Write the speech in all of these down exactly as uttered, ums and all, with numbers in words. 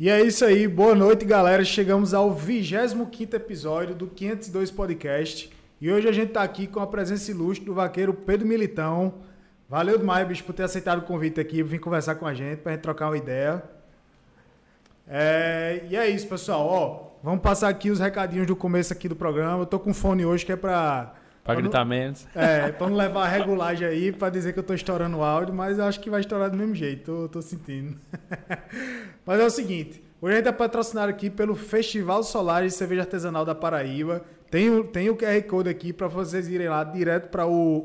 E é isso aí, boa noite, galera. Chegamos ao vigésimo quinto episódio do quinhentos e dois Podcast. E hoje a gente tá aqui com a presença ilustre do vaqueiro Pedro Militão. Valeu demais, bicho, por ter aceitado o convite aqui, vir conversar com a gente, pra gente trocar uma ideia. É... E é isso, pessoal. Ó, vamos passar aqui os recadinhos do começo aqui do programa. Eu tô com fone hoje que é pra... Pra gritar menos. É, pra não levar a regulagem aí, pra dizer que eu tô estourando o áudio, mas eu acho que vai estourar do mesmo jeito, tô, tô sentindo. Mas é o seguinte, hoje a gente é patrocinado aqui pelo Festival Solares de Cerveja Artesanal da Paraíba. Tem o, tem o Q R Code aqui pra vocês irem lá direto pra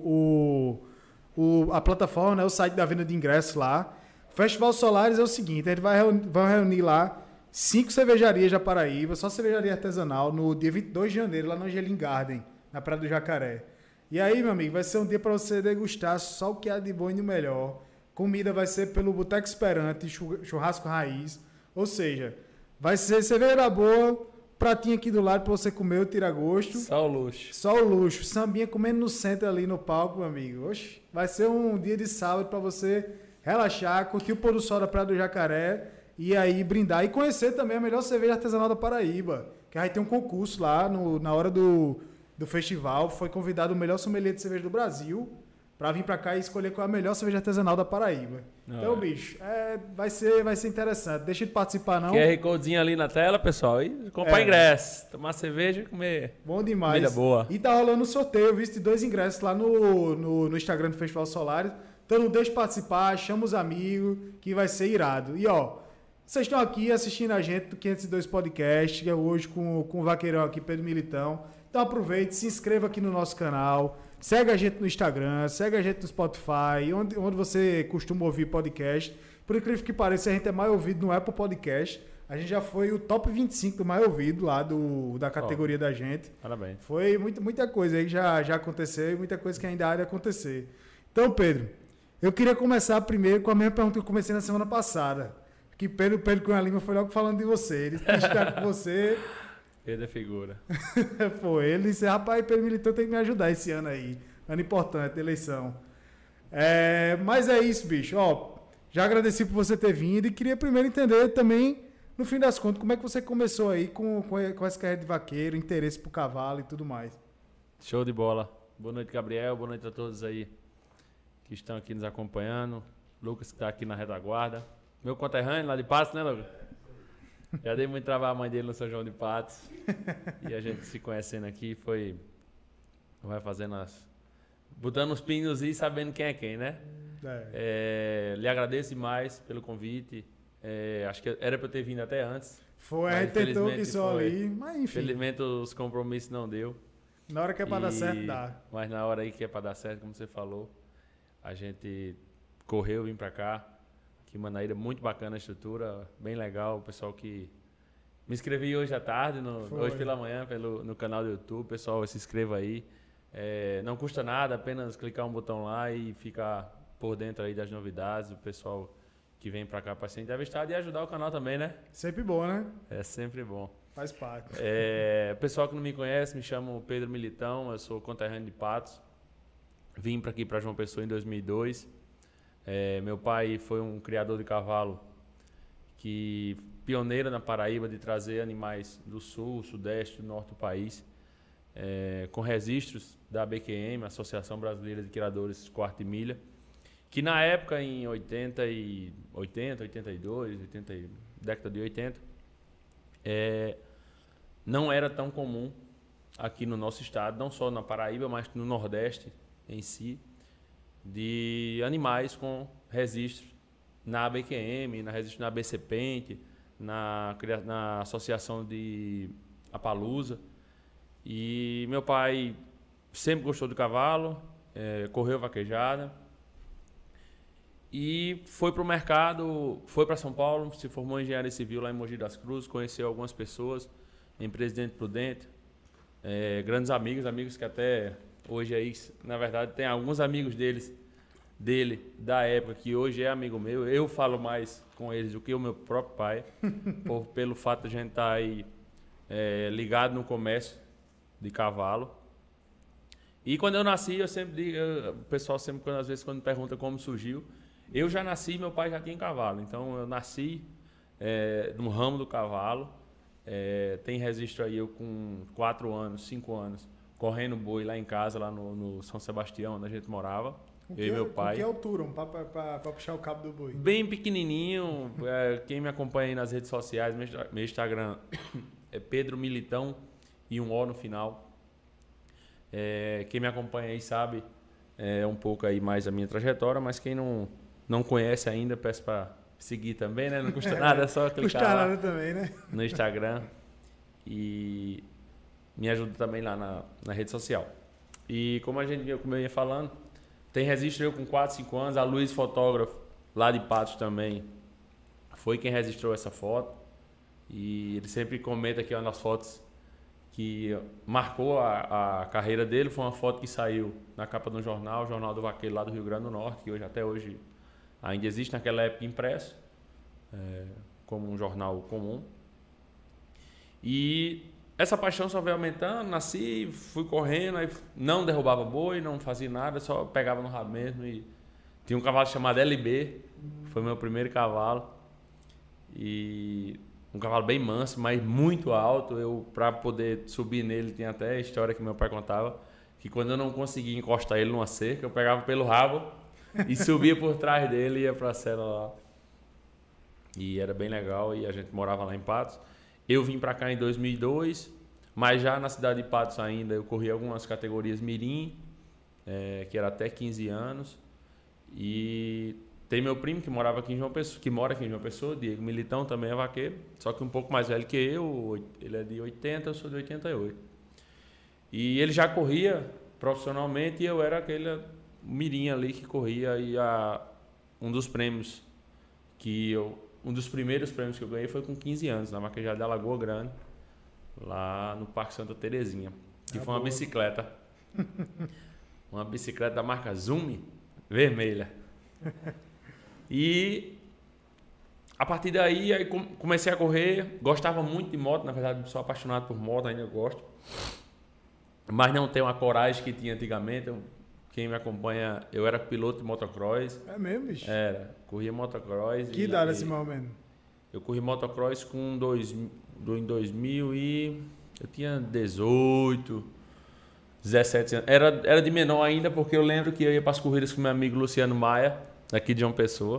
o, o, o, a plataforma, né, o site da venda de ingressos lá. O Festival Solares é o seguinte, a gente vai reunir, vai reunir lá cinco cervejarias da Paraíba, só cervejaria artesanal, no dia vinte e dois de janeiro, lá no Angelim Garden, na Praia do Jacaré. E aí, meu amigo, vai ser um dia para você degustar só o que há de bom e de melhor. Comida vai ser pelo Boteco Esperante, churrasco raiz. Ou seja, vai ser cerveja boa, pratinho aqui do lado para você comer o tira-gosto. Só o luxo. Só o luxo. Sambinha comendo no centro ali no palco, meu amigo. Oxe, vai ser um dia de sábado para você relaxar, curtir o pôr do sol da Praia do Jacaré e aí brindar. E conhecer também a melhor cerveja artesanal da Paraíba. Que aí tem um concurso lá no, na hora do... do festival, foi convidado o melhor sommelier de cerveja do Brasil para vir para cá e escolher qual é a melhor cerveja artesanal da Paraíba. Não, então, é. bicho, é, vai, ser, vai ser interessante. Deixa de participar, não. Q R Codezinho ali na tela, pessoal. E comprar é. ingresso, tomar cerveja e comer. Bom demais. Comida boa. E tá rolando um sorteio, viu, de dois ingressos lá no, no, no Instagram do Festival Solares. Então não deixe de participar, chama os amigos, que vai ser irado. E ó, vocês estão aqui assistindo a gente do quinhentos e dois Podcast, que é hoje com, com o vaqueirão aqui, Pedro Militão. Então aproveite, se inscreva aqui no nosso canal, segue a gente no Instagram, segue a gente no Spotify, onde, onde você costuma ouvir podcast. Por incrível que pareça, a gente é mais ouvido no Apple Podcast. A gente já foi o top vinte e cinco do mais ouvido lá do, da categoria oh, da gente. Parabéns. Foi muito, muita coisa aí que já, já aconteceu e muita coisa que ainda há de acontecer. Então, Pedro, eu queria começar primeiro com a mesma pergunta que eu comecei na semana passada. Que Pedro, Pedro Cunha Lima foi logo falando de você. Ele está com você... Pedro é figura. Foi, ele disse, rapaz, Pedro Militão tem que me ajudar esse ano aí. Ano importante, eleição. É, mas é isso, bicho. Ó, já agradeci por você ter vindo e queria primeiro entender também, no fim das contas, como é que você começou aí com, com, com essa carreira de vaqueiro, interesse por cavalo e tudo mais. Show de bola. Boa noite, Gabriel. Boa noite a todos aí que estão aqui nos acompanhando. Lucas, que está aqui na retaguarda. Meu conterrâneo lá de Patos, né, Lucas? Já dei muito trabalho a mãe dele no São João de Patos. E a gente se conhecendo aqui foi... Vai fazendo as... Botando os pinos e sabendo quem é quem, né? É. É, lhe agradeço demais pelo convite. É, acho que era para eu ter vindo até antes. Foi, a gente tentou que só ali, mas enfim. Infelizmente os compromissos não deu. Na hora que é para e... dar certo, dá. Mas na hora aí que é para dar certo, como você falou, a gente correu, vim para cá. Que Manaíra, muito bacana a estrutura, bem legal. O pessoal que... Me inscrevi hoje à tarde, no, hoje pela manhã, pelo, no canal do YouTube. Pessoal, se inscreva aí. É, não custa nada, apenas clicar um botão lá e ficar por dentro aí das novidades. O pessoal que vem pra cá para ser entrevistado e ajudar o canal também, né? Sempre bom, né? É sempre bom. Faz parte. É, pessoal que não me conhece, me chamo Pedro Militão, eu sou conterrâneo de Patos. Vim para aqui para João Pessoa em dois mil e dois. É, meu pai foi um criador de cavalo que pioneiro na Paraíba de trazer animais do sul, sudeste, do norte do país, é, com registros da A B Q M, Associação Brasileira de Criadores Quarta e Milha, que na época, em oitenta, e, oitenta, oitenta e dois, oitenta, década de oitenta, é, não era tão comum aqui no nosso estado, não só na Paraíba, mas no Nordeste em si, de animais com registro na A B Q M, na registro na A B C Pente, na, na Associação de Apalusa. E meu pai sempre gostou do cavalo, é, correu vaquejada e foi para o mercado, foi para São Paulo, se formou em engenharia civil lá em Mogi das Cruzes, conheceu algumas pessoas em Presidente Prudente, é, grandes amigos, amigos que até... Hoje aí, na verdade, tem alguns amigos deles, dele, da época, que hoje é amigo meu. Eu falo mais com eles do que o meu próprio pai, por, pelo fato de a gente estar aí é, ligado no comércio de cavalo. E quando eu nasci, eu sempre digo, eu, o pessoal sempre, às vezes, quando me pergunta como surgiu, eu já nasci, meu pai já tinha cavalo. Então, eu nasci é, no ramo do cavalo. É, tem registro aí eu com quatro anos, cinco anos, correndo boi lá em casa, lá no, no São Sebastião, onde a gente morava. Com eu e meu pai. Com que altura? Um para puxar o cabo do boi? Bem pequenininho. É, quem me acompanha aí nas redes sociais, meu, meu Instagram é Pedro Militão e um O no final. É, quem me acompanha aí sabe é, um pouco aí mais a minha trajetória, mas quem não, não conhece ainda, peço para seguir também, né? Não custa nada, é só clicar custa lá nada também, né? no Instagram e me ajuda também lá na, na rede social. E como a gente, como eu ia falando, tem registro eu com quatro, cinco anos, a Luiz fotógrafo lá de Patos também foi quem registrou essa foto e ele sempre comenta aqui ó, nas fotos que marcou a, a carreira dele, foi uma foto que saiu na capa de um jornal, o Jornal do Vaqueiro lá do Rio Grande do Norte, que hoje até hoje ainda existe, naquela época impresso, é, como um jornal comum. E essa paixão só veio aumentando, nasci, fui correndo, aí não derrubava boi, não fazia nada, só pegava no rabo mesmo. E tinha um cavalo chamado L B, foi meu primeiro cavalo. E um cavalo bem manso, mas muito alto. Eu, para poder subir nele, tinha até a história que meu pai contava, que quando eu não conseguia encostar ele numa cerca, eu pegava pelo rabo e subia por trás dele e ia para a cela lá. E era bem legal e a gente morava lá em Patos. Eu vim para cá em dois mil e dois, mas já na cidade de Patos ainda eu corri algumas categorias mirim, é, que era até quinze anos. E tem meu primo que morava aqui em João Pessoa, que mora aqui em João Pessoa, Diego Militão, também é vaqueiro, só que um pouco mais velho que eu, ele é de oitenta, eu sou de oitenta e oito. E ele já corria profissionalmente e eu era aquele mirim ali que corria e a, um dos prêmios que eu, um dos primeiros prêmios que eu ganhei foi com quinze anos, na vaquejada da Lagoa Grande, lá no Parque Santa Terezinha, que ah, foi uma boa. bicicleta, uma bicicleta da marca Zoom, vermelha. E a partir daí aí comecei a correr, gostava muito de moto, na verdade sou apaixonado por moto, ainda gosto, mas não tenho a coragem que tinha antigamente. Eu, quem me acompanha, eu era piloto de motocross. É mesmo, bicho? Era, corria motocross. Que idade assim, mais ou menos? Eu corri motocross com dois, do, em dois mil e... Eu tinha dezoito, dezessete anos. Era, era de menor ainda, porque eu lembro que eu ia para as corridas com meu amigo Luciano Maia, aqui de João Pessoa.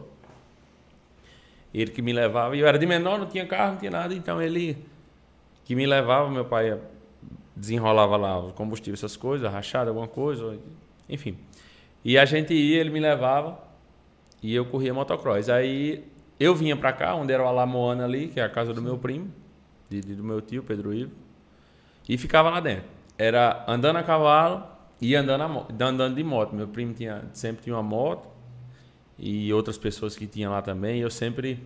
Ele que me levava. E eu era de menor, não tinha carro, não tinha nada. Então ele que me levava, meu pai desenrolava lá o combustível, essas coisas, rachada, alguma coisa... Enfim, e a gente ia, ele me levava e eu corria motocross. Aí eu vinha pra cá, onde era o Alamoana ali, que é a casa do meu primo, de, de, do meu tio, Pedro Ivo, e ficava lá dentro. Era andando a cavalo e andando, a, andando de moto. Meu primo tinha, sempre tinha uma moto e outras pessoas que tinham lá também. E eu sempre...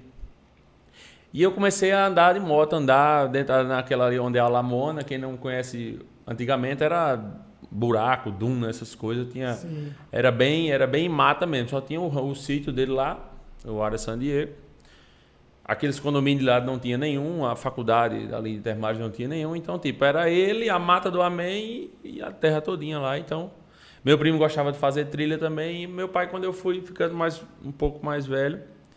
E eu comecei a andar de moto, andar dentro naquela ali onde é a Alamoana. Quem não conhece, antigamente era... buraco, duna, essas coisas, tinha, era bem, era bem mata mesmo, só tinha o, o sítio dele lá, o Área San Diego. Aqueles condomínios de lá não tinha nenhum, a faculdade ali de Termagem não tinha nenhum, então tipo, era ele, a mata do Amém e, e a terra todinha lá. Então, meu primo gostava de fazer trilha também e meu pai, quando eu fui ficando mais, um pouco mais velho,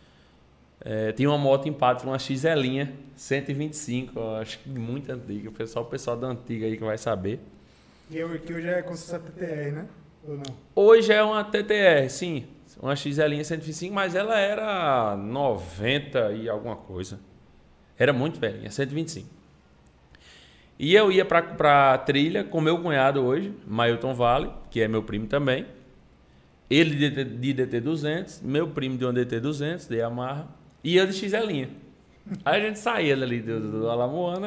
é, tinha uma moto em Patos, uma X L cento e vinte e cinco, acho que muito antiga, só o pessoal da antiga aí que vai saber. Que hoje é com essa T T R, né? Ou não? Hoje é uma T T R, sim. Uma X L cento e vinte e cinco, mas ela era noventa e alguma coisa. Era muito velhinha, cento e vinte e cinco. E eu ia pra, pra trilha com meu cunhado hoje, Mailton Vale, que é meu primo também. Ele de, de D T duzentos, meu primo de um D T duzentos, de Yamaha, e eu de X L. Aí a gente saía dali do, do, do Alamoana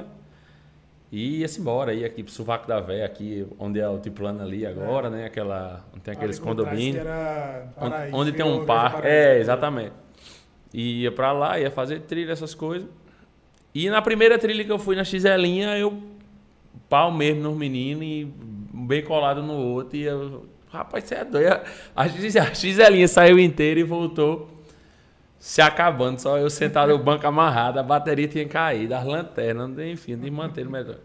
e ia-se embora, ia aqui pro Sovaco da Véia, aqui onde é o Altiplano ali agora, é. né? Aquela, onde tem aqueles condomínios. Onde, onde tem um parque. É, exatamente. E ia pra lá, ia fazer trilha, essas coisas. E na primeira trilha que eu fui na X L, eu pau mesmo nos meninos e bem colado no outro. E eu, rapaz, você é doido. A X L saiu inteira e voltou se acabando, só eu sentado no banco amarrado, a bateria tinha caído, as lanternas, enfim, de manter o melhor.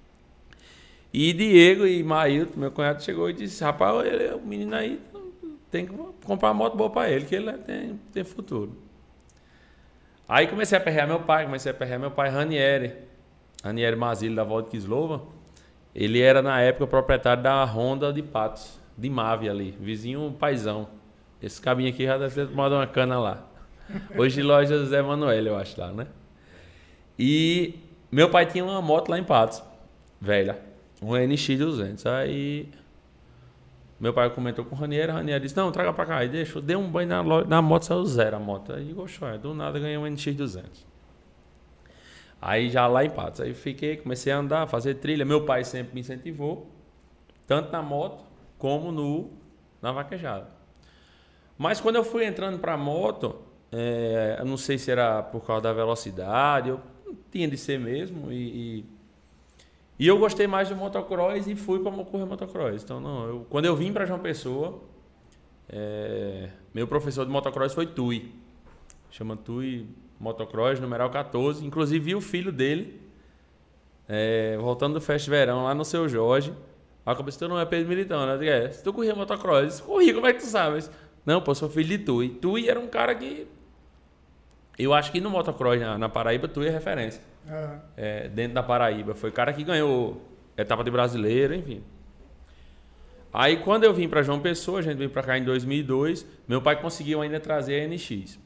E Diego e Mailton, meu cunhado, chegou e disse, rapaz, ele, o menino aí tem que comprar uma moto boa para ele, que ele tem, tem futuro. Aí comecei a aperrear meu pai, comecei a aperrear meu pai, Ranieri. Ranieri Mazzilli, da Vodka Slova. Ele era, na época, proprietário da Honda de Patos, de Mave ali, vizinho paizão. Esse cabinho aqui já deve ter tomado uma cana lá. Hoje loja Zé Manuel, eu acho lá, né? E meu pai tinha uma moto lá em Patos, velha, um N X duzentos. Aí meu pai comentou com o Ranieri, o Ranieri disse, não, traga pra cá. Aí deixa, dei um banho na, loja, na moto, saiu zero a moto. Aí gostou, do nada ganhei um N X duzentos. Aí já lá em Patos, aí fiquei, comecei a andar, fazer trilha. Meu pai sempre me incentivou, tanto na moto como no, na vaquejada. Mas quando eu fui entrando pra moto, é, eu não sei se era por causa da velocidade, eu tinha de ser mesmo. E, e, e eu gostei mais de motocross e fui para correr motocross. Então, não, eu, quando eu vim para João Pessoa, é, meu professor de motocross foi Tui. Chama Tui Motocross, numeral quatorze. Inclusive, vi o filho dele, é, voltando do Festa Verão, lá no Seu Jorge. Aí eu comecei, tu não é Pedro Militão, né? Eu digo, é, se tu corria motocross, corri, como é que tu sabes? Não, pô, sou filho de Tui. Tui era um cara que... Eu acho que no motocross na, na Paraíba, Tui é referência. Uhum. É, dentro da Paraíba. Foi o cara que ganhou etapa de brasileiro, enfim. Aí, quando eu vim para João Pessoa, a gente veio para cá em dois mil e dois, meu pai conseguiu ainda trazer a N X.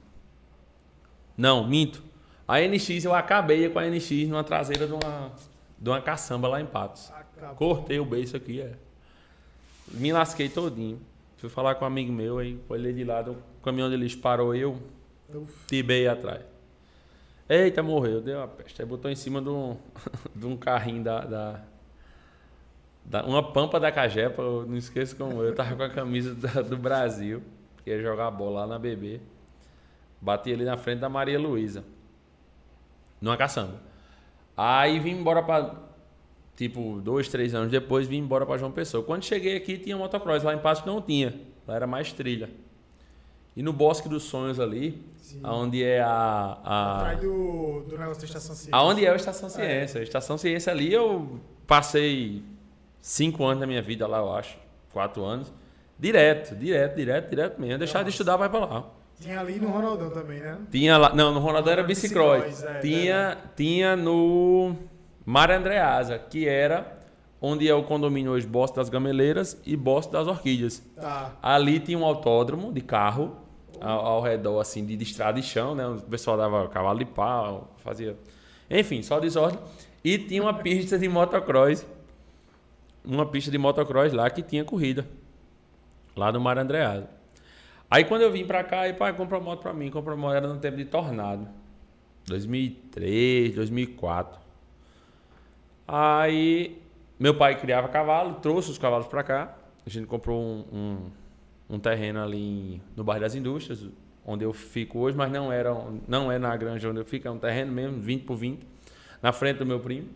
Não, minto. A N X, eu acabei com a N X numa traseira de uma, de uma caçamba lá em Patos. Acabou. Cortei o beiço aqui, é. Me lasquei todinho. Fui falar com um amigo meu, aí olhei de lado, o caminhão de lixo parou, eu tibei atrás. Eita, morreu, deu uma peste. Aí botou em cima de um, de um carrinho da, da, da... Uma pampa da Cagepa, eu não esqueço como eu. Eu tava com a camisa da, do Brasil, que ia jogar bola lá na B B. Bati ali na frente da Maria Luísa, numa caçamba. Aí vim embora pra... Tipo, dois, três anos depois, vim embora pra João Pessoa. Quando cheguei aqui, tinha motocross. Lá em Patos não tinha. Lá era mais trilha. E no Bosque dos Sonhos ali, sim, onde é a... a... Atrás do, do negócio da Estação Ciência. Aonde é a Estação Ciência. É. A Estação Ciência ali, eu passei cinco anos da minha vida lá, eu acho. Quatro anos. Direto, direto, direto, direto mesmo. Deixar de estudar, vai pra lá. Tinha ali no Ronaldão também, né? Tinha lá... Não, no Ronaldão era bicicross. bicicross é, tinha, é. tinha no... Mar Andreasa, que era onde é o condomínio hoje Bosque das Gameleiras e Bosque das Orquídeas. Tá. Ali tinha um autódromo de carro ao, ao redor assim de, de estrada e chão, né? O pessoal dava cavalo de pau, fazia, enfim, só desordem. E tinha uma pista de motocross, uma pista de motocross lá que tinha corrida lá no Mar Andreasa. Aí quando eu vim pra cá, aí pai, comprou moto pra mim, comprou moto, era no tempo de Tornado, dois mil e três, dois mil e quatro. Aí, meu pai criava cavalo, trouxe os cavalos para cá. A gente comprou um, um, um terreno ali em, no bairro das Indústrias, onde eu fico hoje, mas não, era, não é na granja onde eu fico, é um terreno mesmo, vinte por vinte, na frente do meu primo.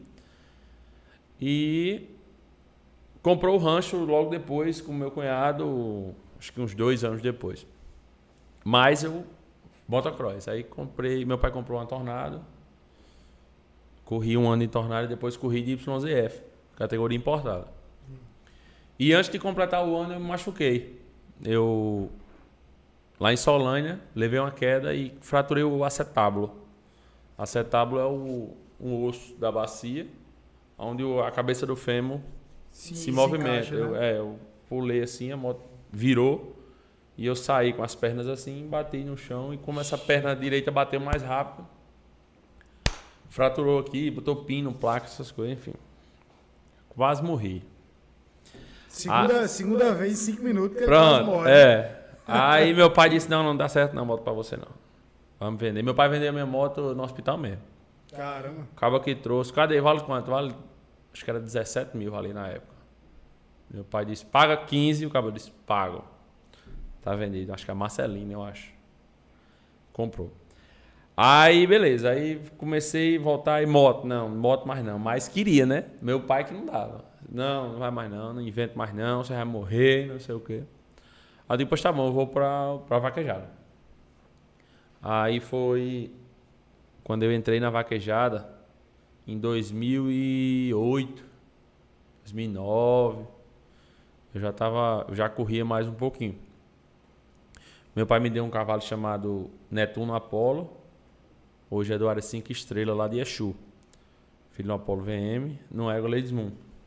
E comprou o rancho logo depois com o meu cunhado, acho que uns dois anos depois. Mas eu, motocross. Aí comprei, meu pai comprou uma Tornado. Corri um ano em Tornado e depois corri de Y Z F, categoria importada. E antes de completar o ano eu me machuquei. Eu, lá em Solânia, levei uma queda e fraturei o acetábulo. Acetábulo é o, um osso da bacia, onde a cabeça do fêmur Sim, se movimenta. Se encaixa, eu, né? é, eu pulei assim, a moto virou e eu saí com as pernas assim, bati no chão e como essa perna direita bateu mais rápido, fraturou aqui, botou pino, placa, essas coisas, enfim. Quase morri. Segunda, ah, segunda vez em cinco minutos que pronto, ele quase morre. É. Aí meu pai disse, não, não dá certo não, moto pra você não. Vamos vender. Meu pai vendeu a minha moto no hospital mesmo. Caramba. Acaba que trouxe. Cadê? Vale quanto? Vale, acho que era dezessete mil ali na época. Meu pai disse, paga quinze, o cabo disse, pago. Tá vendido. Acho que é Marcelino, eu acho. Comprou. Aí, beleza. Aí comecei a voltar e moto. Não, moto mais não. Mas queria, né? Meu pai que não dava. Não, não vai mais não. Não invento mais não. Você vai morrer, não sei o quê. Aí depois tá bom, eu vou pra, pra vaquejada. Aí foi quando eu entrei na vaquejada em dois mil e oito, dois mil e nove. Eu já tava, eu já corria mais um pouquinho. Meu pai me deu um cavalo chamado Netuno Apollo. Hoje é do Área cinco Estrela, lá de Exu. Filho do Apolo V M, no Ego Ladies Moon.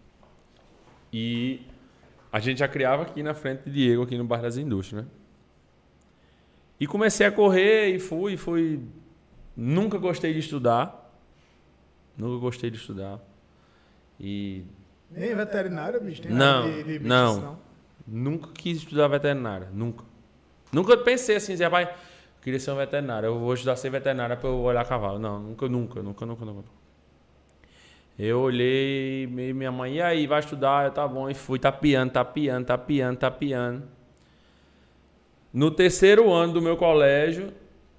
E a gente já criava aqui na frente de Diego, aqui no Bairro das Indústrias, né? E comecei a correr e fui, fui... Nunca gostei de estudar. Nunca gostei de estudar. E... Nem veterinária, bicho? Tem não, de, de não. não. Nunca quis estudar veterinária, nunca. Nunca pensei assim, dizer, rapaz, eu queria ser um veterinário, eu vou estudar ser veterinária para eu olhar cavalo. Não, nunca, nunca, nunca, nunca, nunca. Eu olhei, minha mãe, e aí, vai estudar? Eu, tá bom, e fui tapeando, tapeando, tapeando, tapeando. No terceiro ano do meu colégio,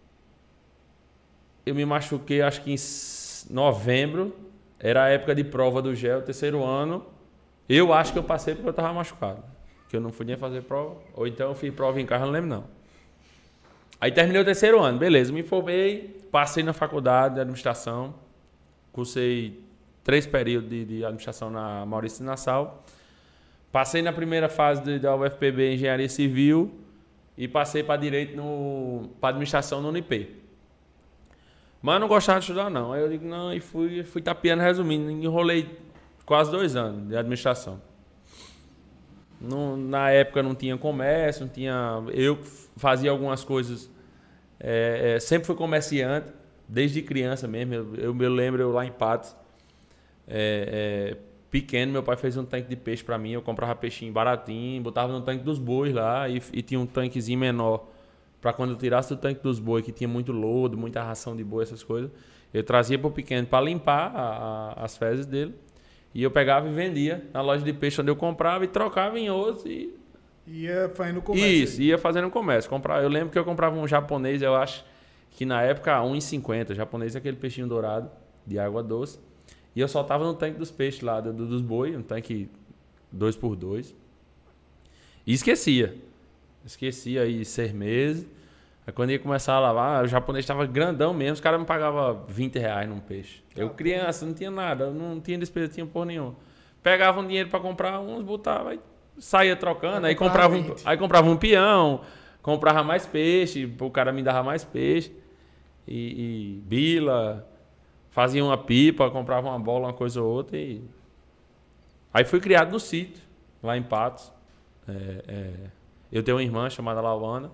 eu me machuquei, acho que em novembro, era a época de prova do G E L, terceiro ano. Eu acho que eu passei porque eu estava machucado, que eu não podia fazer prova, ou então eu fiz prova em casa, não lembro não. Aí terminei o terceiro ano, beleza, me formei, passei na faculdade de administração, cursei três períodos de, de administração na Maurício de Nassau. Passei na primeira fase de, da U F P B Engenharia Civil e passei para direito no para administração no Unip. Mas não gostava de estudar não. Aí eu digo não e fui fui tapeando, resumindo, enrolei quase dois anos de administração. Não, na época não tinha comércio, não tinha. Eu fazia algumas coisas. É, é, sempre fui comerciante desde criança mesmo. Eu, eu me lembro eu lá em Patos. É, é, pequeno, meu pai fez um tanque de peixe para mim, eu comprava peixinho baratinho, botava no tanque dos bois lá e, e tinha um tanquezinho menor para quando eu tirasse do tanque dos bois, que tinha muito lodo, muita ração de boi, essas coisas, eu trazia para o pequeno para limpar a, a, as fezes dele e eu pegava e vendia na loja de peixe onde eu comprava e trocava em outros e... Ia fazendo comércio. Isso, ia fazendo comércio. Comprava, eu lembro que eu comprava um japonês, eu acho que na época um real e cinquenta, japonês é aquele peixinho dourado de água doce. E eu soltava no tanque dos peixes lá, do, dos boi, um tanque dois por dois. E esquecia. Esquecia aí seis meses. Aí quando ia começar a lavar, o japonês estava grandão mesmo, os caras me pagavam vinte reais num peixe. Eu criança, não tinha nada, não tinha despesa, tinha porra nenhuma. Pegava um dinheiro para comprar uns, botava e saía trocando. Aí comprava, um, aí comprava um peão, comprava mais peixe, o cara me dava mais peixe. E, e bila... Fazia uma pipa, comprava uma bola, uma coisa ou outra e... Aí fui criado no sítio, lá em Patos. É, é... Eu tenho uma irmã chamada Lauana.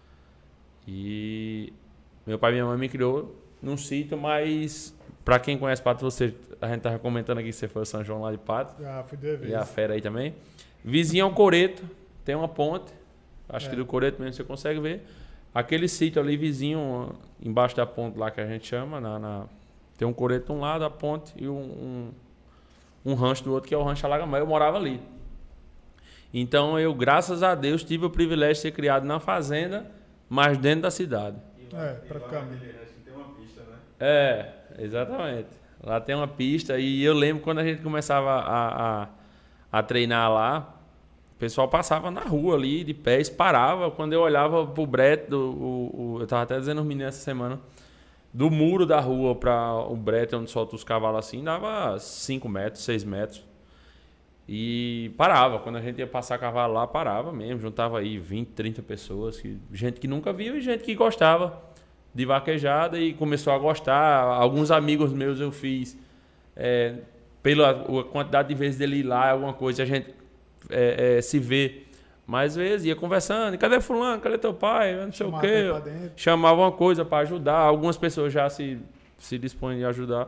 E meu pai e minha mãe me criou num sítio, mas... Pra quem conhece Patos, você... a gente tava comentando aqui que você foi ao São João lá de Patos. Ah, fui duas vezes. E a fera aí também. Vizinho ao Coreto, tem uma ponte. Acho é. que do Coreto mesmo você consegue ver. Aquele sítio ali vizinho, embaixo da ponte lá que a gente chama, na... na... Tem um coreto de um lado, a ponte, e um, um, um rancho do outro, que é o rancho Alagamã. Eu morava ali. Então, eu, graças a Deus, tive o privilégio de ser criado na fazenda, mas dentro da cidade. É, praticamente. Tem uma pista, né? É, exatamente. Lá tem uma pista, e eu lembro quando a gente começava a, a, a treinar lá, o pessoal passava na rua ali, de pés, parava. Quando eu olhava pro brete, do, o, o, eu estava até dizendo aos meninos essa semana, do muro da rua para o brete onde solta os cavalos assim, dava cinco metros, seis metros. E parava. Quando a gente ia passar cavalo lá, parava mesmo. Juntava aí vinte, trinta pessoas. Que, gente que nunca viu e gente que gostava de vaquejada e começou a gostar. Alguns amigos meus eu fiz é, pela a quantidade de vezes dele ir lá, alguma coisa, a gente é, é, se vê mais vezes, ia conversando, cadê fulano, cadê teu pai, não sei Chamava o quê, chamava uma coisa para ajudar, algumas pessoas já se, se dispõem a ajudar,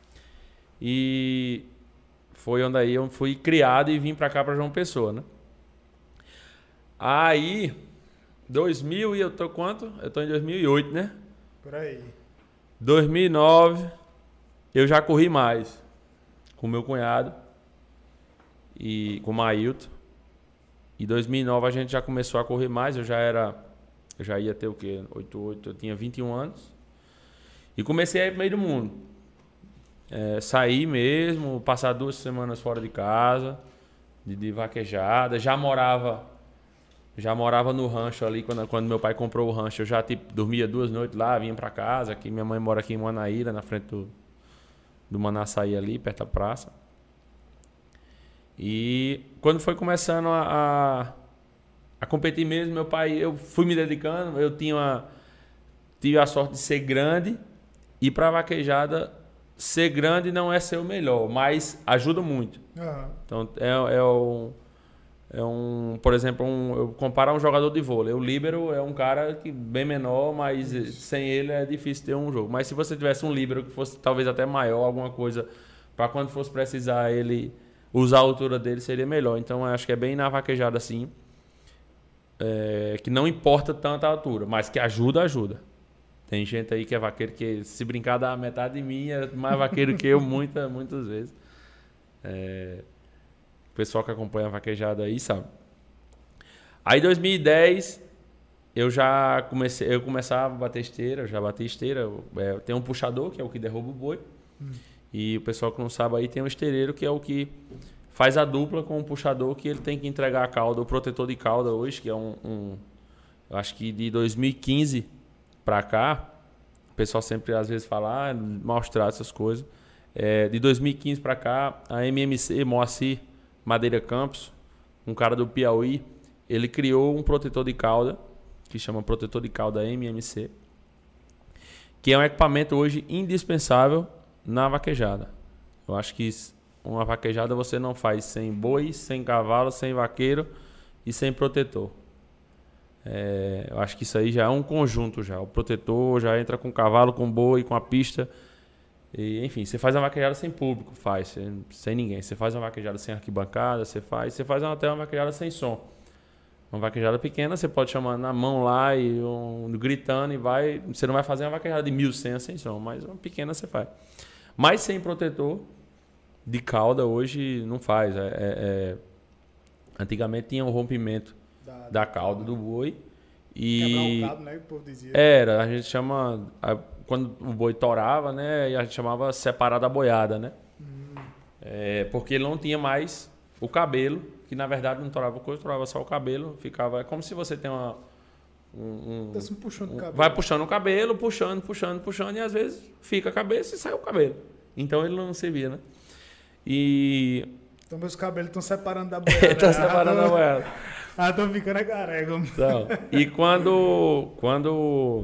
e foi onde aí eu fui criado e vim para cá, para João Pessoa, né? Aí, dois mil e eu tô quanto? Eu tô em dois mil e oito, né? Por aí. dois mil e nove, eu já corri mais, com meu cunhado, e com o Mailton. Em dois mil e nove a gente já começou a correr mais, eu já era, eu já ia ter o quê? oito, oito, eu tinha vinte e um anos. E comecei a ir pro meio do mundo. É, sair mesmo, passar duas semanas fora de casa, de, de vaquejada. Já morava, já morava no rancho ali, quando, quando meu pai comprou o rancho, eu já tipo, dormia duas noites lá, vinha para casa. Aqui, minha mãe mora aqui em Manaíra, na frente do, do Manaçaí ali, perto da praça. E quando foi começando a, a, a competir mesmo, meu pai, eu fui me dedicando, eu tinha uma, tive a sorte de ser grande E para a vaquejada, ser grande não é ser o melhor, mas ajuda muito. Uhum. Então, é, é, um, é um... Por exemplo, um, eu comparo a um jogador de vôlei. O líbero é um cara que bem menor, mas Isso. sem ele é difícil ter um jogo. Mas se você tivesse um líbero que fosse talvez até maior, alguma coisa, para quando fosse precisar ele usar a altura dele, seria melhor. Então, eu acho que é bem na vaquejada assim. É, que não importa tanto a altura, mas que ajuda, ajuda. Tem gente aí que é vaqueiro que, se brincar, dá metade de mim, é mais vaqueiro que eu, muita, muitas vezes. É, o pessoal que acompanha a vaquejada aí sabe. Aí, em dois mil e dez, eu já comecei, eu começava a bater esteira, eu já bati esteira. É, tem um puxador, que é o que derruba o boi. Hum. E o pessoal que não sabe aí, tem um esteireiro, que é o que faz a dupla com o puxador, que ele tem que entregar a cauda, o protetor de cauda hoje, que é um... um eu acho que de dois mil e quinze para cá, o pessoal sempre às vezes fala, ah, maus tratos, essas coisas. É, de dois mil e quinze para cá, a M M C, Moacir Madeira Campos, um cara do Piauí, ele criou um protetor de cauda, que chama protetor de cauda M M C, que é um equipamento hoje indispensável na vaquejada. Eu acho que uma vaquejada você não faz sem boi, sem cavalo, sem vaqueiro e sem protetor. É, eu acho que isso aí já é um conjunto já. O protetor já entra com o cavalo, com o boi, com a pista. E, enfim, você faz uma vaquejada sem público, faz, sem, sem ninguém. Você faz uma vaquejada sem arquibancada, você faz, você faz até uma vaquejada sem som. Uma vaquejada pequena, você pode chamar na mão lá e um, gritando e vai. Você não vai fazer uma vaquejada de mil cem sem som, mas uma pequena você faz. Mas sem protetor de cauda hoje não faz. É, é, é... Antigamente tinha um rompimento da, da cauda do boi. E quebrar o cabo, né? O povo dizia. Era, a gente chama. A, quando o boi torava, né? A gente chamava separar da boiada, né? Hum. É, porque ele não tinha mais o cabelo, que na verdade não torava coisa, torava só o cabelo. Ficava. É como se você tem uma. Um, um, tá puxando um, o cabelo. Vai puxando o cabelo, puxando, puxando, puxando, e às vezes fica a cabeça e sai o cabelo. Então ele não servia, né? E. Então meus cabelos estão separando da boiada. Estão separando tô... da boiada. Ah, tô ficando careca. Então, e quando, quando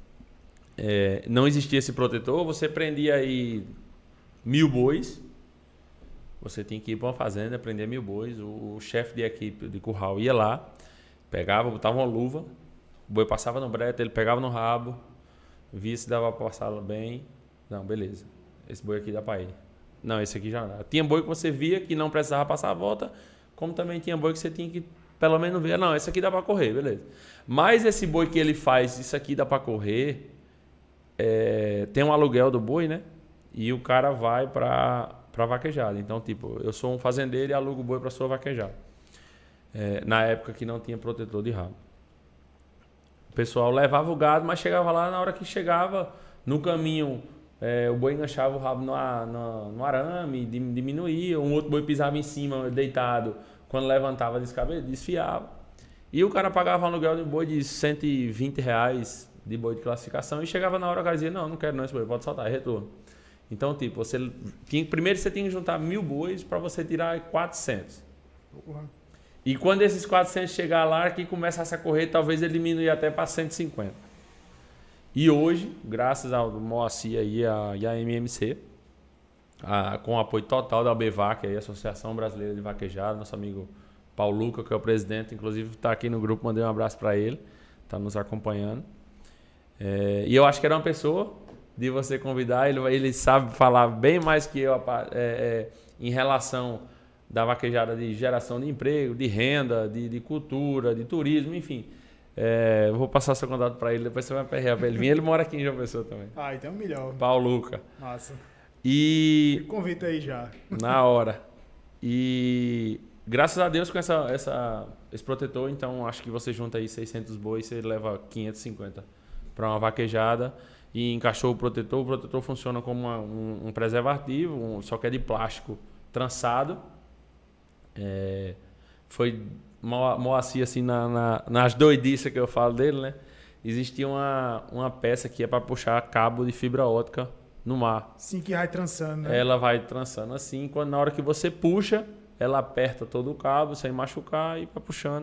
é, não existia esse protetor, você prendia aí mil bois. Você tinha que ir para uma fazenda, prender mil bois. O, o chefe de equipe de curral ia lá, pegava, botava uma luva, o boi passava no brete, ele pegava no rabo, via se dava para passar bem. Não, beleza. Esse boi aqui dá para ir. Não, esse aqui já não. Tinha boi que você via que não precisava passar a volta, como também tinha boi que você tinha que pelo menos ver. Não, esse aqui dá para correr, beleza. Mas esse boi que ele faz, isso aqui dá para correr, é, tem um aluguel do boi, né? E o cara vai para para vaquejada. Então, tipo, eu sou um fazendeiro e alugo o boi para sua vaquejada. É, na época que não tinha protetor de rabo. O pessoal levava o gado, mas chegava lá, na hora que chegava no caminho, é, o boi enganchava o rabo no, no, no arame, diminuía, um outro boi pisava em cima, deitado, quando levantava, desfiava. E o cara pagava um aluguel de boi de cento e vinte reais de boi de classificação e chegava na hora que o cara dizia, não, não quero não esse boi, pode soltar, é retorno. Então, tipo, você tinha, primeiro você tinha que juntar mil bois para você tirar quatrocentos. Uhum. E quando esses quatrocentos chegar lá, que começasse a correr, talvez ele diminuir até para cento e cinquenta. E hoje, graças ao Moacir aí, a, e a M M C, a, com o apoio total da ABVAC, aí, Associação Brasileira de Vaquejada, nosso amigo Paulo Luca, que é o presidente, inclusive está aqui no grupo, mandei um abraço para ele, está nos acompanhando. É, e eu acho que era uma pessoa de você convidar, ele, ele sabe falar bem mais que eu é, é, em relação da vaquejada de geração de emprego, de renda, de, de cultura, de turismo, enfim. É, eu vou passar seu contato para ele, depois você vai perrear para ele vir. Ele mora aqui em João Pessoa também. Ah, então é um milhão. Paulo Luca. Massa. E... Convite aí já. Na hora. E graças a Deus com essa, essa, esse protetor, então acho que você junta aí seiscentos bois, você leva quinhentos e cinquenta para uma vaquejada e encaixou o protetor. O protetor funciona como uma, um, um preservativo, um, só que é de plástico trançado. É, foi Moacir assim na, na, nas doidices que eu falo dele, né? Existia uma, uma peça que é para puxar cabo de fibra ótica no mar. Sim, que vai trançando, né? Ela vai trançando assim, quando na hora que você puxa, ela aperta todo o cabo sem machucar e vai puxando.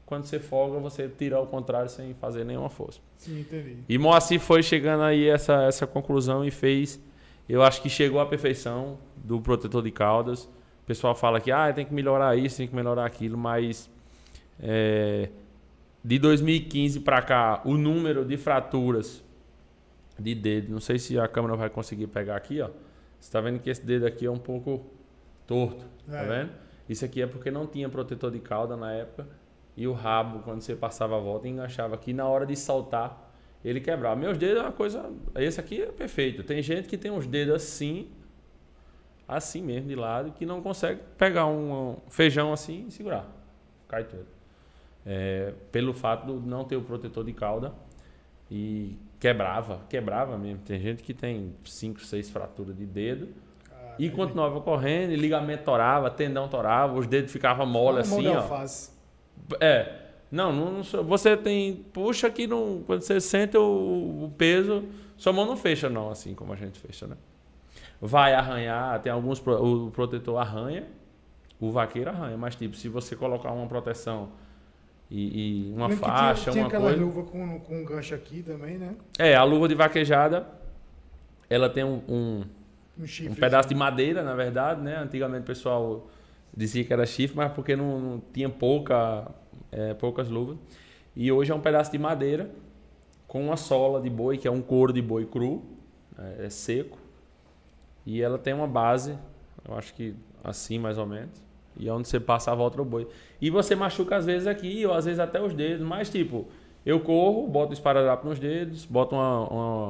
quando você folga, você tira ao contrário sem fazer nenhuma força. Sim, entendi. E Moacir foi chegando aí essa, essa conclusão e fez, eu acho que chegou à perfeição do protetor de caudas. O pessoal fala que ah, tem que melhorar isso, tem que melhorar aquilo, mas é, de dois mil e quinze para cá, o número de fraturas de dedo, não sei se a câmera vai conseguir pegar aqui, ó. Você tá vendo que esse dedo aqui é um pouco torto, é. Tá vendo? Isso aqui é porque não tinha protetor de cauda na época e o rabo, quando você passava a volta, enganchava aqui, na hora de saltar, ele quebrava. Meus dedos é uma coisa... Esse aqui é perfeito. Tem gente que tem uns dedos assim, assim mesmo, de lado, que não consegue pegar um feijão assim e segurar. Cai todo. É, pelo fato de não ter o protetor de cauda e quebrava, quebrava mesmo. Tem gente que tem cinco, seis fraturas de dedo ah, e continuava correndo, e ligamento torava, tendão torava, os dedos ficavam mole assim, ó. Alface. É, não, não, não, você tem, puxa que não, quando você sente o, o peso, sua mão não fecha não, assim como a gente fecha, né? Vai arranhar, tem alguns, o protetor arranha, o vaqueiro arranha, mas tipo, se você colocar uma proteção e, e uma Lembra faixa, tinha, tinha uma aquela coisa... luva com, com um gancho aqui também, né? É, a luva de vaquejada, ela tem um, um, um, chifre, um pedaço de madeira, na verdade, né? Antigamente o pessoal dizia que era chifre, mas porque não, não tinha pouca, é, poucas luvas. E hoje é um pedaço de madeira com uma sola de boi, que é um couro de boi cru, é, é seco. E ela tem uma base, eu acho que assim mais ou menos. E é onde você passa a volta do boi. E você machuca às vezes aqui, ou às vezes até os dedos. Mas tipo, eu corro, boto o esparadrapo nos dedos, boto uma, uma,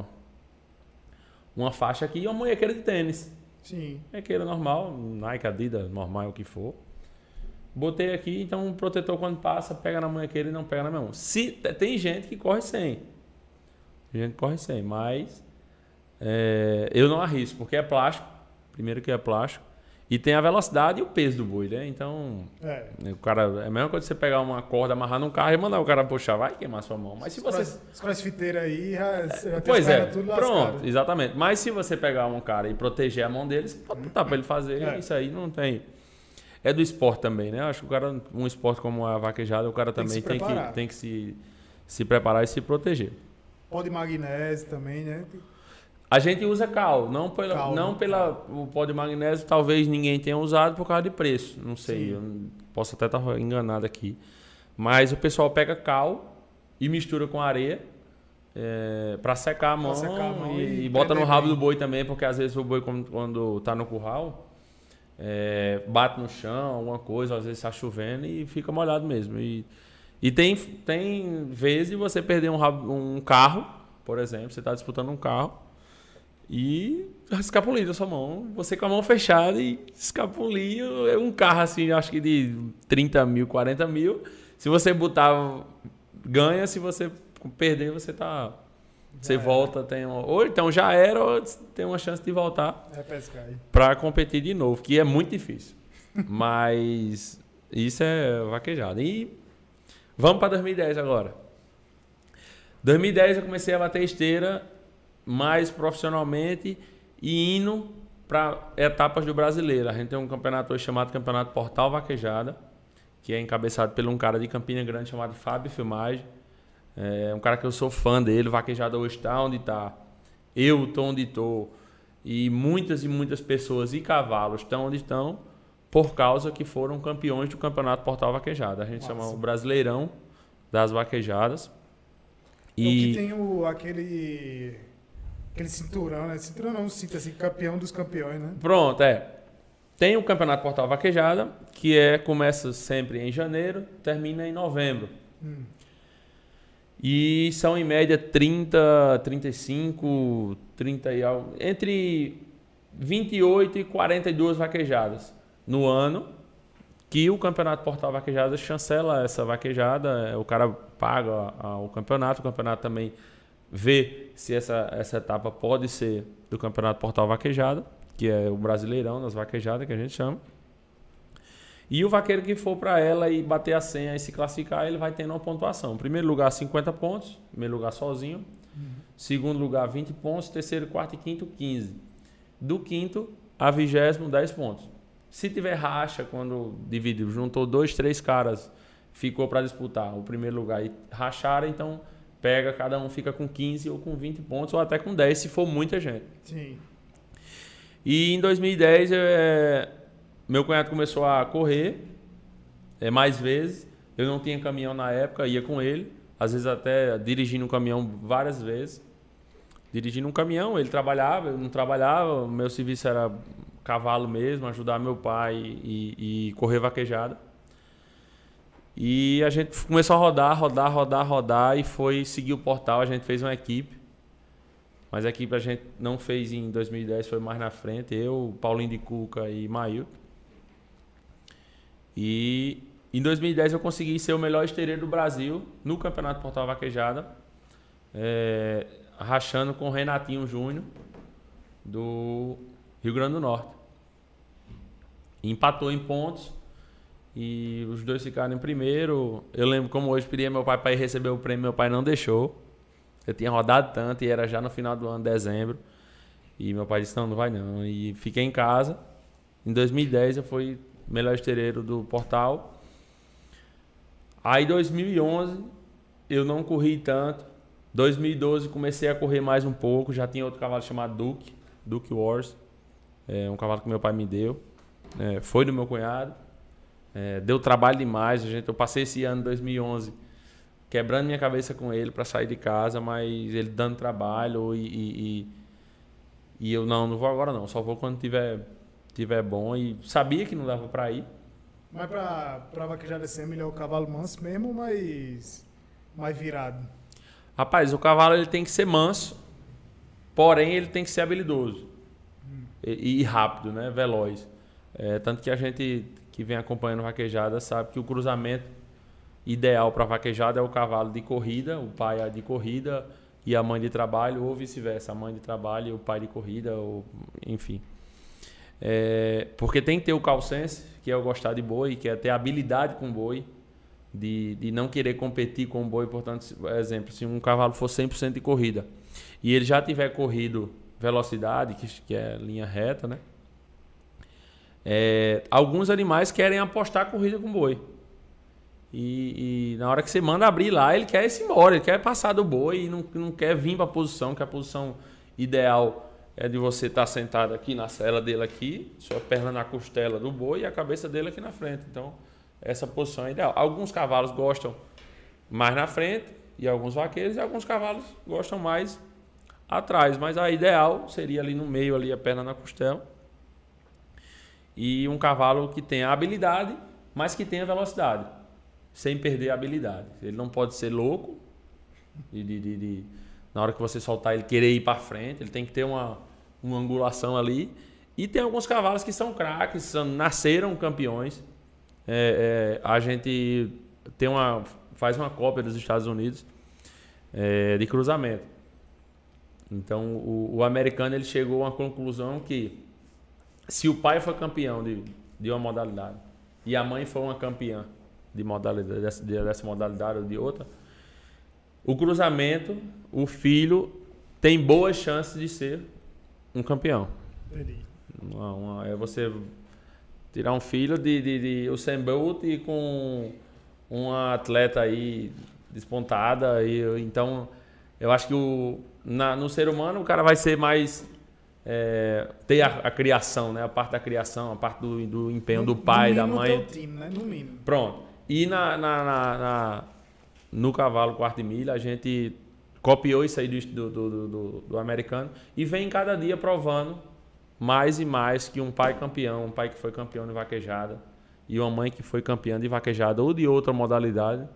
uma faixa aqui e uma munhequeira de tênis. Sim. Munhequeira normal, Nike, Adidas, normal, o que for. Botei aqui, então o protetor quando passa, pega na munhequeira e não pega na minha mão. Se, tem gente que corre sem. Tem gente que corre sem, mas é, eu não arrisco, porque é plástico. Primeiro que é plástico. E tem a velocidade e o peso do boi, né? Então, é. o cara, é a mesma coisa que você pegar uma corda, amarrar num carro e mandar o cara puxar, vai queimar sua mão. Mas se você... Os crossfiteiros aí já, já pois é, tudo pronto, lascado. Exatamente. Mas se você pegar um cara e proteger a mão dele, você pode botar pra ele fazer, é. Isso aí não tem... É do esporte também, né? Acho que o cara, um esporte como a vaquejada, o cara tem também que tem que, tem que se, se preparar e se proteger. Pó de magnésio também, né? A gente usa cal, não pela, cal, não né? pela o pó de magnésio, talvez ninguém tenha usado por causa de preço. Não sei, Sim. eu posso até estar enganado aqui. Mas o pessoal pega cal e mistura com areia é, para secar a mão, secar a mão e, e bota no rabo bem. do boi também, porque às vezes o boi, quando, quando tá no curral, é, bate no chão, alguma coisa, às vezes está chovendo e fica molhado mesmo. E, e tem, tem vezes você perder um, rabo, um carro, por exemplo, você está disputando um carro, e escapulir da sua mão, você com a mão fechada e escapulir é um carro assim, acho que de trinta mil, quarenta mil. Se você botar, ganha, se você perder, você tá. Você já volta, era. tem uma, ou então já era, ou tem uma chance de voltar para competir de novo, que é muito difícil. Mas isso é vaquejada. E vamos para dois mil e dez agora. dois mil e dez eu comecei a bater esteira mais profissionalmente e indo para etapas do brasileiro. A gente tem um campeonato hoje chamado Campeonato Portal Vaquejada, que é encabeçado por um cara de Campina Grande chamado Fábio Filmagem. É um cara que eu sou fã dele. Vaquejada hoje está onde está. Eu estou onde estou. E muitas e muitas pessoas e cavalos estão onde estão por causa que foram campeões do Campeonato Portal Vaquejada. A gente Nossa. chama o Brasileirão das Vaquejadas. E que tem o, aquele... Aquele cinturão, né? Cinturão não, cinto assim, campeão dos campeões, né? Pronto, é. Tem o Campeonato Portal Vaquejada, que é, começa sempre em janeiro, termina em novembro. Hum. E são em média trinta, trinta e cinco, trinta e algo, entre vinte e oito e quarenta e duas vaquejadas no ano, que o Campeonato Portal Vaquejada chancela essa vaquejada, o cara paga o campeonato, o campeonato também ver se essa, essa etapa pode ser do Campeonato Portal Vaquejada, que é o Brasileirão das Vaquejadas, que a gente chama. E o vaqueiro que for para ela e bater a senha e se classificar, ele vai tendo uma pontuação. Primeiro lugar, cinquenta pontos. Primeiro lugar, sozinho. Uhum. Segundo lugar, vinte pontos. Terceiro, quarto e quinto, quinze. Do quinto a vigésimo, dez pontos. Se tiver racha, quando divide, juntou dois, três caras, ficou para disputar o primeiro lugar e racharam, então pega, cada um fica com quinze ou com vinte pontos, ou até com dez, se for muita gente. Sim. E em dois mil e dez, é, meu cunhado começou a correr é, mais vezes. Eu não tinha caminhão na época, ia com ele. Às vezes até dirigindo um caminhão várias vezes. Dirigindo um caminhão, ele trabalhava, eu não trabalhava. O meu serviço era cavalo mesmo, ajudar meu pai e, e correr vaquejada. E a gente começou a rodar, rodar, rodar, rodar e foi seguir o portal. A gente fez uma equipe. Mas a equipe a gente não fez em dois mil e dez, foi mais na frente. Eu, Paulinho de Cuca e Mailton. E em dois mil e dez eu consegui ser o melhor esteireiro do Brasil no Campeonato Portal Vaquejada. É, rachando com o Renatinho Júnior, do Rio Grande do Norte. E empatou em pontos. E os dois ficaram em primeiro. Eu lembro como hoje pedi meu pai para ir receber o prêmio. Meu pai não deixou. Eu tinha rodado tanto e era já no final do ano, dezembro. E meu pai disse, não, não vai não. E fiquei em casa. Em dois mil e dez eu fui melhor esteireiro do portal. Aí em dois mil e onze eu não corri tanto. dois mil e doze comecei a correr mais um pouco. Já tinha outro cavalo chamado Duke. Duke Wars. É um cavalo que meu pai me deu. É, foi do meu cunhado. É, deu trabalho demais. A gente, eu passei esse ano, dois mil e onze... quebrando minha cabeça com ele para sair de casa, mas ele dando trabalho e, e, e, e eu não, não vou agora não, só vou quando tiver, tiver bom e sabia que não dava para ir. Mas para para vaquejada assim é melhor o cavalo manso mesmo, mas mais virado. Rapaz, o cavalo ele tem que ser manso, porém ele tem que ser habilidoso hum. e, e rápido, né, veloz. É, tanto que a gente que vem acompanhando vaquejada sabe que o cruzamento ideal para vaquejada é o cavalo de corrida, o pai é de corrida e a mãe de trabalho, ou vice-versa, a mãe de trabalho e o pai de corrida, ou, enfim. É, porque tem que ter o calcense, que é o gostar de boi, que é ter habilidade com boi, de, de não querer competir com o boi. Portanto, por exemplo, se um cavalo for cem por cento de corrida e ele já tiver corrido velocidade, que, que é linha reta, né? É, alguns animais querem apostar corrida com boi. E, e na hora que você manda abrir lá, ele quer ir embora, ele quer passar do boi e não, não quer vir para a posição, que a posição ideal é de você estar sentado aqui na sela dele aqui, sua perna na costela do boi e a cabeça dele aqui na frente. Então, essa posição é ideal. Alguns cavalos gostam mais na frente, e alguns vaqueiros, e alguns cavalos gostam mais atrás. Mas a ideal seria ali no meio, ali a perna na costela. E um cavalo que tenha habilidade, mas que tenha velocidade, sem perder a habilidade. Ele não pode ser louco, de, de, de, de, na hora que você soltar ele querer ir para frente, ele tem que ter uma, uma angulação ali. E tem alguns cavalos que são craques, são, nasceram campeões. É, é, a gente tem uma, faz uma cópia dos Estados Unidos é, de cruzamento. Então o, o americano ele chegou a uma conclusão que se o pai for campeão de, de uma modalidade e a mãe for uma campeã de modalidade, dessa, dessa modalidade ou de outra, o cruzamento, o filho tem boas chances de ser um campeão. Entendi. Uma, uma, é você tirar um filho de, de, de Usain Bolt e com uma atleta aí despontada. E, então, eu acho que o, na, no ser humano o cara vai ser mais... É, ter a, a criação, né? A parte da criação, a parte do, do empenho no, do pai, da mãe. No time, né? No mínimo. Pronto. E na, na, na, na, no cavalo quarto de milha, a gente copiou isso aí do, do, do, do, do americano e vem cada dia provando mais e mais que um pai campeão, um pai que foi campeão de vaquejada e uma mãe que foi campeã de vaquejada ou de outra modalidade,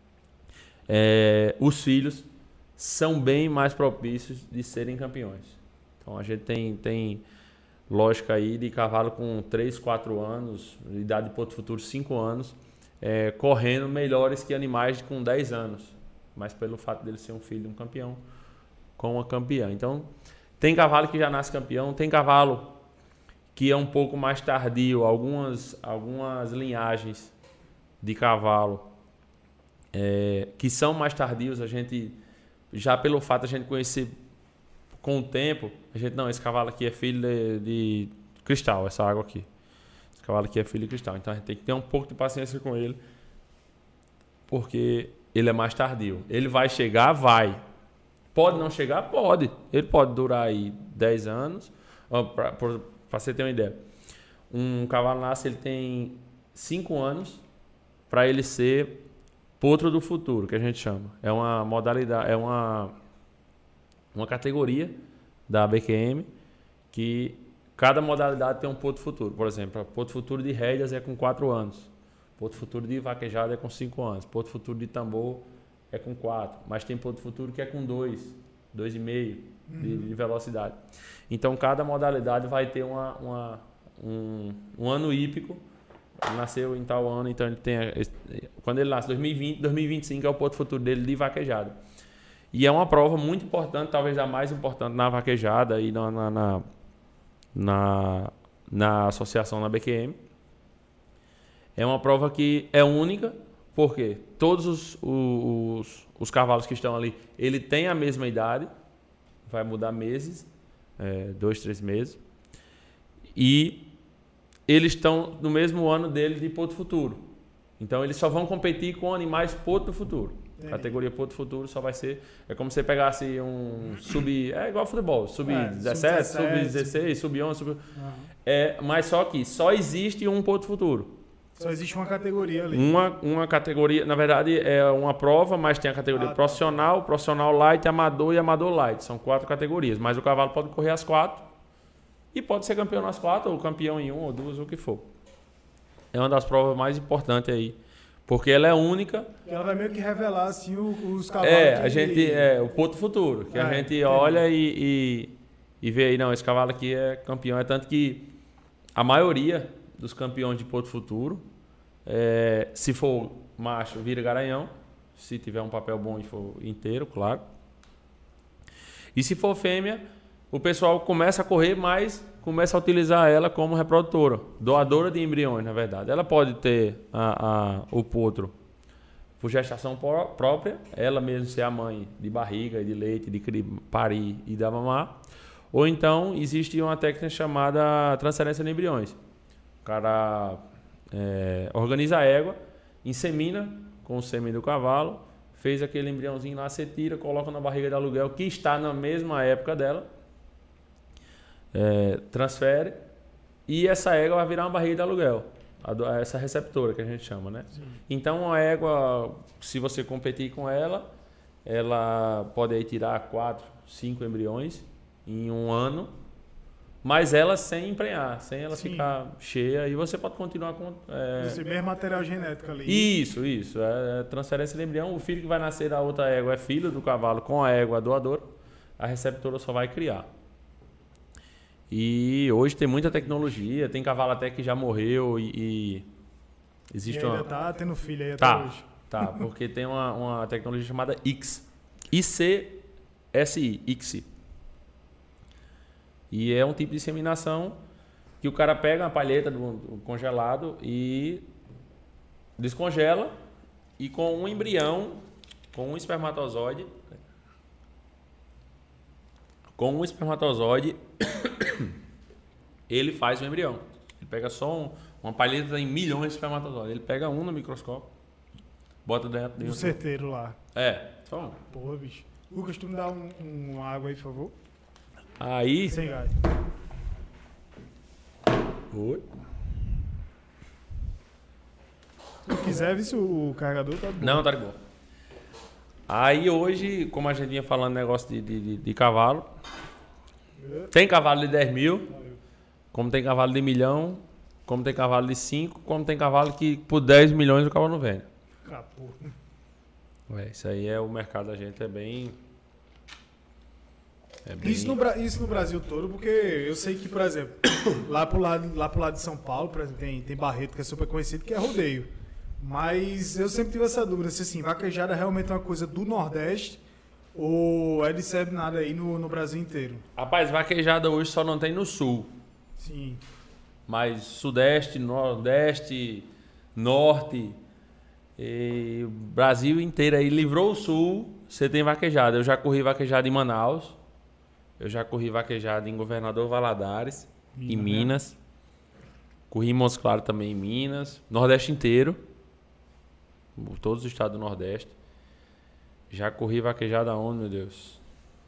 é, os filhos são bem mais propícios de serem campeões. Então a gente tem, tem lógica aí de cavalo com três, quatro anos, idade de Porto Futuro cinco anos, é, correndo melhores que animais com dez anos, mas pelo fato dele ser um filho de um campeão com uma campeã. Então tem cavalo que já nasce campeão, tem cavalo que é um pouco mais tardio, algumas, algumas linhagens de cavalo é, que são mais tardios, a gente já pelo fato de a gente conhecer com o tempo, a gente, não, esse cavalo aqui é filho de, de cristal, essa água aqui. Esse cavalo aqui é filho de cristal. Então a gente tem que ter um pouco de paciência com ele porque ele é mais tardio. Ele vai chegar? Vai. Pode não chegar? Pode. Ele pode durar aí dez anos. Para você ter uma ideia. Um cavalo nasce, ele tem cinco anos para ele ser potro do futuro, que a gente chama. É uma modalidade, é uma, uma categoria da B Q M que cada modalidade tem um potro futuro. Por exemplo, potro futuro de rédeas é com quatro anos. Potro futuro de vaquejada é com cinco anos. Potro futuro de tambor é com quatro. Mas tem potro futuro que é com dois, dois e meio de, de velocidade. Então, cada modalidade vai ter uma, uma, um, um ano hípico. Ele nasceu em tal ano, então ele tem... Quando ele nasce, dois mil e vinte, dois mil e vinte e cinco é o potro futuro dele de vaquejada. E é uma prova muito importante, talvez a mais importante na vaquejada e na, na, na, na, na associação na B Q M. É uma prova que é única, porque todos os, os, os cavalos que estão ali, ele tem a mesma idade, vai mudar meses, é, dois, três meses, e eles estão no mesmo ano dele de potro futuro. Então eles só vão competir com animais potro futuro. É. Categoria potro futuro só vai ser... É como se você pegasse um sub... É igual futebol. Sub dezessete, sub dezesseis, sub onze. Sub... Uhum. É, mas só que só existe um potro futuro. Só existe uma categoria ali. Uma, uma categoria... Na verdade é uma prova, mas tem a categoria ah, profissional, tá. profissional light, amador e amador light. São quatro categorias. Mas o cavalo pode correr as quatro. E pode ser campeão nas quatro, ou campeão em um, ou duas, ou o que for. É uma das provas mais importantes aí. Porque ela é única. Ela vai meio que revelar assim, os cavalos. É, que... a gente, é o potro futuro. Que é, a gente entendi. olha e, e, e vê aí, não, esse cavalo aqui é campeão. É tanto que a maioria dos campeões de potro futuro, é, se for macho, vira garanhão. Se tiver um papel bom e for inteiro, claro. E se for fêmea, o pessoal começa a correr, mas começa a utilizar ela como reprodutora, doadora de embriões, na verdade. Ela pode ter a, a, o potro por gestação própria, ela mesmo ser a mãe de barriga, de leite, de parir e dar mamar. Ou então existe uma técnica chamada transferência de embriões. O cara é, organiza a égua, insemina com o sêmen do cavalo, fez aquele embriãozinho lá, você tira, coloca na barriga de aluguel, que está na mesma época dela. É, transfere e essa égua vai virar uma barriga de aluguel, a, a, essa receptora que a gente chama, né? Sim. Então a égua, se você competir com ela, ela pode aí tirar quatro, cinco embriões em um ano, mas ela sem emprenhar, sem ela Sim. ficar cheia, e você pode continuar com é... esse mesmo material genético ali. Isso, isso, é transferência de embrião. O filho que vai nascer da outra égua é filho do cavalo com a égua doadora, a receptora só vai criar. E hoje tem muita tecnologia, tem cavalo até que já morreu e, e existe e ainda uma... tá tendo filho aí até tá, hoje. Tá, porque tem uma, uma tecnologia chamada I C S I. I C S I, I C S I. E é um tipo de inseminação que o cara pega uma palheta do, do congelado e descongela e com um embrião, com um espermatozoide, com um espermatozoide, ele faz o embrião. Ele pega só um, uma palheta em milhões de espermatozoides. Ele pega um no microscópio, bota dentro dele. Um certeiro lá. É, só um. Porra, bicho. Lucas, tu me dá um, um água aí, por favor? Aí... Sem gás. Oi. Se quiser, ver se o carregador tá bom. Não, tá de boa. Aí hoje, como a gente vinha falando negócio de, de, de, de cavalo, tem cavalo de dez mil, como tem cavalo de milhão, como tem cavalo de cinco, como tem cavalo que por dez milhões o cavalo não vende. Ah, porra. Ué, isso aí é o mercado da gente, é bem... É bem... Isso, no, isso no Brasil todo, porque eu sei que, por exemplo, lá pro lado, lá pro lado de São Paulo, por exemplo, tem, tem Barreto, que é super conhecido, que é rodeio. Mas eu sempre tive essa dúvida, se assim, vaquejada é realmente uma coisa do Nordeste ou é disseminada aí no, no Brasil inteiro? Rapaz, vaquejada hoje só não tem no Sul. Sim. Mas Sudeste, Nordeste, Norte, e o Brasil inteiro aí, livrou o Sul, você tem vaquejada. Eu já corri vaquejada em Manaus, eu já corri vaquejada em Governador Valadares, Minas, em Minas. Né? Corri em Montes Claros também em Minas, Nordeste inteiro. todos os estados do Nordeste. Já corri vaquejada onde, meu Deus?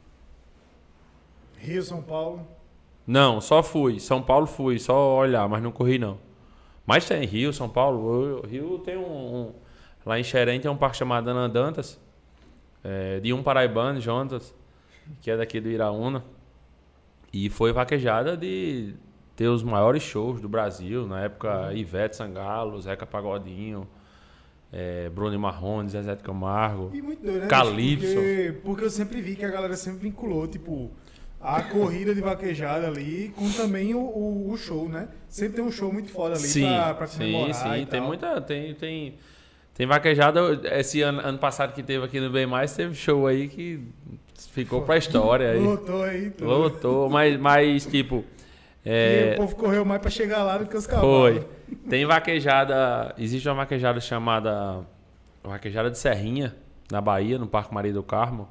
Rio, São Paulo? Não, só fui. São Paulo fui, só olhar, mas não corri não. Mas tem Rio, São Paulo. Rio tem um... um lá em Xerém tem um parque chamado Anandantas, é, de um paraibano, Jonas, que é daqui do Iraúna. E foi vaquejada de ter os maiores shows do Brasil. Na época, uhum. Ivete Sangalo, Zeca Pagodinho, é, Bruno Marrone, Zezé de Camargo, e muito doido, né, Calypso. Porque, porque eu sempre vi que a galera sempre vinculou, tipo, a corrida de vaquejada ali com também o, o, o show, né? Sempre tem um show muito foda ali sim, pra, pra comemorar. Sim, sim. Tem tal. muita. Tem, tem, tem vaquejada. Esse ano, ano passado que teve aqui no Bem Mais, teve show aí que ficou Foi. pra história. Aí. Lotou aí, tudo. Lotou, mas, mas tipo. É... E o povo correu mais pra chegar lá do que os cavalos. Foi. Tem vaquejada. Existe uma vaquejada chamada. Vaquejada de Serrinha, na Bahia, no Parque Maria do Carmo.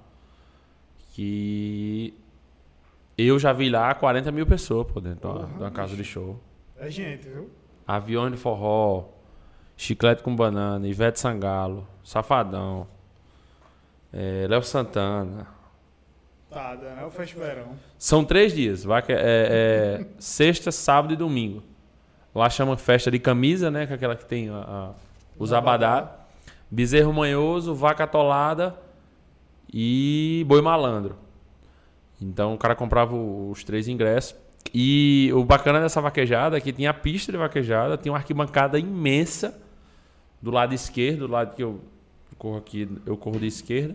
Que. Eu já vi lá quarenta mil pessoas por dentro uhum, de uma casa de show. É gente, viu? Aviões de forró, Chiclete com Banana, Ivete Sangalo, Safadão, é, Léo Santana. Tá, é o Festivalão. São três dias. Vai, é, é, sexta, sábado e domingo. Lá chama festa de camisa, né? Que é aquela que tem a, a, os abadá. Bezerro Manhoso, Vaca Atolada e Boi Malandro. Então o cara comprava os três ingressos. E o bacana dessa vaquejada é que tinha a pista de vaquejada, tinha uma arquibancada imensa do lado esquerdo, do lado que eu corro aqui, eu corro de esquerda.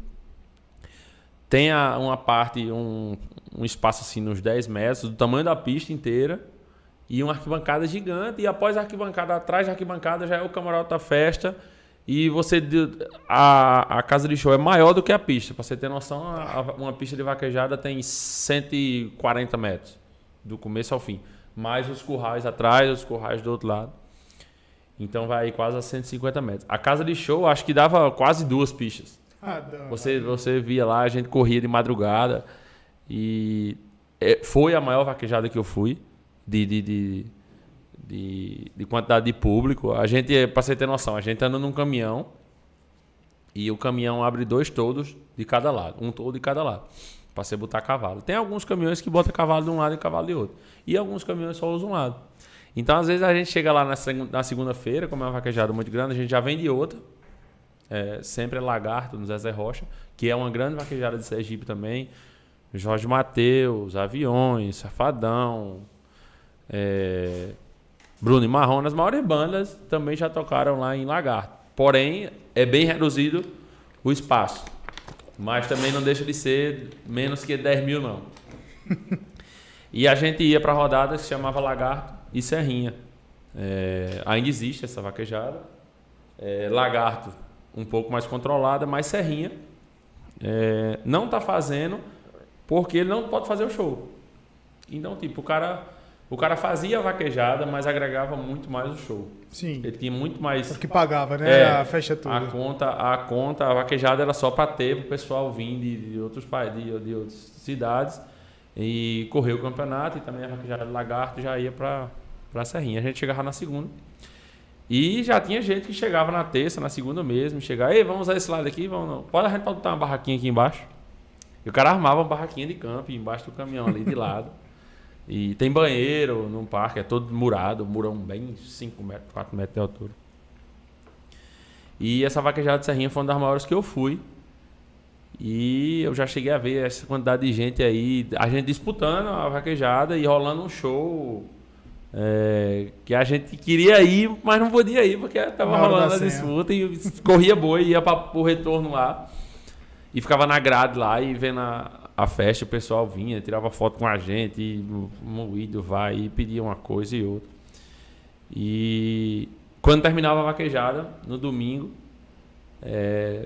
Tem a, uma parte, um, um espaço assim nos dez metros, do tamanho da pista inteira, e uma arquibancada gigante. E após a arquibancada, atrás da arquibancada já é o camarote da festa. E você a, a casa de show é maior do que a pista. Para você ter noção, a, uma pista de vaquejada tem cento e quarenta metros, do começo ao fim. Mais os currais atrás, os currais do outro lado. Então vai quase a cento e cinquenta metros. A casa de show, acho que dava quase duas pistas. Ah, você, você via lá, a gente corria de madrugada. E foi a maior vaquejada que eu fui. De... de, de De, de quantidade de público. A gente, para você ter noção, a gente anda num caminhão e o caminhão abre dois toldos de cada lado, um toldo de cada lado, para você botar cavalo. Tem alguns caminhões que botam cavalo de um lado e cavalo de outro, e alguns caminhões só usam um lado. Então, às vezes, a gente chega lá na, na segunda-feira, como é uma vaquejada muito grande, a gente já vende outra, é, sempre é Lagarto, no Zezé Rocha, que é uma grande vaquejada de Sergipe também, Jorge Mateus, Aviões, Safadão, é... Bruno Marrone, as maiores bandas também já tocaram lá em Lagarto. Porém, é bem reduzido o espaço. Mas também não deixa de ser menos que dez mil, não. E a gente ia para a rodada que se chamava Lagarto e Serrinha. É, ainda existe essa vaquejada. É, Lagarto, um pouco mais controlada, mas Serrinha é, não está fazendo porque ele não pode fazer o show. Então, tipo, o cara... O cara fazia a vaquejada, mas agregava muito mais o show. Sim. Ele tinha muito mais... Porque pagava, né? É, a festa toda. A conta, a conta, a vaquejada era só para ter, para o pessoal vir de, de outros países, de, de outras cidades e correr o campeonato. E também a vaquejada de Lagarto já ia para a Serrinha. A gente chegava na segunda. E já tinha gente que chegava na terça, na segunda mesmo. Chegava, ei, vamos usar esse lado aqui? Vamos não. Pode a gente botar uma barraquinha aqui embaixo? E o cara armava uma barraquinha de campo embaixo do caminhão ali de lado. E tem banheiro no parque, é todo murado, murão bem cinco metros, quatro metros de altura. E essa vaquejada de Serrinha foi uma das maiores que eu fui. E eu já cheguei a ver essa quantidade de gente aí, a gente disputando a vaquejada e rolando um show é, que a gente queria ir, mas não podia ir, porque estava rolando a disputa e corria boi, ia para o retorno lá. E ficava na grade lá e vendo a, a festa, o pessoal vinha, tirava foto com a gente, e moído vai e pedia uma coisa e outra. E quando terminava a vaquejada, no domingo, é,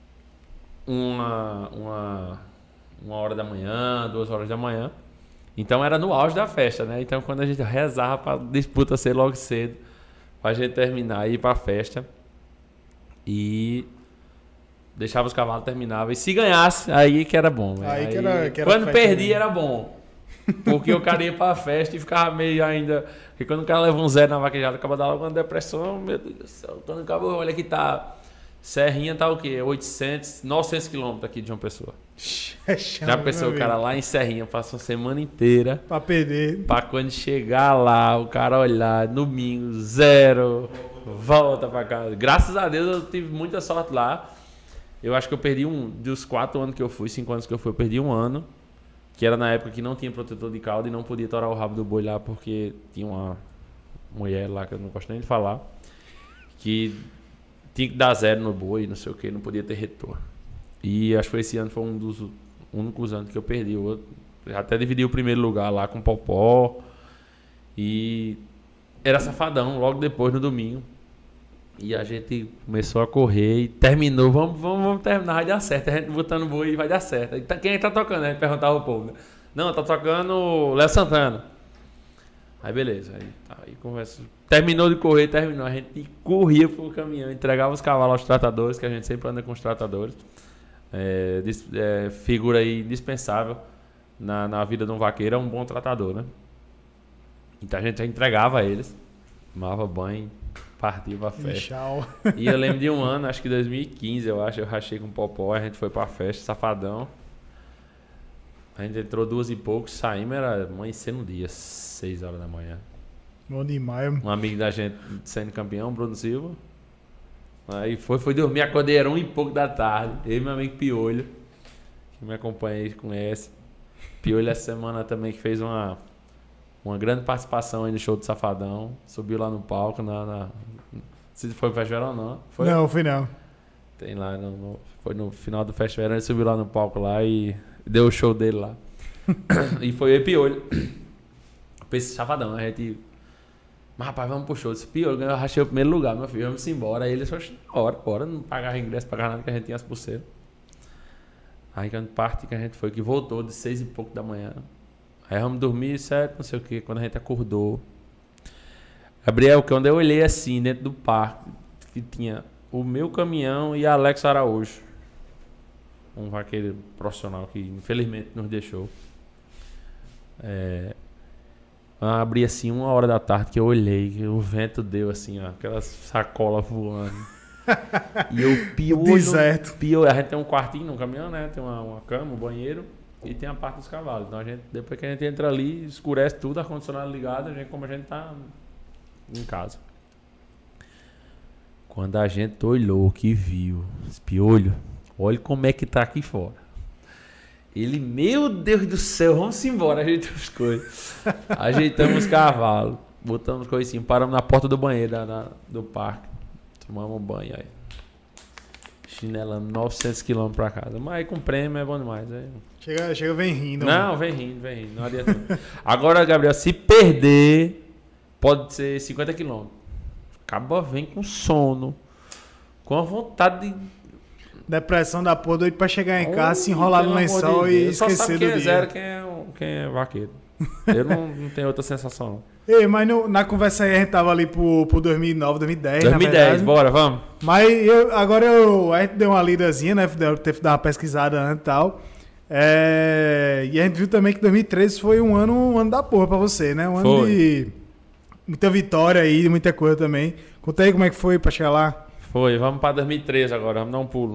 uma, uma, uma hora da manhã, duas horas da manhã, então era no auge da festa, né? Então quando a gente rezava para a disputa ser logo cedo, para a gente terminar e ir para a festa, e deixava os cavalos, terminava. E se ganhasse, aí que era bom. Aí, aí que era, que era quando perdia, era bom. Porque o cara ia pra festa e ficava meio ainda... Porque quando o cara leva um zero na vaquejada, acaba dando uma depressão, meu Deus do céu. Quando acaba, olha que tá Serrinha tá o quê? oitocentos, novecentos quilômetros aqui de João Pessoa. É chão, Já pensou o cara lá em Serrinha, passa uma semana inteira. Pra perder. Pra quando chegar lá, o cara olhar, domingo, zero, volta pra casa. Graças a Deus eu tive muita sorte lá. Eu acho que eu perdi um, dos quatro anos que eu fui, cinco anos que eu fui, eu perdi um ano. Que era na época que não tinha protetor de cauda e não podia torar o rabo do boi lá porque tinha uma mulher lá que eu não gosto nem de falar. Que tinha que dar zero no boi, não sei o que, não podia ter retorno. E acho que esse ano foi um dos únicos anos que eu perdi. Eu até dividi o primeiro lugar lá com o Popó. E era safadão, logo depois no domingo. E a gente começou a correr e terminou. Vamos, vamos, vamos terminar, vai dar certo. A gente botando boi e vai dar certo. E tá, quem é que tá tocando? A gente perguntava ao povo. Né? Não, tá tocando Léo Santana. Aí beleza. Aí, tá, aí conversa. Terminou de correr, terminou. A gente corria pro caminhão, entregava os cavalos aos tratadores, que a gente sempre anda com os tratadores. É, é, figura aí indispensável na, na vida de um vaqueiro, é um bom tratador, né? Então a gente já entregava a eles, tomava banho, partia pra festa. Tchau. E eu lembro de um ano, acho que dois mil e quinze, eu acho, eu rachei com o Popó, a gente foi pra festa, safadão. A gente entrou duas e pouco, saímos, era amanhecer no dia, seis horas da manhã. Bom demais. Um amigo da gente sendo campeão, Bruno Silva. Aí foi, foi dormir, acordei, era um e pouco da tarde. Eu e meu amigo Piolho, que me acompanha aí, conhece. Piolho essa semana também que fez uma, uma grande participação aí no show do Safadão. Subiu lá no palco, na, na, não sei se foi no festival ou não. Foi? Não, foi não. Tem lá, no, no, foi no final do festival, ele subiu lá no palco lá e deu o show dele lá. E foi eu e Piolho. Pensei, Safadão, a gente... Mas rapaz, vamos pro show. Disse, Piolho, eu rachei o primeiro lugar, meu filho, vamos embora. Aí ele falou, bora, bora, não pagava ingresso, pagava nada que a gente tinha as pulseiras. Aí quando parte que a gente foi, que voltou de seis e pouco da manhã. Aí vamos dormir, sete, não sei o que, quando a gente acordou. Gabriel, quando eu olhei assim, dentro do parque, que tinha o meu caminhão e Alex Araújo. Um vaqueiro profissional que infelizmente nos deixou. É... Eu abri assim uma hora da tarde que eu olhei, que o vento deu assim, ó, aquelas sacolas voando. E eu piolho. Deserto. Piolho. A gente tem um quartinho no caminhão, né? Tem uma, uma cama, um banheiro e tem a parte dos cavalos. Então a gente, depois que a gente entra ali, escurece tudo, ar-condicionado ligado, a gente, como a gente tá em casa. Quando a gente olhou, que viu, esse Piolho, olha como é que tá aqui fora. Ele, meu Deus do céu, vamos embora, ajeitamos as coisas. Ajeitamos os cavalos, botamos coisinhas, paramos na porta do banheiro da, da, do parque. Tomamos um banho aí. Chinelando novecentos quilômetros pra casa. Mas aí com prêmio é bom demais. Aí. Chega, chega, vem rindo. Não, mano. vem rindo, vem rindo. Não adianta. Agora, Gabriel, se perder, pode ser cinquenta quilômetros. Acaba, vem com sono, com a vontade de... Depressão da porra, doido pra chegar em casa, se enrolar no lençol de e esquecer só sabe do quem dia. É zero, quem é, quem é vaqueiro. Eu não, não tenho outra sensação. Ei, mas no, na conversa aí a gente tava ali pro, pro dois mil e nove, dois mil e dez, dois mil e dez, na verdade. bora, vamos. Mas eu, agora eu, a gente deu uma lidazinha, né? Teve que dar uma pesquisada antes e tal. É, e a gente viu também que dois mil e treze foi um ano, um ano da porra pra você, né? Um ano Foi. de muita vitória aí, de muita coisa também. Conta aí como é que foi pra chegar lá. Foi, vamos pra dois mil e treze agora, vamos dar um pulo.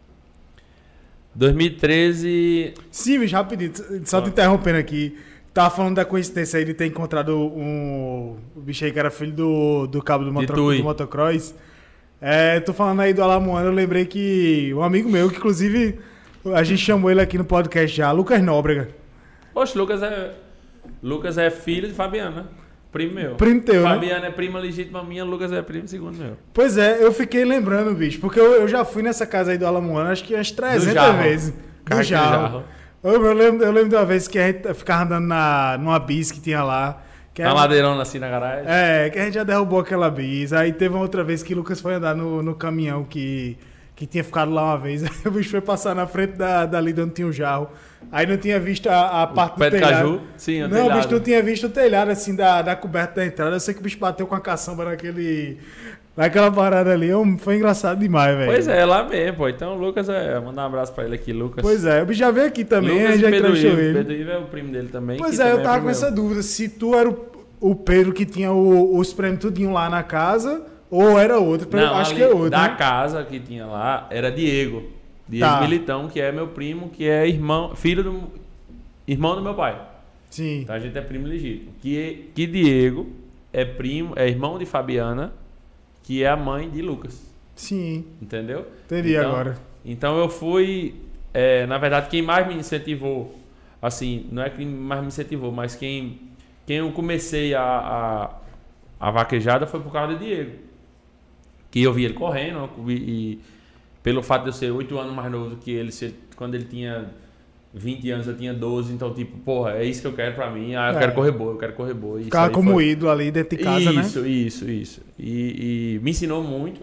dois mil e treze... Sim, bicho, rapidinho, só Ah. te interrompendo aqui. Tava falando da coincidência aí de ter encontrado um, o bicho aí que era filho do, do cabo do, motro, Tui. do motocross. É, tô falando aí do Alamoana, eu lembrei que um amigo meu, que inclusive a gente chamou ele aqui no podcast já, Lucas Nóbrega. Poxa, Lucas é, Lucas é filho de Fabiana, primo meu. Primo teu, né? Fabiana é prima legítima minha, Lucas é primo segundo meu. Pois é, eu fiquei lembrando, bicho, porque eu, eu já fui nessa casa aí do Alamoana, acho que umas trezentas Jarro. vezes. Do Carro de Jarro. Jarro. Eu, eu, lembro, eu lembro de uma vez que a gente ficava andando na, numa bis que tinha lá. Que Tá era- ladeirona assim na garagem. É, que a gente já derrubou aquela bis. Aí teve uma outra vez que o Lucas foi andar no, no caminhão que, que tinha ficado lá uma vez. Aí o bicho foi passar na frente da, dali de onde tinha o jarro. Aí não tinha visto a, a parte pé do de telhado. caju? Sim, o Não, o telhado. bicho não tinha visto o telhado assim da, da coberta da entrada. Eu sei que o bicho bateu com a caçamba naquele, naquela parada ali. Eu- Foi engraçado demais, velho. Pois é, lá mesmo, pô. Então o Lucas é. Mandar um abraço pra ele aqui, Lucas. Pois é, o bicho já veio aqui também, a Lucas gente e já Pedro entrevistou Ivo. ele. Pedro Ivo é o primo dele também. Pois que é, eu também tava com primo essa meu. dúvida. Se tu era o, o Pedro que tinha o- os prêmios tudinho lá na casa, Ou era outro? Não, acho ali que é outro. Da né? casa que tinha lá era Diego. Diego Tá. Militão, que é meu primo, que é irmão, filho do irmão do meu pai. Sim. Então a gente é primo legítimo. Que, que Diego é primo, é irmão de Fabiana, que é a mãe de Lucas. Sim. Entendeu? Entendi então, agora. Então eu fui, é, na verdade, quem mais me incentivou, assim, não é quem mais me incentivou, mas quem, quem eu comecei a, a, a vaquejada foi por causa de Diego. Que eu vi ele correndo e, e pelo fato de eu ser oito anos mais novo do que ele, se, quando ele tinha vinte anos, eu tinha doze, então tipo, porra, é isso que eu quero pra mim, ah, eu É. quero correr boa, eu quero correr boa. Ficava como foi... ídolo ali dentro de casa, isso, né? Isso, isso, isso. E, e me ensinou muito.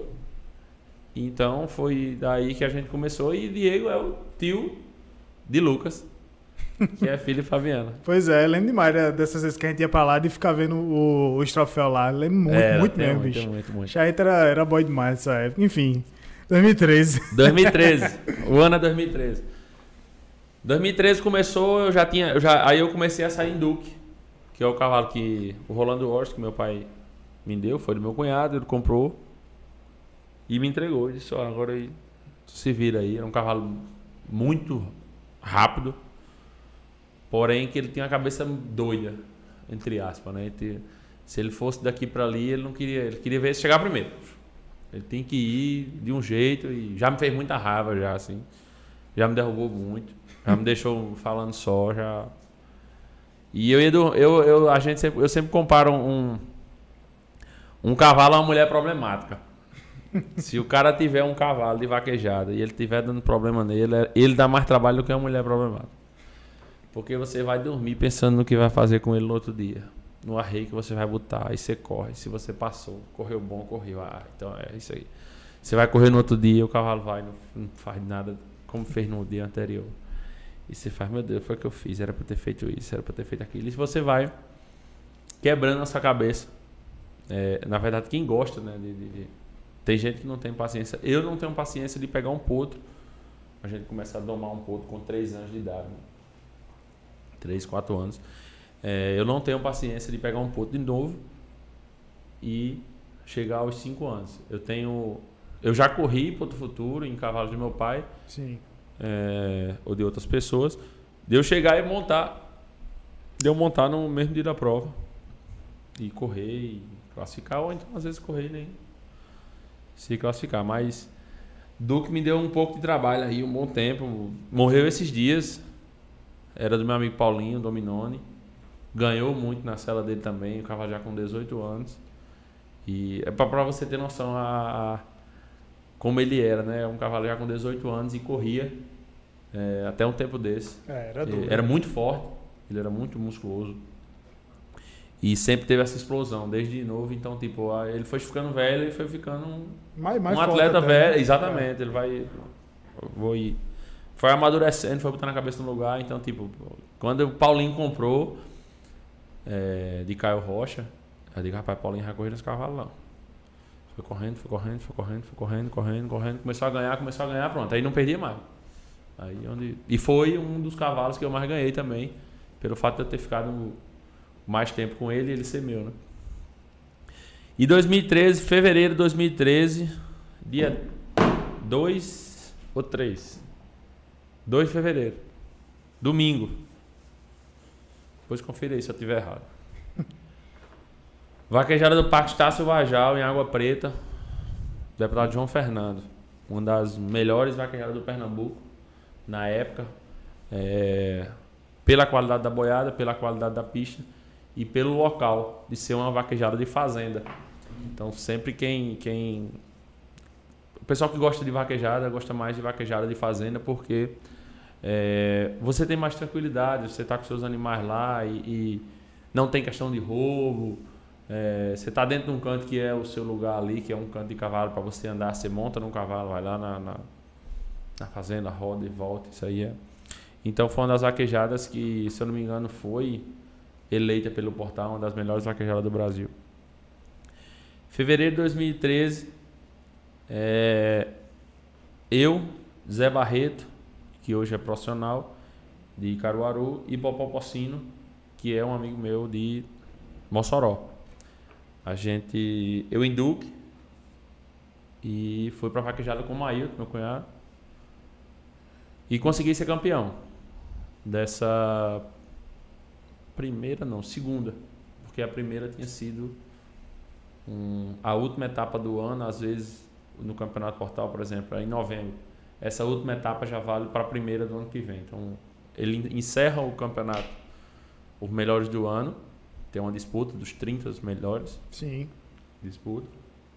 Então foi daí que a gente começou. E Diego é o tio de Lucas, que é filho de Fabiana. Pois é, eu lembro demais dessas vezes que a gente ia pra lá de ficar vendo o, os troféus lá. Eu lembro muito, Era, muito mesmo, muito, bicho. muito, muito. Já era, era boy demais nessa época. Enfim, dois mil e treze. dois mil e treze. O ano é dois mil e treze. dois mil e treze começou, eu já tinha. Eu já, aí eu comecei a sair em Duque, que é o cavalo que. O Rolando Horst, que meu pai me deu, foi do meu cunhado, ele comprou. E me entregou. Ele disse, ó, agora aí, se vira aí. Era um cavalo muito rápido. Porém, que ele tinha uma cabeça doida, entre aspas, né? Ele, se ele fosse daqui para ali, ele não queria. Ele queria ver se chegar primeiro. Ele tem que ir de um jeito e já me fez muita raiva já, assim. Já me derrubou muito. Já me deixou falando só, já. E eu ia do, eu, eu a gente sempre, eu sempre comparo um um cavalo a uma mulher problemática. Se o cara tiver um cavalo de vaquejada e ele tiver dando problema nele, ele dá mais trabalho do que uma mulher problemática. Porque você vai dormir pensando no que vai fazer com ele no outro dia. No arreio que você vai botar, aí você corre. Se você passou, correu bom, correu. Ah, então é isso aí. Você vai correr no outro dia, o cavalo vai, não, não faz nada como fez no dia anterior. E você faz, meu Deus, foi o que eu fiz, era pra ter feito isso, era pra ter feito aquilo. E você vai quebrando a sua cabeça. É, na verdade, quem gosta, né, de, de, de... Tem gente que não tem paciência. Eu não tenho paciência de pegar um potro. A gente começa a domar um potro com três anos de idade. Né? três, quatro anos. É, eu não tenho paciência de pegar um potro de novo e chegar aos cinco anos. Eu tenho... Eu já corri potro futuro em cavalo de meu pai. Sim. É, ou de outras pessoas. De eu chegar e montar. De eu montar no mesmo dia da prova. E correr e classificar. Ou então, às vezes, correr e nem... se classificar, mas Duque me deu um pouco de trabalho aí, um bom tempo. Morreu esses dias. Era do meu amigo Paulinho, Dominone. Ganhou muito na cela dele também, o cavalo já com dezoito anos. E é pra, pra você ter noção a, a, como ele era, né? Um cavalo já com dezoito anos e corria é, até um tempo desse. É, era duro. Era muito forte, ele era muito musculoso. E sempre teve essa explosão, desde novo. Então, tipo, ele foi ficando velho e foi ficando um, mais, mais um atleta até, velho. Né? Exatamente, é. ele vai... Vou ir. Foi amadurecendo, foi botando a cabeça no lugar. Então, tipo, quando o Paulinho comprou é, de Caio Rocha, eu digo, rapaz, Paulinho vai correr nesse cavalo não. Foi correndo, foi correndo, foi correndo, foi correndo, correndo, correndo. Começou a ganhar, começou a ganhar, pronto. Aí não perdia mais. Aí onde... E foi um dos cavalos que eu mais ganhei também, pelo fato de eu ter ficado mais tempo com ele e ele ser meu, né? E dois mil e treze, fevereiro de dois mil e treze, dia dois ou três? dois de fevereiro. Domingo. Depois confira aí se eu estiver errado. Vaquejada do Parque Estácio Vajal, em Água Preta. Deputado João Fernando. Uma das melhores vaquejadas do Pernambuco, na época. É, pela qualidade da boiada, pela qualidade da pista e pelo local, de ser uma vaquejada de fazenda. Então, sempre quem... quem o pessoal que gosta de vaquejada, gosta mais de vaquejada de fazenda, porque é, você tem mais tranquilidade, você está com seus animais lá e, e não tem questão de roubo. É, você está dentro de um canto que é o seu lugar ali, que é um canto de cavalo para você andar. Você monta num cavalo, vai lá na, na, na fazenda, roda e volta. Isso aí é. Então, foi uma das vaquejadas que, se eu não me engano, foi eleita pelo portal uma das melhores vaquejadas do Brasil. Fevereiro de dois mil e treze, é, eu, Zé Barreto, que hoje é profissional de Caruaru, e Popó Pocino, que é um amigo meu de Mossoró. A gente, eu em Duque, E fui pra vaquejada com o Maílton, meu cunhado. E consegui ser campeão dessa primeira, não, segunda. Porque a primeira tinha sido um, a última etapa do ano, às vezes no Campeonato Portal, por exemplo, é em novembro. Essa última etapa já vale para a primeira do ano que vem. Então, ele encerra o campeonato, os melhores do ano. Tem uma disputa dos trinta os melhores. Sim. Disputa.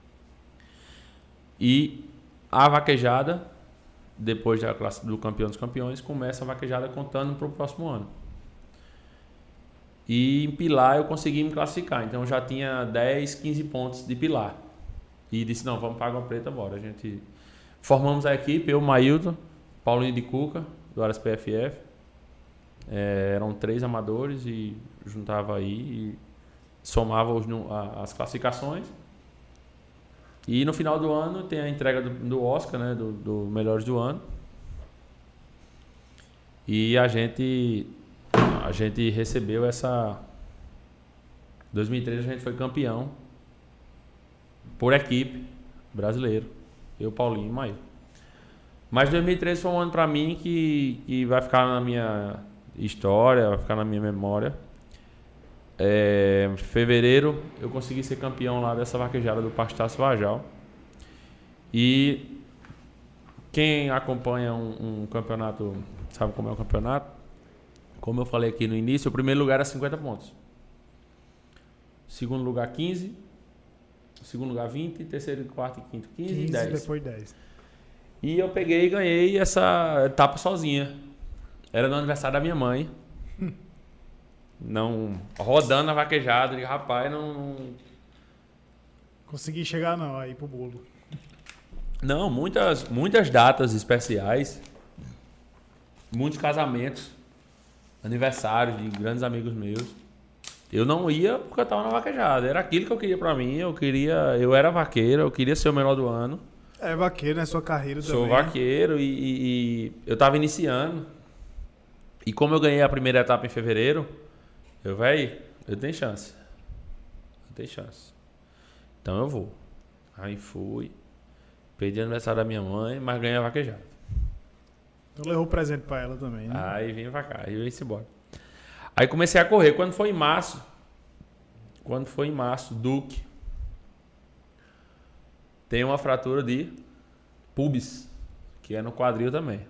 E a vaquejada, depois da classe do campeão dos campeões, começa a vaquejada contando para o próximo ano. E em Pilar eu consegui me classificar. Então eu já tinha dez, quinze pontos de Pilar. E disse, não, vamos para Água Preta, bora. A gente formamos a equipe, eu, Maílton, Paulinho de Cuca, do Aras P F F. É, eram três amadores e juntava aí e somava os, as classificações. E no final do ano tem a entrega do, do Oscar, né, do, do Melhores do Ano. E a gente, a gente recebeu essa... Em dois mil e treze a gente foi campeão por equipe brasileiro. Eu, Paulinho e Maílton. Mas dois mil e treze foi um ano para mim que, que vai ficar na minha história, vai ficar na minha memória. É, em fevereiro eu consegui ser campeão lá dessa vaquejada do Parque Estácio Vajal. E quem acompanha um, um campeonato sabe como é o campeonato. Como eu falei aqui no início, o primeiro lugar era cinquenta pontos. Segundo lugar quinze. Segundo lugar vinte. Terceiro, quarto e quinto quinze, quinze, dez. depois dez. E eu peguei e ganhei essa etapa sozinha. Era no aniversário da minha mãe. Não, rodando a vaquejada, digo, rapaz, não, não... Consegui chegar não, aí pro bolo. Não, muitas, muitas datas especiais, muitos casamentos, aniversários de grandes amigos meus. Eu não ia porque eu tava na vaquejada, era aquilo que eu queria pra mim, eu queria, eu era vaqueiro, eu queria ser o melhor do ano. É vaqueiro, né? Sua carreira Sou também. Sou vaqueiro e, e, e eu tava iniciando. E como eu ganhei a primeira etapa em fevereiro, eu, véi, eu tenho chance. Eu tenho chance. Então eu vou. Aí fui. Perdi o aniversário da minha mãe, mas ganhei a vaquejada. Eu levou presente pra ela também, né? Aí vim pra cá, aí eu ia embora. Aí comecei a correr. Quando foi em março, quando foi em março, Duque tem uma fratura de pubis, que é no quadril também.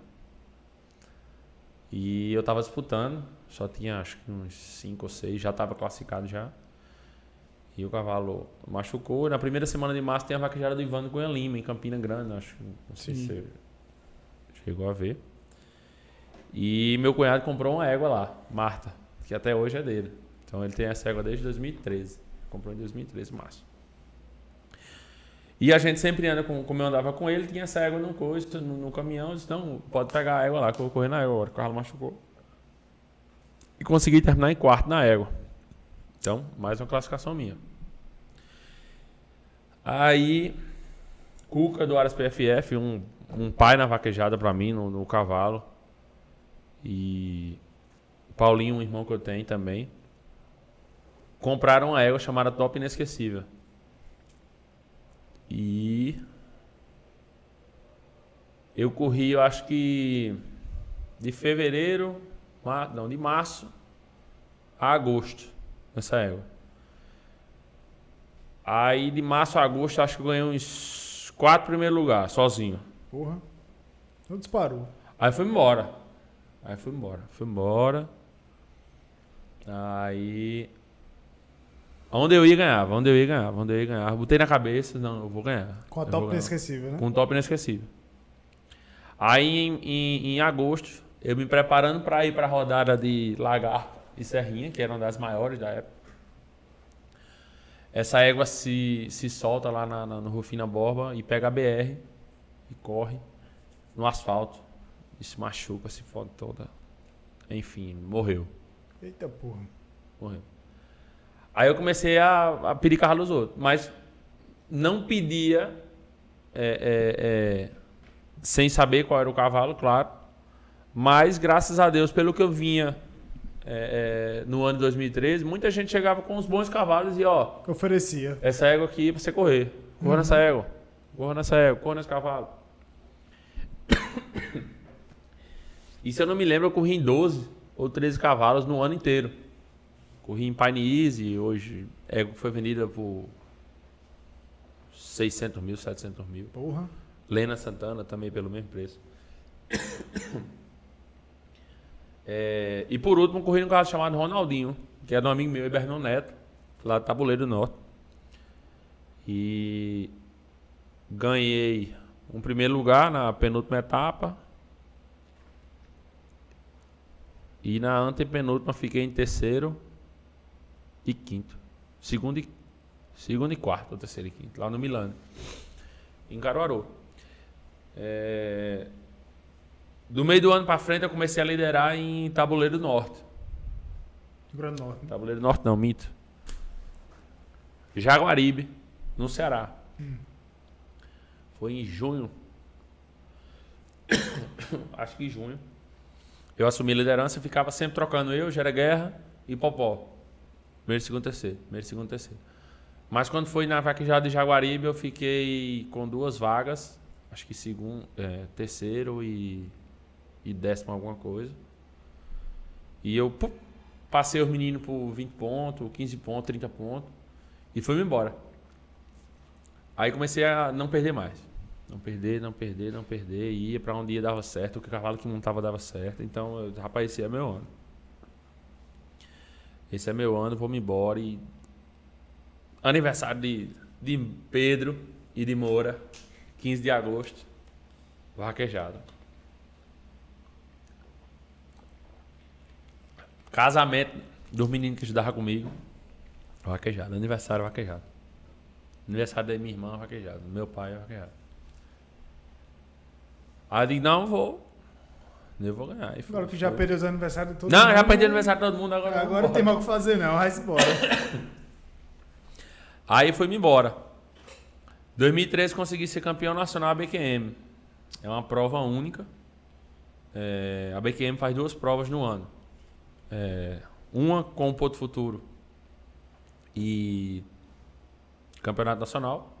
E eu tava disputando, só tinha acho que uns cinco ou seis, já tava classificado já. E o cavalo machucou. Na primeira semana de março tem a vaquejada do Ivandro Cunha Lima, em Campina Grande, acho que não sei Sim. se você chegou a ver. E meu cunhado comprou uma égua lá, Marta, que até hoje é dele. Então ele tem essa égua desde dois mil e treze. Comprou em dois mil e treze, março. E a gente sempre anda, com, como eu andava com ele, tinha essa égua no, coiso, no, no caminhão. Eu disse, não, pode pegar a égua lá, que eu vou correr na égua agora. O carro machucou. E consegui terminar em quarto na égua. Então, mais uma classificação minha. Aí, Cuca do Aras P F F, um, um pai na vaquejada pra mim, no, no cavalo. E Paulinho, um irmão que eu tenho também. Compraram uma égua chamada Top Inesquecível. E eu corri, eu acho que de fevereiro, mar, não, de março a agosto, nessa égua. Aí de março a agosto, acho que eu ganhei uns quatro primeiros lugares, sozinho. Porra. Não disparou. Aí fui embora. Aí fui embora. Fui embora. Aí... Onde eu ia ganhava, onde eu ia ganhava, onde eu ia ganhava. Botei na cabeça, não, eu vou ganhar. Com a eu Top Inesquecível, né? Com o Top Inesquecível. Aí em, em, em agosto, eu me preparando para ir para a rodada de Lagarto e Serrinha, que era uma das maiores da época. Essa égua se, se solta lá na, na, no Rufina Borba e pega a B R e corre no asfalto. E se machuca, se fode toda. Enfim, morreu. Eita porra. Morreu. Aí eu comecei a, a pedir carro dos outros, mas não pedia é, é, é, sem saber qual era o cavalo, claro. Mas graças a Deus, pelo que eu vinha é, é, no ano de dois mil e treze, muita gente chegava com uns bons cavalos e ó, Que oferecia. essa égua aqui pra você correr, corra Uhum. nessa égua, Corra nessa época, corra nesse cavalo. E se eu não me lembro, eu corri em doze ou treze cavalos no ano inteiro. Corri em Pine Easy, hoje é, foi vendida por seiscentos mil, setecentos mil. Porra. Lena Santana também pelo mesmo preço. É, e por último, corri num cavalo chamado Ronaldinho, que é de um amigo meu, Ibernon Neto, lá de Tabuleiro do Norte. E ganhei um primeiro lugar na penúltima etapa. E na antepenúltima fiquei em terceiro e quinto. Segundo e, segundo e quarto, ou terceiro e quinto, lá no Milano, em Caruaru. É... Do meio do ano pra frente eu comecei a liderar em Tabuleiro do Norte. Grande Norte. Tabuleiro do Norte não, mito. Jaguaribe, no Ceará. Hum. Foi em junho. Acho que em junho. Eu assumi a liderança, ficava sempre trocando eu, Gera Guerra e Popó. Primeiro, segundo, terceiro. Primeiro, segundo, terceiro. Mas quando foi na vaquejada de Jaguaribe, eu fiquei com duas vagas. Acho que segundo, é, terceiro e, e décimo alguma coisa. E eu pum, passei os meninos por vinte pontos, quinze pontos, trinta pontos. E fui-me embora. Aí comecei a não perder mais. Não perder, não perder, não perder. E ia pra onde ia dava certo. O cavalo que montava dava certo. Então, eu, rapaz, esse é meu ano. Esse é meu ano, vou-me embora. E... Aniversário de, de Pedro e de Moura, quinze de agosto. Vaquejado. Casamento dos meninos que estudavam comigo. Vaquejado. Aniversário vaquejado. Aniversário da minha irmã vaquejado. Do meu pai vaquejado. Aí eu digo, não, vou. Eu vou ganhar. E agora que já perdeu os aniversários de todo não, mundo. Não, já perdi o aniversário de todo mundo. Agora, agora não tem mais o que fazer, não. Vai-se embora. Aí fui-me embora. dois mil e treze consegui ser campeão nacional A B Q M. É uma prova única. É, a B Q M faz duas provas no ano. É, uma com o Porto Futuro e Campeonato Nacional.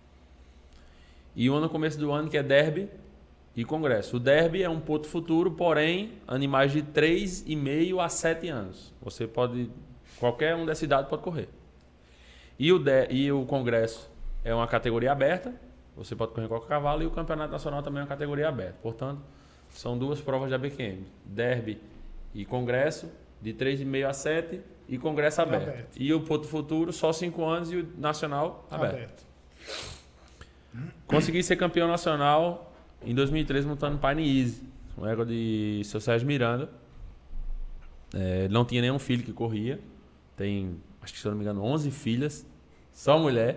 E uma no começo do ano que é Derby e Congresso. O Derby é um Porto Futuro, porém, animais de três e meio a sete anos. Você pode, qualquer um dessa idade pode correr. E o, de, e o Congresso é uma categoria aberta, você pode correr qualquer cavalo, e o Campeonato Nacional também é uma categoria aberta. Portanto, são duas provas de A B Q M. Derby e Congresso, de três e meio a sete, e Congresso aberto. aberto. E o Porto Futuro, só cinco anos, e o Nacional aberto. aberto. Consegui ser campeão nacional em dois mil e treze montando Pine Easy, um égua de seu Sérgio Miranda. É, não tinha nenhum filho que corria. Tem, acho que se eu não me engano, onze filhas, só mulher.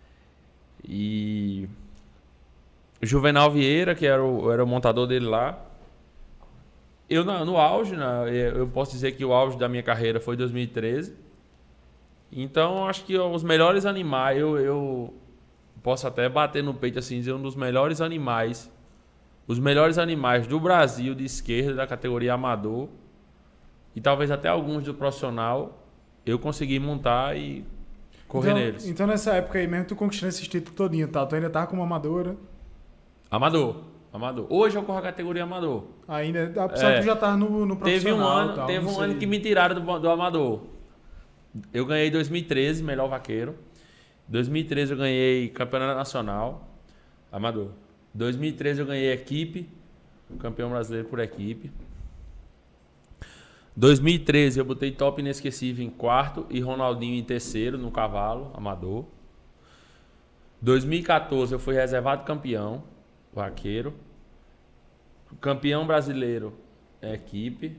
E Juvenal Vieira, que era o, era o montador dele lá. Eu no, no auge, né, eu posso dizer que o auge da minha carreira foi dois mil e treze. Então, acho que os melhores animais, eu, eu posso até bater no peito assim, dizer um dos melhores animais, os melhores animais do Brasil de esquerda, da categoria amador, e talvez até alguns do profissional, eu consegui montar e correr então, neles. Então, nessa época aí mesmo, tu conquistou esses títulos todinho, tá? Tu ainda tava como amadora? Amador. Amador. Hoje eu corro a categoria amador. Ainda, apesar é, que tu já tava no, no profissional. Teve um ano, tal, teve um ano que me tiraram do, do amador. Eu ganhei em dois mil e treze, melhor vaqueiro. Em dois mil e treze eu ganhei campeonato nacional, amador. Em dois mil e treze eu ganhei equipe, campeão brasileiro por equipe. Em dois mil e treze eu botei Top Inesquecível em quarto e Ronaldinho em terceiro no cavalo, amador. Em dois mil e quatorze eu fui reservado campeão, vaqueiro. Campeão brasileiro, equipe.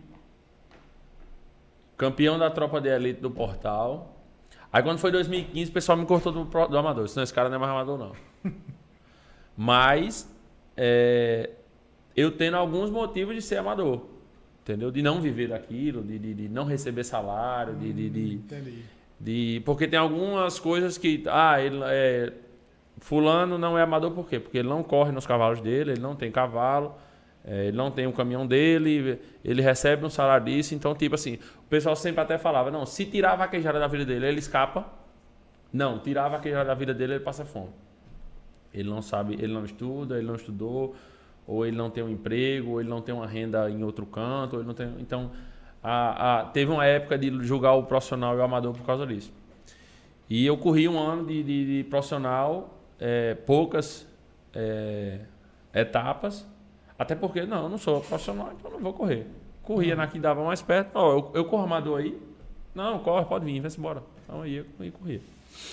Campeão da tropa de elite do Portal. Aí quando foi dois mil e quinze o pessoal me cortou do, do amador. Senão esse cara não é mais amador não. Mas é, eu tendo alguns motivos de ser amador. Entendeu? De não viver daquilo, de, de, de não receber salário, de, de, de, Entendi. de... Porque tem algumas coisas que... Ah, ele é... Fulano não é amador por quê? Porque ele não corre nos cavalos dele, ele não tem cavalo, é, ele não tem o caminhão dele, ele recebe um salário disso. Então, tipo assim, o pessoal sempre até falava, não, se tirar a vaquejada da vida dele, ele escapa. Não, tirar a vaquejada da vida dele, ele passa fome. Ele não sabe, ele não estuda, ele não estudou, ou ele não tem um emprego, ou ele não tem uma renda em outro canto, ou ele não tem... Então, a, a, teve uma época de julgar o profissional e o amador por causa disso. E eu corri um ano de, de, de profissional, é, poucas é, etapas, até porque, não, eu não sou profissional, então eu não vou correr. Corria na que dava mais perto, ó, eu, eu corro amador aí, não, corre, pode vir, vai-se embora. Então aí eu, eu corria.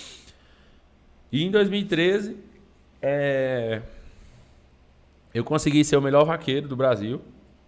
E em dois mil e treze, é, eu consegui ser o melhor vaqueiro do Brasil.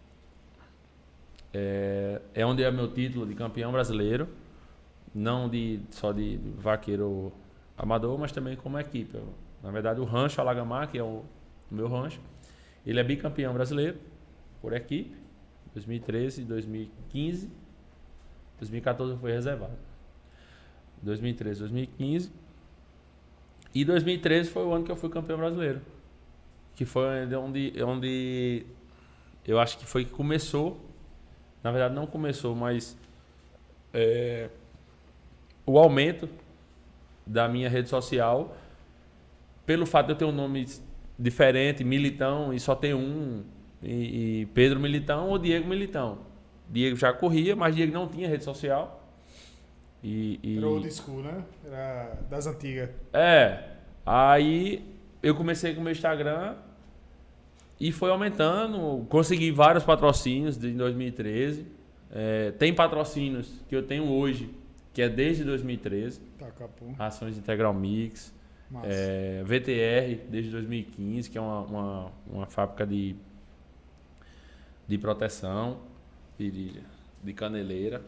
É, é onde é meu título de campeão brasileiro. Não de, só de, de vaqueiro amador, mas também como equipe. Eu, na verdade, o Rancho Alagamar, que é o, o meu rancho, ele é bicampeão brasileiro por equipe. dois mil e treze, dois mil e quinze, dois mil e quatorze foi reservado. dois mil e treze, dois mil e quinze. E dois mil e treze foi o ano que eu fui campeão brasileiro. Que foi onde, onde eu acho que foi que começou. Na verdade, não começou, mas é, o aumento da minha rede social, pelo fato de eu ter um nome diferente, Militão, e só ter um, e, e Pedro Militão ou Diego Militão. Diego já corria, mas Diego não tinha rede social. E, e... Era old school, né? Era das antigas. É. Aí eu comecei com o meu Instagram e foi aumentando. Consegui vários patrocínios em dois mil e treze. É, tem patrocínios que eu tenho hoje, que é desde dois mil e treze. Tá, capô. Rações Integral Mix. É, V T R desde dois mil e quinze, que é uma, uma, uma fábrica de, de proteção de, de caneleira.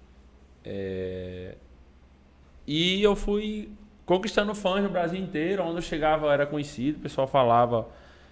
É, e eu fui conquistando fãs no Brasil inteiro. Onde eu chegava eu era conhecido, o pessoal falava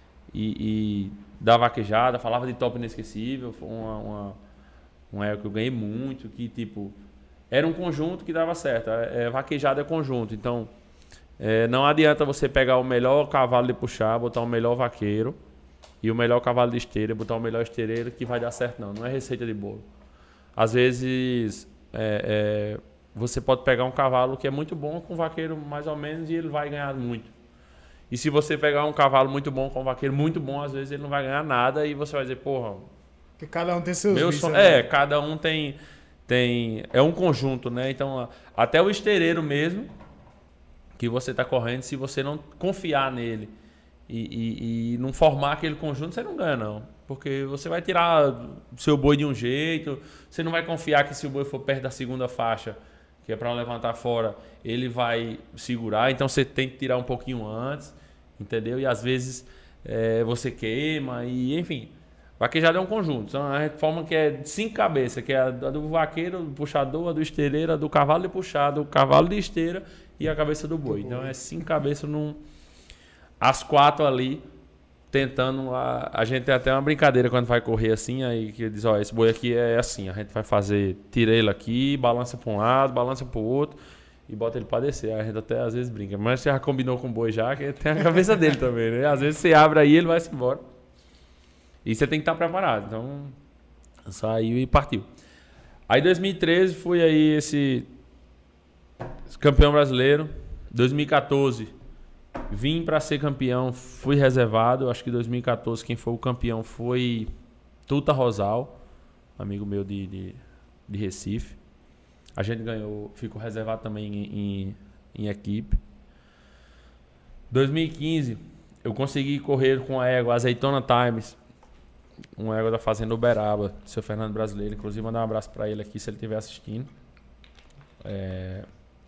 e, e da vaquejada, falava de Top Inesquecível. Foi uma, uma, uma época que eu ganhei muito, que tipo, era um conjunto que dava certo. É, vaquejada é conjunto, então é, não adianta você pegar o melhor cavalo de puxar, botar o melhor vaqueiro e o melhor cavalo de esteira, botar o melhor esteireiro que vai dar certo. Não, não é receita de bolo. Às vezes É, é, você pode pegar um cavalo que é muito bom com um vaqueiro mais ou menos e ele vai ganhar muito. E se você pegar um cavalo muito bom com um vaqueiro muito bom, às vezes ele não vai ganhar nada e você vai dizer, porra... Porque cada um tem seus meu vícios, son... né? É, cada um tem, tem... É um conjunto, né? Então, até o esteireiro mesmo, que você está correndo, se você não confiar nele e, e, e não formar aquele conjunto, você não ganha, não. Porque você vai tirar seu boi de um jeito, você não vai confiar que se o boi for perto da segunda faixa, que é para levantar fora, ele vai segurar. Então você tem que tirar um pouquinho antes, entendeu? E às vezes é, você queima e enfim. Vaquejada é um conjunto. Então a gente forma que é de cinco cabeças, que é a do vaqueiro, do puxador, a do esteireiro, a do cavalo de puxado, o cavalo de esteira e a cabeça do boi. Então é cinco cabeças num... As quatro ali... Tentando, a, a gente tem até uma brincadeira quando vai correr assim, aí que diz, ó, esse boi aqui é assim, a gente vai fazer, tira ele aqui, balança para um lado, balança para o outro e bota ele para descer. Aí a gente até às vezes brinca, mas você já combinou com o boi já, que tem a cabeça dele também, né? Às vezes você abre aí, ele vai se embora. E você tem que estar preparado, então saiu e partiu. Aí dois mil e treze fui aí esse, esse campeão brasileiro, dois mil e quatorze vim para ser campeão, fui reservado. Acho que em dois mil e quatorze quem foi o campeão foi Tuta Rosal, amigo meu de, de, de Recife. A gente ganhou, ficou reservado também em, em, em equipe. dois mil e quinze eu consegui correr com a égua Azeitona Times, uma égua da Fazenda Uberaba, seu Fernando Brasileiro. Inclusive mandar um abraço para ele aqui se ele estiver assistindo. É...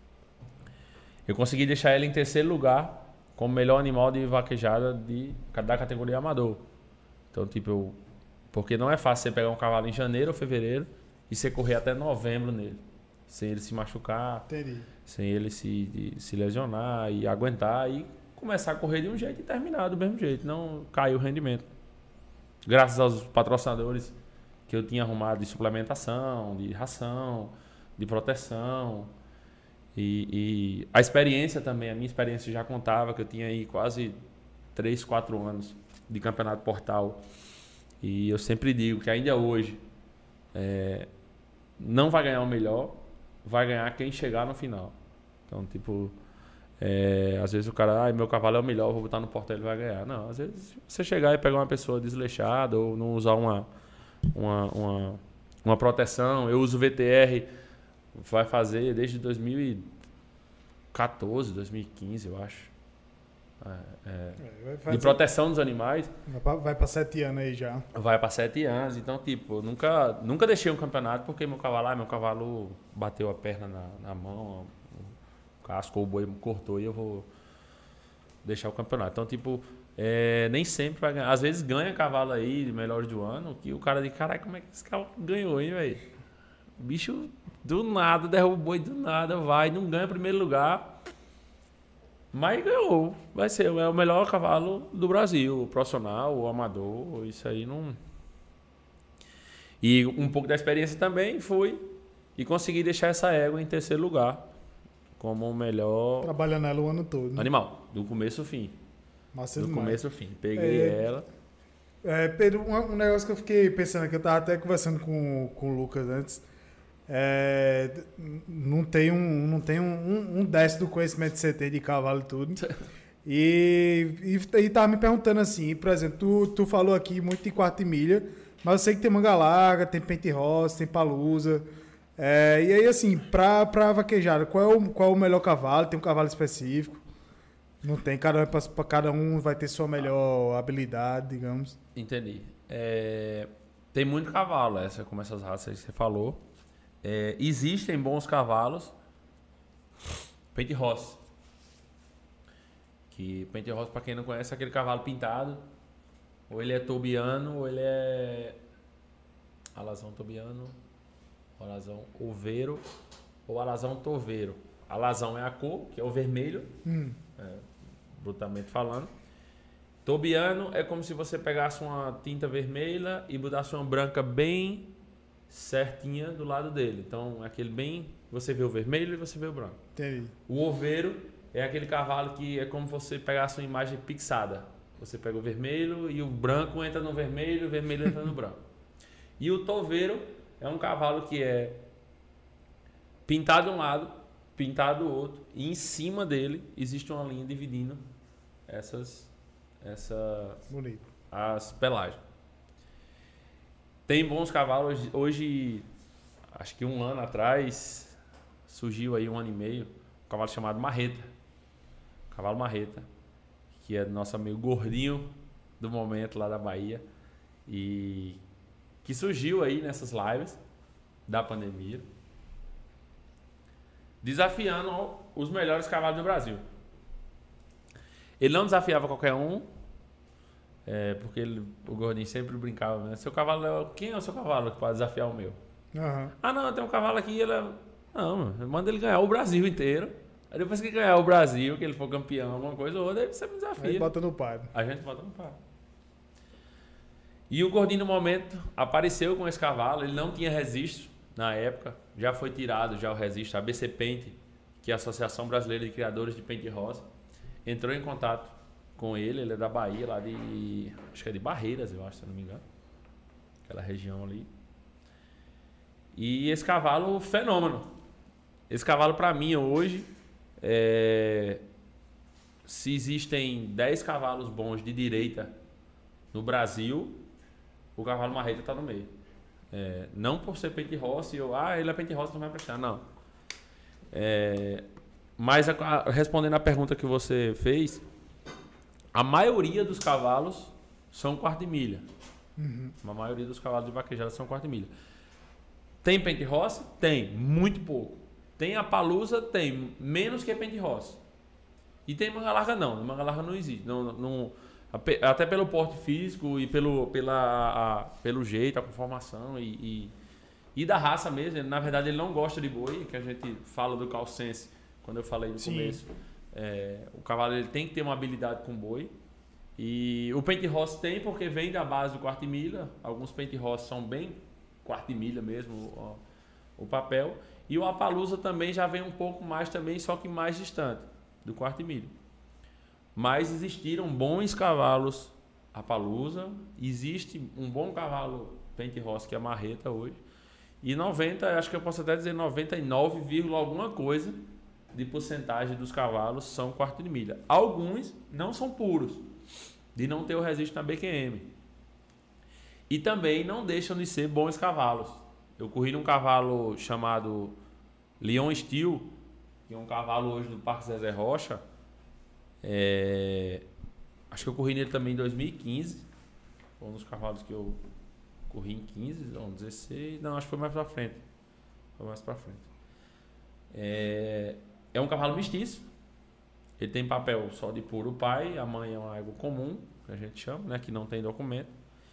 Eu consegui deixar ela em terceiro lugar como melhor animal de vaquejada de, da categoria amador. Então, tipo, eu, porque não é fácil você pegar um cavalo em janeiro ou fevereiro e você correr até novembro nele, sem ele se machucar, Entendi. sem ele se, de, se lesionar e aguentar e começar a correr de um jeito e terminar do mesmo jeito, não cair o rendimento. Graças aos patrocinadores que eu tinha arrumado de suplementação, de ração, de proteção. E, e a experiência também, a minha experiência já contava, que eu tinha aí quase três, quatro anos de campeonato portal. E eu sempre digo que ainda hoje é, não vai ganhar o melhor, vai ganhar quem chegar no final. Então, tipo, É, às vezes o cara, ah, meu cavalo é o melhor, vou botar no portão, ele vai ganhar. Não, às vezes você chegar e pegar uma pessoa desleixada ou não usar uma, uma, uma, uma proteção. Eu uso V T R, vai fazer desde dois mil e quatorze, dois mil e quinze, eu acho. É, é, é, de proteção dos animais. Vai para sete anos aí já. Vai para sete anos. Então, tipo, eu nunca, nunca deixei um campeonato porque meu cavalo, ah, meu cavalo bateu a perna na, na mão, o casco ou o boi cortou e eu vou deixar o campeonato. Então, tipo, é, nem sempre vai ganhar. Às vezes ganha cavalo aí de melhores do ano que o cara diz, caralho, como é que esse cavalo ganhou, hein, velho? Bicho, do nada, derruba o boi, do nada, vai, não ganha primeiro lugar. Mas ganhou. Vai ser é o melhor cavalo do Brasil. O profissional, o amador, isso aí não... E um pouco da experiência também foi e consegui deixar essa égua em terceiro lugar. Como o melhor... Trabalhando ela o ano todo. Né? Animal. Do começo ao fim. Massa do demais. começo ao fim. Peguei é, ela. É, Pedro, um, um negócio que eu fiquei pensando aqui, eu tava até conversando com, com o Lucas antes. É, não tem um, não tem um, um, um décimo do conhecimento que você tem de cavalo e tudo. E, e, e tava me perguntando assim, por exemplo, tu, tu falou aqui muito de quarta milha, mas eu sei que tem manga larga, tem pente rosa, tem palusa. É, e aí, assim, pra, pra vaquejada, qual é, o, qual é o melhor cavalo? Tem um cavalo específico? Não tem, cada, pra, pra cada um vai ter sua melhor habilidade, digamos. Entendi. É, tem muito cavalo, essa, como essas raças que você falou. É, existem bons cavalos. Pente rosa. Que pente rosa, para quem não conhece, é aquele cavalo pintado. Ou ele é tobiano, ou ele é alazão tobiano, alazão oveiro, ou alazão toveiro. Alazão é a cor, que é o vermelho, hum. é, brutalmente falando. Tobiano é como se você pegasse uma tinta vermelha e botasse uma branca bem certinha do lado dele. Então, aquele bem... Você vê o vermelho e você vê o branco. Entendi. O oveiro é aquele cavalo que é como se você pegasse uma imagem pixada. Você pega o vermelho e o branco entra no vermelho, o vermelho entra no branco. E o toveiro é um cavalo que é pintado de um lado, pintado do outro, e em cima dele existe uma linha dividindo essas, essas Bonito. as pelagens. Tem bons cavalos. Hoje, acho que um ano atrás, surgiu aí um ano e meio, um cavalo chamado Marreta. Cavalo Marreta, que é nosso amigo gordinho do momento lá da Bahia. E que surgiu aí nessas lives da pandemia, desafiando os melhores cavalos do Brasil. Ele não desafiava qualquer um, é, porque ele, o gordinho sempre brincava, né? Seu cavalo é, quem é o seu cavalo que pode desafiar o meu? Uhum. Ah, não, tem um cavalo aqui, ele é... Não, manda ele ganhar o Brasil inteiro. Aí depois que ganhar o Brasil, que ele for campeão, alguma coisa ou outra, aí você me desafia. Aí bota no par. A gente bota no par. E o gordinho no momento apareceu com esse cavalo, ele não tinha registro na época, já foi tirado já o registro, a B C Pente, que é a Associação Brasileira de Criadores de Pente Rosa, entrou em contato com ele, ele é da Bahia, lá de, acho que é de Barreiras, eu acho, se não me engano, aquela região ali. E esse cavalo, fenômeno. Esse cavalo para mim hoje, é, se existem dez cavalos bons de direita no Brasil, o cavalo Marreta está no meio. É, não por ser pente rosa e eu, ah, ele é pente rosa, não vai prestar, não. É, mas a, a, respondendo a pergunta que você fez, a maioria dos cavalos são quarta milha. Uhum. A maioria dos cavalos de vaquejada são quarta milha. Tem pente rosa? Tem, muito pouco. Tem a palusa? Tem, menos que pente rosa. E tem manga larga não, manga larga não existe. Não, não, até pelo porte físico e pelo, pela, a, pelo jeito, a conformação e, e, e da raça mesmo. Ele, na verdade, ele não gosta de boi, que a gente fala do calcense, quando eu falei no Sim. começo. É, o cavalo ele tem que ter uma habilidade com boi. E o pente rosa tem, porque vem da base do quarto milha. Alguns pente rosa são bem quarto milha mesmo, ó, o papel. E o Apalusa também já vem um pouco mais também, só que mais distante do quarto milha. Mas existiram bons cavalos Apalusa, existe um bom cavalo pente rosa que é a Marreta hoje. E noventa, acho que eu posso até dizer noventa e nove, alguma coisa, de porcentagem dos cavalos são quarto de milha. Alguns não são puros, de não ter o registro na B Q M. E também não deixam de ser bons cavalos. Eu corri num cavalo chamado Leon Steel, que é um cavalo hoje do Parque Zezé Rocha. É... Acho que eu corri nele também em dois mil e quinze. Foi um dos cavalos que eu corri em quinze, não, dezesseis. Não, acho que foi mais pra frente. Foi mais pra frente. É, é um cavalo mestiço. Ele tem papel só de puro pai. A mãe é uma égua comum, que a gente chama, né? Que não tem documento.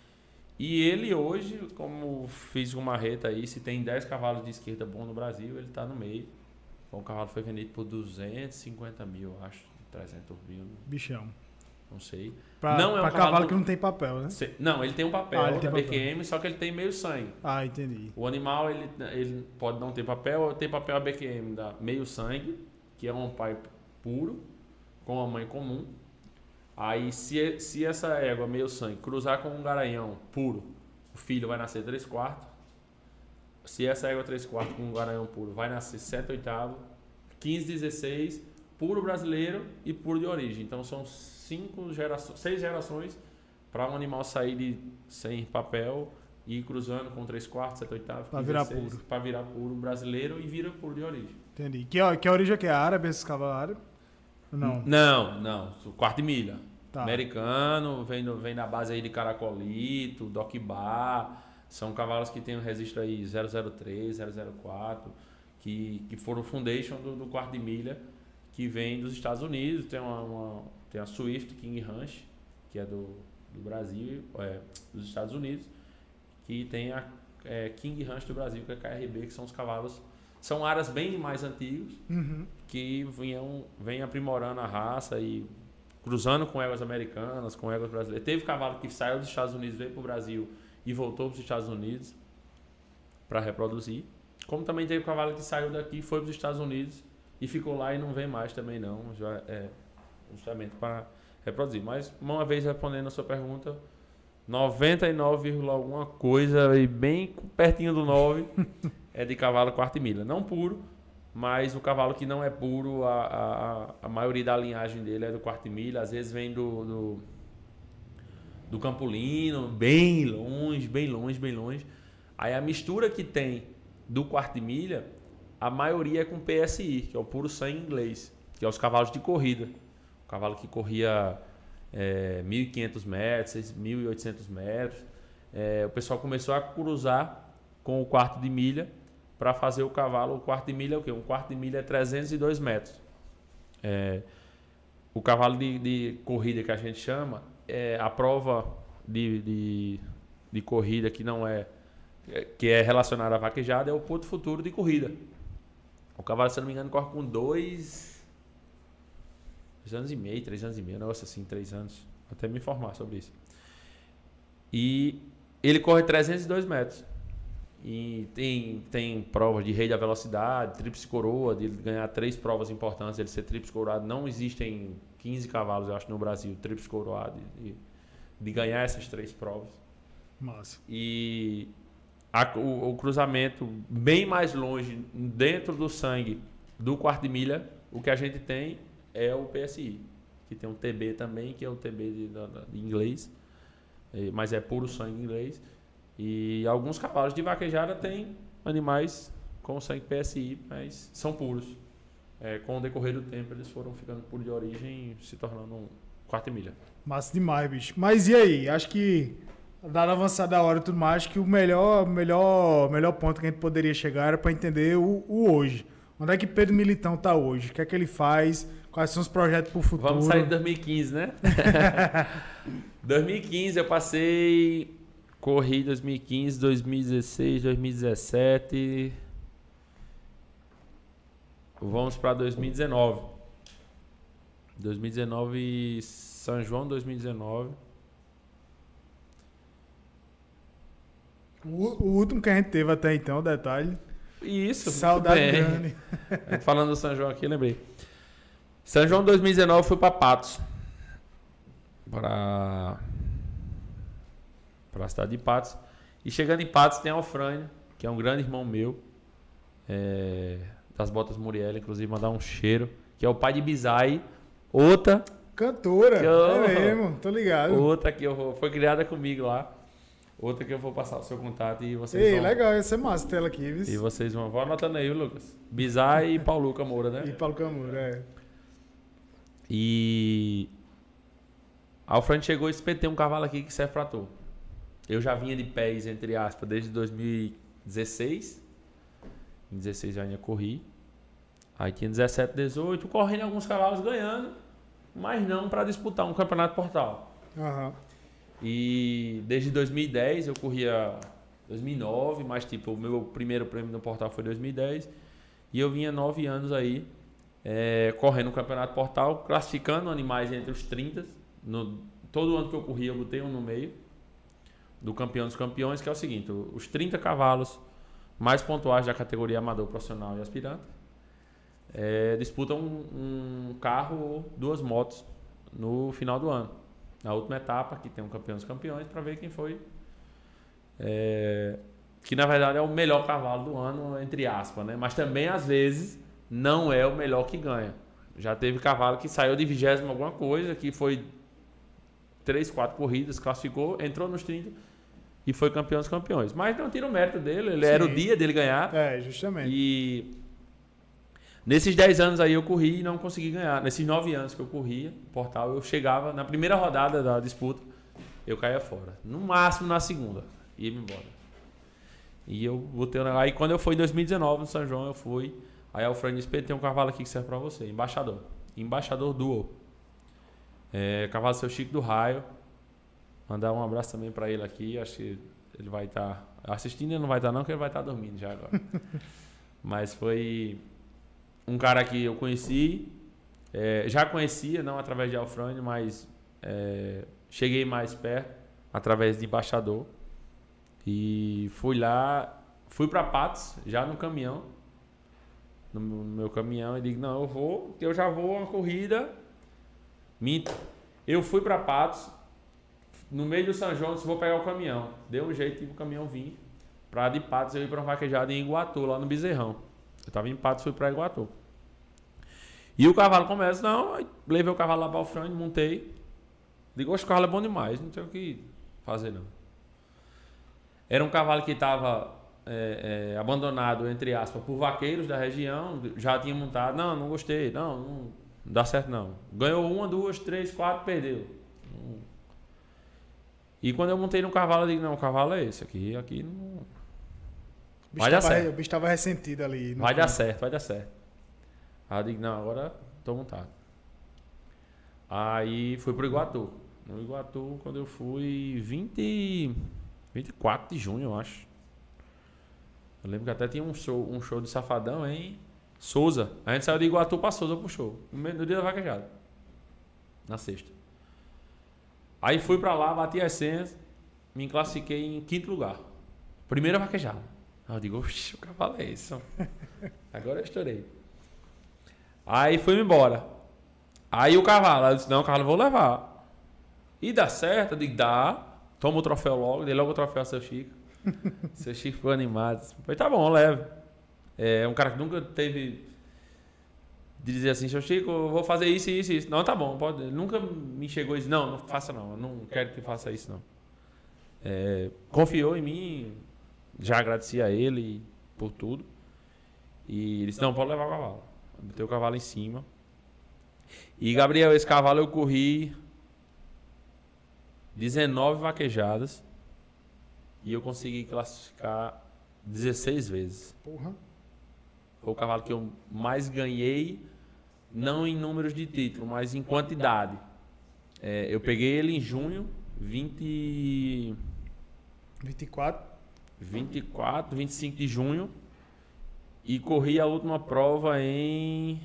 E ele hoje, como fiz uma marreta aí, se tem dez cavalos de esquerda bom no Brasil, ele tá no meio. O cavalo foi vendido por duzentos e cinquenta mil, acho. trezentos mil. Bichão. Não sei. Pra, não é um pra cavalo, cavalo que não tem papel, né? Não, ele tem um papel ah, ele tem da papel. B Q M, só que ele tem meio sangue. Ah, entendi. O animal, ele, ele pode não ter papel, ou tem papel A B Q M da meio sangue, que é um pai puro, com a mãe comum. Aí, se, se essa égua meio sangue cruzar com um garanhão puro, o filho vai nascer três quartos. Se essa égua três quartos com um garanhão puro, vai nascer sete oitavos, quinze, dezesseis, puro brasileiro e puro de origem. Então, são cinco gerações, seis gerações para um animal sair de sem papel e ir cruzando com três quartos, sete oitavos, para virar puro. Para virar puro brasileiro e vira puro de origem. Entendi. Que, que a origem que é árabe, esses cavalos árabes? Não. Não, não. Quarto de milha. Tá. Americano, vem, no, vem na base aí de Caracolito, Doc Bar. São cavalos que tem um registro aí zero zero três, zero zero quatro, que, que foram o foundation do, do quarto de milha, que vem dos Estados Unidos. Tem uma, uma tem a Swift King Ranch, que é do, do Brasil, é, dos Estados Unidos, que tem a é, King Ranch do Brasil, que é a K R B, que são os cavalos, são aras bem mais antigos, uhum. que vinham, vem aprimorando a raça e cruzando com éguas americanas, com éguas brasileiras. Teve cavalo que saiu dos Estados Unidos, veio para o Brasil e voltou para os Estados Unidos para reproduzir. Como também teve cavalo que saiu daqui, foi para os Estados Unidos e ficou lá e não vem mais também não, já é justamente para reproduzir. Mas, uma vez respondendo a sua pergunta, noventa e nove, alguma coisa, e bem pertinho do nove, é de cavalo quarto e milha. Não puro, mas o cavalo que não é puro, a, a, a maioria da linhagem dele é do quarto e milha. Às vezes vem do, do, do Campolino, bem longe, bem longe, bem longe. Aí a mistura que tem do quarto e milha, a maioria é com P S I, que é o puro sangue inglês, que é os cavalos de corrida. O cavalo que corria é, mil e quinhentos metros, mil e oitocentos metros. É, o pessoal começou a cruzar com o quarto de milha para fazer o cavalo. O quarto de milha é o quê? Um quarto de milha é trezentos e dois metros. É, o cavalo de, de corrida que a gente chama, é a prova de, de, de corrida que não é, que é relacionada à vaquejada, é o Porto Futuro de corrida. O cavalo, se eu não me engano, corre com dois... Dois anos e meio, três anos e meio, um negócio assim, três anos. Vou até me informar sobre isso. E ele corre trezentos e dois metros. E tem, tem provas de rei da velocidade, tríplice coroa, de ganhar três provas importantes, ele ser tríplice coroado. Não existem quinze cavalos, eu acho, no Brasil, tríplice coroado, de, de ganhar essas três provas. Massa. E a, o, o cruzamento bem mais longe, dentro do sangue do quarto de milha, o que a gente tem é o P S I, que tem um T B também, que é o T B de, de, de inglês, mas é puro sangue inglês. E alguns cavalos de vaquejada têm animais com sangue P S I, mas são puros. É, com o decorrer do tempo, eles foram ficando puros de origem e se tornando um quarto e milha. Massa demais, bicho. Mas e aí? Acho que, dada a avançada da hora e tudo mais, acho que o melhor, melhor, melhor ponto que a gente poderia chegar era para entender o, o hoje. Onde é que Pedro Militão está hoje? O que é que ele faz? Quais são os projetos para o futuro? Vamos sair de dois mil e quinze, né? dois mil e quinze eu passei... Corri dois mil e quinze, dois mil e dezesseis, dois mil e dezessete. Vamos para dois mil e dezenove. dois mil e dezenove, São João dois mil e dezenove. O, o último que a gente teve até então, detalhe. Isso. Saudade grande. Falando do São João aqui, lembrei. São João dois mil e dezenove fui para Patos. Para... para a cidade de Patos. E chegando em Patos tem a Alfrânio, que é um grande irmão meu, é, das botas Muriel, inclusive mandar um cheiro, que é o pai de Bizai, outra... Cantora, eu, é mesmo, tô ligado. Outra que eu vou, foi criada comigo lá, outra que eu vou passar o seu contato e vocês Ei, vão... legal, ia ser massa a tela aqui, viu? E vocês vão... Vou anotando aí, Lucas. Bizai e Paulo Camura, né? E Paulo Camura, é. E... A Alfrânio chegou e espetei um cavalo aqui que serve pra tu. Eu já vinha de pés, entre aspas, desde dois mil e dezesseis. Em dezesseis eu ainda corri. Aí tinha dezessete, dezoito, correndo alguns cavalos ganhando, mas não para disputar um campeonato portal. Uhum. E desde dois mil e dez eu corria dois mil e nove, mas tipo, o meu primeiro prêmio no portal foi dois mil e dez. E eu vinha nove anos aí é, correndo o campeonato portal, classificando animais entre os trinta. No, todo ano que eu corria eu botei um no meio do campeão dos campeões, que é o seguinte, os trinta cavalos mais pontuais da categoria amador, profissional e aspirante é, disputam um, um carro ou duas motos no final do ano. Na última etapa, que tem um campeão dos campeões, para ver quem foi. É, que na verdade é o melhor cavalo do ano, entre aspas, né? Mas também às vezes não é o melhor que ganha. Já teve cavalo que saiu de vigésimo alguma coisa, que foi três, quatro corridas, classificou, entrou nos trinta e foi campeão dos campeões. Mas não tira o mérito dele, ele Sim. era o dia dele ganhar. É, justamente. E nesses dez anos aí eu corri e não consegui ganhar. Nesses nove anos que eu corria, portal, eu chegava na primeira rodada da disputa, eu caía fora. No máximo na segunda, ia me embora. E eu botei o negócio. Aí quando eu fui em dois mil e dezenove no São João, eu fui. Aí o Fran disse: tem um cavalo aqui que serve pra você, embaixador. Embaixador Duo. É, cavalo seu Chico do Raio. Mandar um abraço também pra ele aqui. Acho que ele vai estar tá assistindo, ele não vai estar tá não, porque ele vai estar tá dormindo já agora. Mas foi um cara que eu conheci, é, já conhecia, não através de Alfrânio, mas é, cheguei mais perto através de embaixador. E fui lá, fui pra Patos, já no caminhão, no meu caminhão, e digo: não, eu vou, eu já vou uma corrida. Minto. Eu fui pra Patos, no meio do São João, disse: vou pegar o caminhão. Deu um jeito e o caminhão vinha. Pra de Patos eu ia pra um vaquejado em Iguatu, lá no Bezerrão. Eu tava em Patos, fui pra Iguatu. E o cavalo começa, não, aí levei o cavalo lá pra Alfrânio, montei. Digo: oxe, o cavalo é bom demais, não tem o que fazer não. Era um cavalo que estava é, é, abandonado, entre aspas, por vaqueiros da região, já tinha montado, não, não gostei, não, não dá certo não. Ganhou uma, duas, três, quatro, perdeu. E quando eu montei no cavalo, eu digo: não, o cavalo é esse aqui, aqui não... Vai dar certo. O bicho estava ressentido ali. Vai dar certo, vai dar certo. Aí eu digo: não, agora estou montado. Aí fui pro Iguatu. No Iguatu, quando eu fui, vinte, vinte e quatro de junho, eu acho. Eu lembro que até tinha um show, um show de Safadão em Souza. A gente saiu de Iguatu pra Souza pro show. No dia da vaquejada. Na sexta. Aí fui pra lá, bati as senhas, me classifiquei em quinto lugar. Primeira vaquejada. Aí eu digo: oxi, o cavalo é esse. Agora eu estourei. Aí fui-me embora. Aí o cavalo, eu disse: não, o cavalo eu vou levar. E dá certo? Eu digo: dá. Toma o troféu logo, dei logo o troféu ao seu Chico. Seu Chico ficou animado. Falei: tá bom, leve. É um cara que nunca teve de dizer assim: seu Chico, eu vou fazer isso, isso, isso. Não, tá bom, pode. Ele nunca me chegou e disse: não, não faça não, eu não quero que faça isso não. É, confiou em mim, já agradeci a ele por tudo. E ele disse: não, pode levar o cavalo. Eu botei o cavalo em cima. E Gabriel, esse cavalo eu corri dezenove vaquejadas e eu consegui classificar dezesseis vezes. Porra. Foi o cavalo que eu mais ganhei, não em números de título, mas em quantidade. É, eu peguei ele em junho, vinte... vinte e quatro. vinte e quatro, vinte e cinco de junho, e corri a última prova em...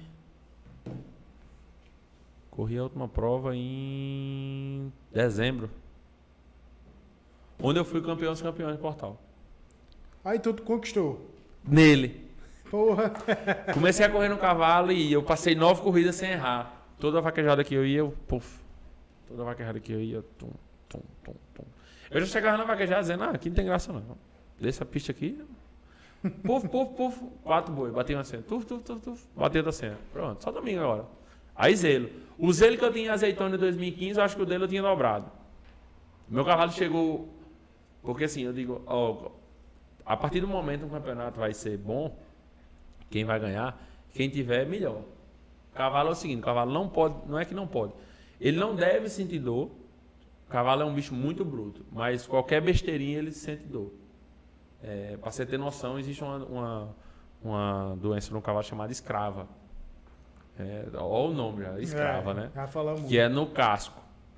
Corri a última prova em dezembro, onde eu fui campeão dos campeões de Portal. Aí tu conquistou? Nele. Porra. Comecei a correr no cavalo e eu passei nove corridas sem errar. Toda vaquejada que eu ia, eu... Puff. Toda vaquejada que eu ia... Tum, tum, tum, tum. Eu já chegava na vaquejada dizendo: ah, aqui não tem graça não. Dessa pista aqui... Puf, puf, puf, quatro boi, bati uma cena. Tuf, tuf, tuf, tuf, bateu da cena. Pronto, só domingo agora. Aí zelo. O zelo que eu tinha em azeitona em dois mil e quinze, eu acho que o dele eu tinha dobrado. Meu cavalo chegou... Porque assim, eu digo, ó, a partir do momento que o campeonato vai ser bom, quem vai ganhar, quem tiver, melhor. Cavalo é o seguinte, o cavalo não pode, não é que não pode, ele não deve sentir dor. O cavalo é um bicho muito bruto, mas qualquer besteirinha ele sente dor. É, para você ter noção, existe uma, uma, uma doença no cavalo chamada escrava. É, olha o nome já, escrava, é, né? Já falamos. Que é no casco.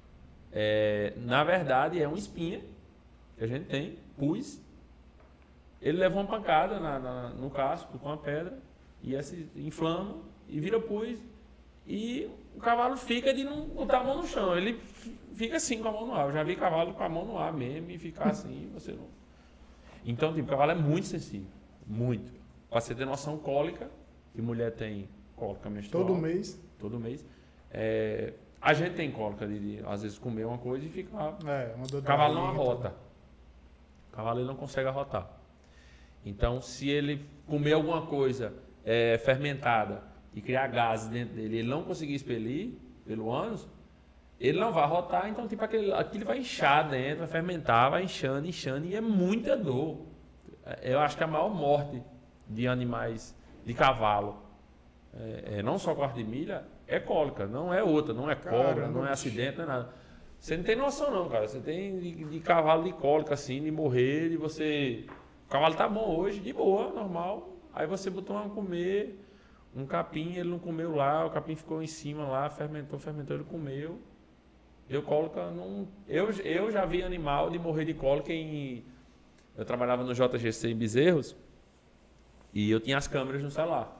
É, na verdade, é uma espinha que a gente tem, pus. Ele leva uma pancada na, na, no casco com a pedra e essa inflama e vira pus. E o cavalo fica de não botar a mão no chão. Ele fica assim com a mão no ar. Eu já vi cavalo com a mão no ar mesmo e ficar assim. Você não... Então, tipo, o cavalo é muito sensível. Muito. Para você ter noção, cólica, que mulher tem cólica menstrual. Todo mês. Todo mês. É, a gente tem cólica de, de, às vezes, comer uma coisa e ficar... É, uma dor o cavalo não arrota. O cavalo ele não consegue arrotar. Então, se ele comer alguma coisa é, fermentada e criar gases dentro dele, ele não conseguir expelir pelo ânus, ele não vai arrotar, então tipo, aquele, aquilo vai inchar dentro, vai fermentar, vai inchando, inchando, e é muita dor. Eu acho que a maior morte de animais, de cavalo, é, é, não só quarto de milha, é cólica, não é outra, não é cobra, Caramba, não é acidente, não é nada. Você não tem noção não, cara. Você tem de, de cavalo de cólica, assim, de morrer, de você... O cavalo tá bom hoje, de boa, normal. Aí você botou uma comer, um capim, ele não comeu lá, o capim ficou em cima lá, fermentou, fermentou, ele comeu. Deu cólica, não... Eu, eu já vi animal de morrer de cólica em... Eu trabalhava no J G C em Bezerros e eu tinha as câmeras no celular.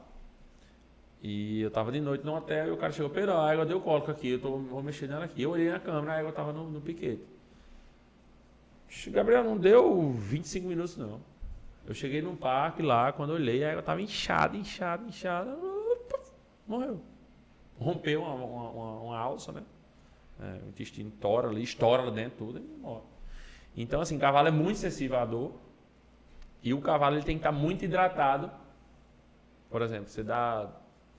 E eu tava de noite no hotel e o cara chegou, Pedro, a água deu cólica aqui, eu tô, vou mexer nela aqui. Eu olhei na câmera, a água tava no, no piquete. Gabriel, não deu vinte e cinco minutos não. Eu cheguei num parque lá, quando eu olhei, a água tava inchada, inchada, inchada. Opa, morreu. Rompeu uma, uma, uma, uma alça, né? É, o intestino tora ali, estoura lá dentro, tudo e morre. Então, assim, o cavalo é muito sensível à dor. E o cavalo ele tem que estar muito hidratado. Por exemplo, você dá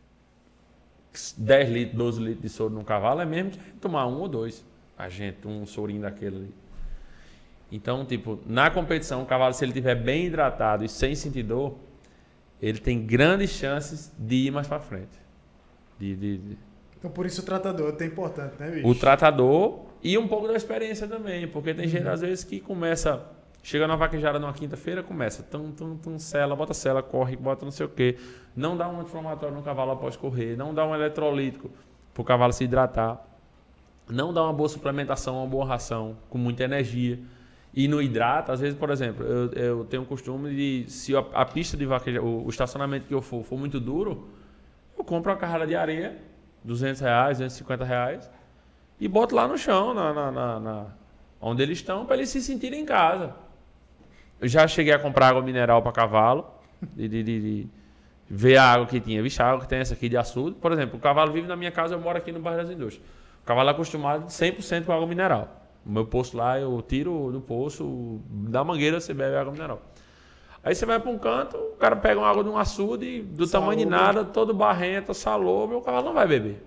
dez litros, doze litros de soro num cavalo, é mesmo que tomar um ou dois. A gente, um sorinho daquele ali. Então, tipo, na competição, o cavalo, se ele estiver bem hidratado e sem sentir dor, ele tem grandes chances de ir mais para frente. De, de, de... Então, por isso o tratador é importante, né, bicho? O tratador e um pouco da experiência também, porque tem uhum. gente, às vezes, que começa... Chega na vaquejada numa quinta-feira, começa, tum, tum, tum, sela, bota sela, corre, bota não sei o quê. Não dá um anti-inflamatório no cavalo após correr, não dá um eletrolítico para o cavalo se hidratar, não dá uma boa suplementação, uma boa ração, com muita energia. E no hidrata, às vezes, por exemplo, eu, eu tenho o costume de, se a, a pista de vaquejada, o, o estacionamento que eu for, for muito duro, eu compro uma carrada de areia, duzentos reais, duzentos e cinquenta reais, e boto lá no chão, na, na, na, na, onde eles estão, para eles se sentirem em casa. Eu já cheguei a comprar água mineral para cavalo, de, de, de, de ver a água que tinha. Vixe, a água que tem essa aqui de açude. Por exemplo, o cavalo vive na minha casa, eu moro aqui no bairro das Indústrias. O cavalo é acostumado cem por cento com água mineral. O meu poço lá, eu tiro do poço, da mangueira você bebe água mineral. Aí você vai para um canto, o cara pega uma água de um açude, do salobra. Tamanho de nada, todo barrento, salobra, o cavalo não vai beber.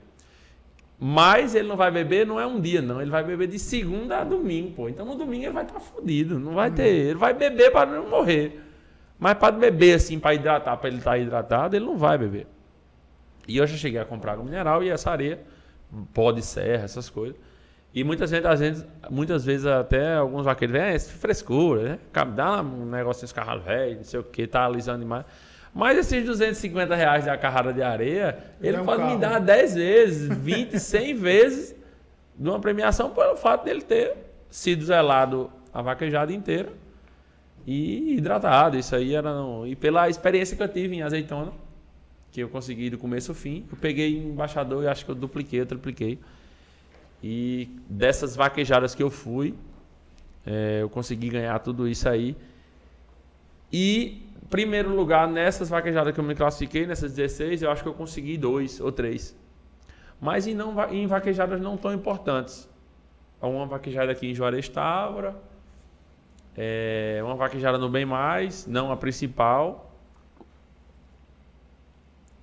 Mas ele não vai beber, não é um dia, não. Ele vai beber de segunda a domingo, pô. Então no domingo ele vai estar fodido. Não vai ter. Ele vai beber para não morrer. Mas para beber assim, para hidratar, para ele estar hidratado, ele não vai beber. E eu já cheguei a comprar água mineral e essa areia, pó de serra, essas coisas. E muitas vezes, às vezes, muitas vezes até alguns vaqueiros vêm, é frescura, né? Dá um negocinho esse carrado velho, não sei o que, tá alisando demais. Mas esses duzentos e cinquenta reais da carrada de areia, ele é um pode carro. Me dar dez vezes, vinte, cem vezes de uma premiação pelo fato dele ter sido zelado a vaquejada inteira e hidratado. Isso aí era... Não... E pela experiência que eu tive em azeitona, que eu consegui do começo ao fim, eu peguei embaixador e acho que eu dupliquei, eu tripliquei. E dessas vaquejadas que eu fui, é, eu consegui ganhar tudo isso aí. E... Primeiro lugar, nessas vaquejadas que eu me classifiquei, nessas dezesseis, eu acho que eu consegui dois ou três. Mas em, não, em vaquejadas não tão importantes. Uma vaquejada aqui em Juarez Távora, é, uma vaquejada no Bem Mais, não a principal,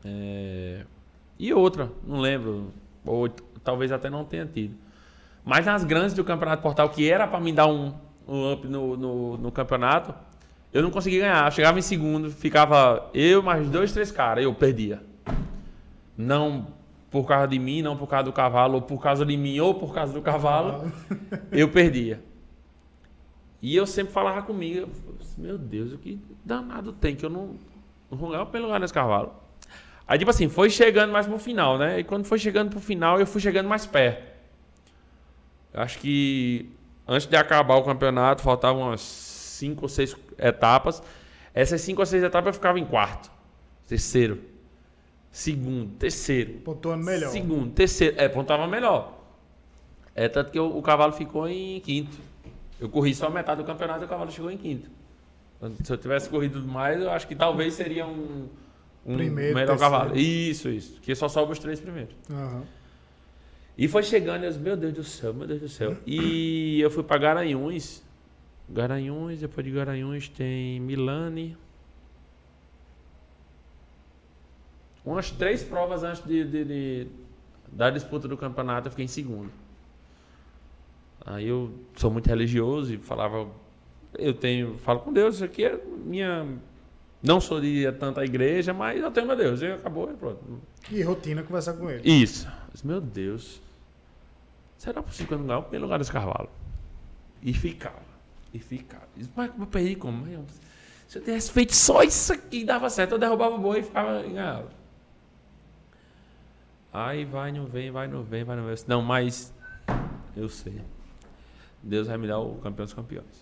É... E outra, não lembro. Ou talvez até não tenha tido. Mas nas grandes do Campeonato Portal, que era para me dar um, um up no, no, no campeonato, eu não conseguia ganhar. Eu chegava em segundo, ficava eu mais dois, três caras, eu perdia. Não por causa de mim, não por causa do cavalo, ou por causa de mim, ou por causa do cavalo, eu perdia. E eu sempre falava comigo, eu falava, meu Deus, o que danado tem que eu não, não vou ganhar pelo lugar nesse cavalo. Aí, tipo assim, foi chegando mais pro final, né? E quando foi chegando pro final, eu fui chegando mais perto. Eu acho que antes de acabar o campeonato, faltavam umas cinco ou seis etapas. Essas cinco ou seis etapas eu ficava em quarto, terceiro, segundo, terceiro. Pontuando melhor. Segundo, terceiro. É, pontuava melhor. É tanto que o, o cavalo ficou em quinto. Eu corri só metade do campeonato e o cavalo chegou em quinto. Se eu tivesse corrido mais, eu acho que talvez seria um, um Primeiro, melhor terceiro. cavalo. Isso, isso. Que só sobra os três primeiros. Uhum. E foi chegando, eu disse, meu Deus do céu, meu Deus do céu. E eu fui para Garanhuns. Garanhuns, depois de Garanhuns tem Milane. Umas três provas antes de, de, de, da disputa do campeonato, eu fiquei em segundo. Aí eu sou muito religioso e falava, eu tenho, falo com Deus, isso aqui é minha... Não sou de tanta igreja, mas eu tenho meu Deus. E acabou, e pronto. E rotina conversar com ele. Isso. Meu Deus. Será possível que eu não ganhe o primeiro lugar desse cavalo? E ficava. E ficava. Mas eu perdi como? Se eu tivesse feito só isso aqui, dava certo. Eu derrubava o boi e ficava e ganhava. Aí vai, não vem, vai, não vem, vai, não vem. Não, mas eu sei. Deus vai me dar o campeão dos campeões.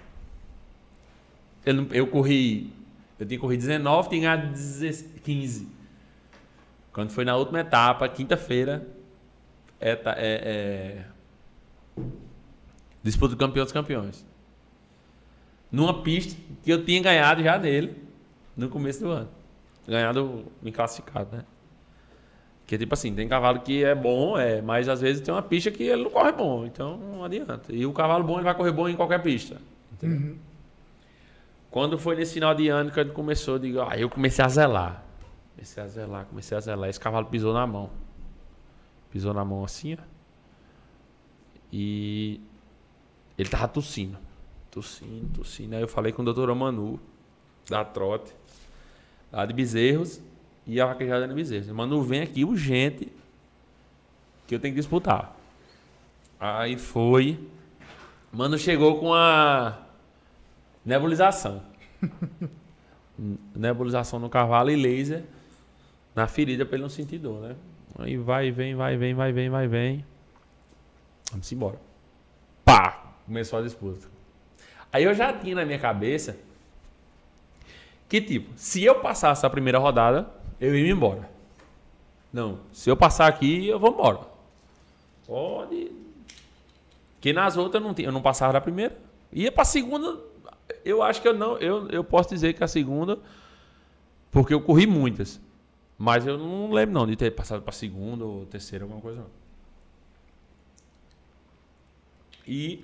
Eu, não- eu corri... Eu tinha corrido dezenove, tinha ganhado quinze. Quando foi na última etapa, quinta-feira, é, tá- é, é disputa do campeão dos campeões. Numa pista que eu tinha ganhado já dele no começo do ano. Ganhado, me classificado, né? Porque, tipo assim, tem cavalo que é bom, é, mas às vezes tem uma pista que ele não corre bom, então não adianta. E o cavalo bom, ele vai correr bom em qualquer pista. Entendeu? Uhum. Quando foi nesse final de ano que ele começou, eu digo, aí eu comecei a zelar. Comecei a zelar, comecei a zelar. Esse cavalo pisou na mão. Pisou na mão assim, ó. E ele tava tossindo. Tossindo, tossindo. Aí eu falei com o doutor Manu, da Trote, lá de Bezerros, e a vaquejada de Bezerros. Manu, vem aqui urgente, que eu tenho que disputar. Aí foi. Mano chegou com a nebulização. Nebulização no cavalo e laser na ferida para ele não sentir dor, né? Aí vai, vem, vai, vem, vai, vem, vai, vem. Vamos embora. Pá! Começou a disputa. Aí eu já tinha na minha cabeça que, tipo, se eu passasse a primeira rodada, eu ia embora. Não, se eu passar aqui, eu vou embora. Pode. Porque nas outras eu não, tinha, eu não passava da primeira. Ia pra segunda. Eu acho que eu não. Eu, eu posso dizer que a segunda. Porque eu corri muitas. Mas eu não lembro não de ter passado pra segunda ou terceira, alguma coisa não. E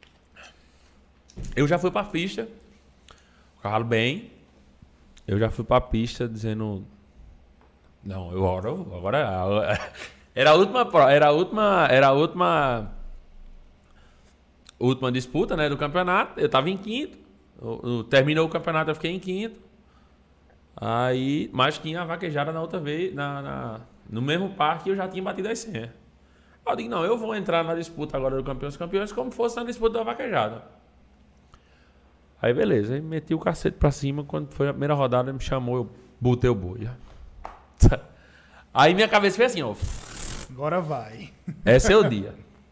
eu já fui pra pista. O cavalo bem. Eu já fui pra pista dizendo. Não, eu agora. agora era a última. pro- Era a última. Era a última. Última disputa, né, do campeonato. Eu tava em quinto. O- o- Terminou o campeonato, eu fiquei em quinto. Aí, mas tinha a vaquejada na outra vez, na, na- no mesmo parque, eu já tinha batido as cem. Aí eu digo, não, eu vou entrar na disputa agora do campeão dos campeões como fosse na disputa da vaquejada. Aí beleza, aí meti o cacete pra cima. Quando foi a primeira rodada, ele me chamou, eu botei o boi. Aí minha cabeça foi assim, ó. Agora vai. Esse é o dia.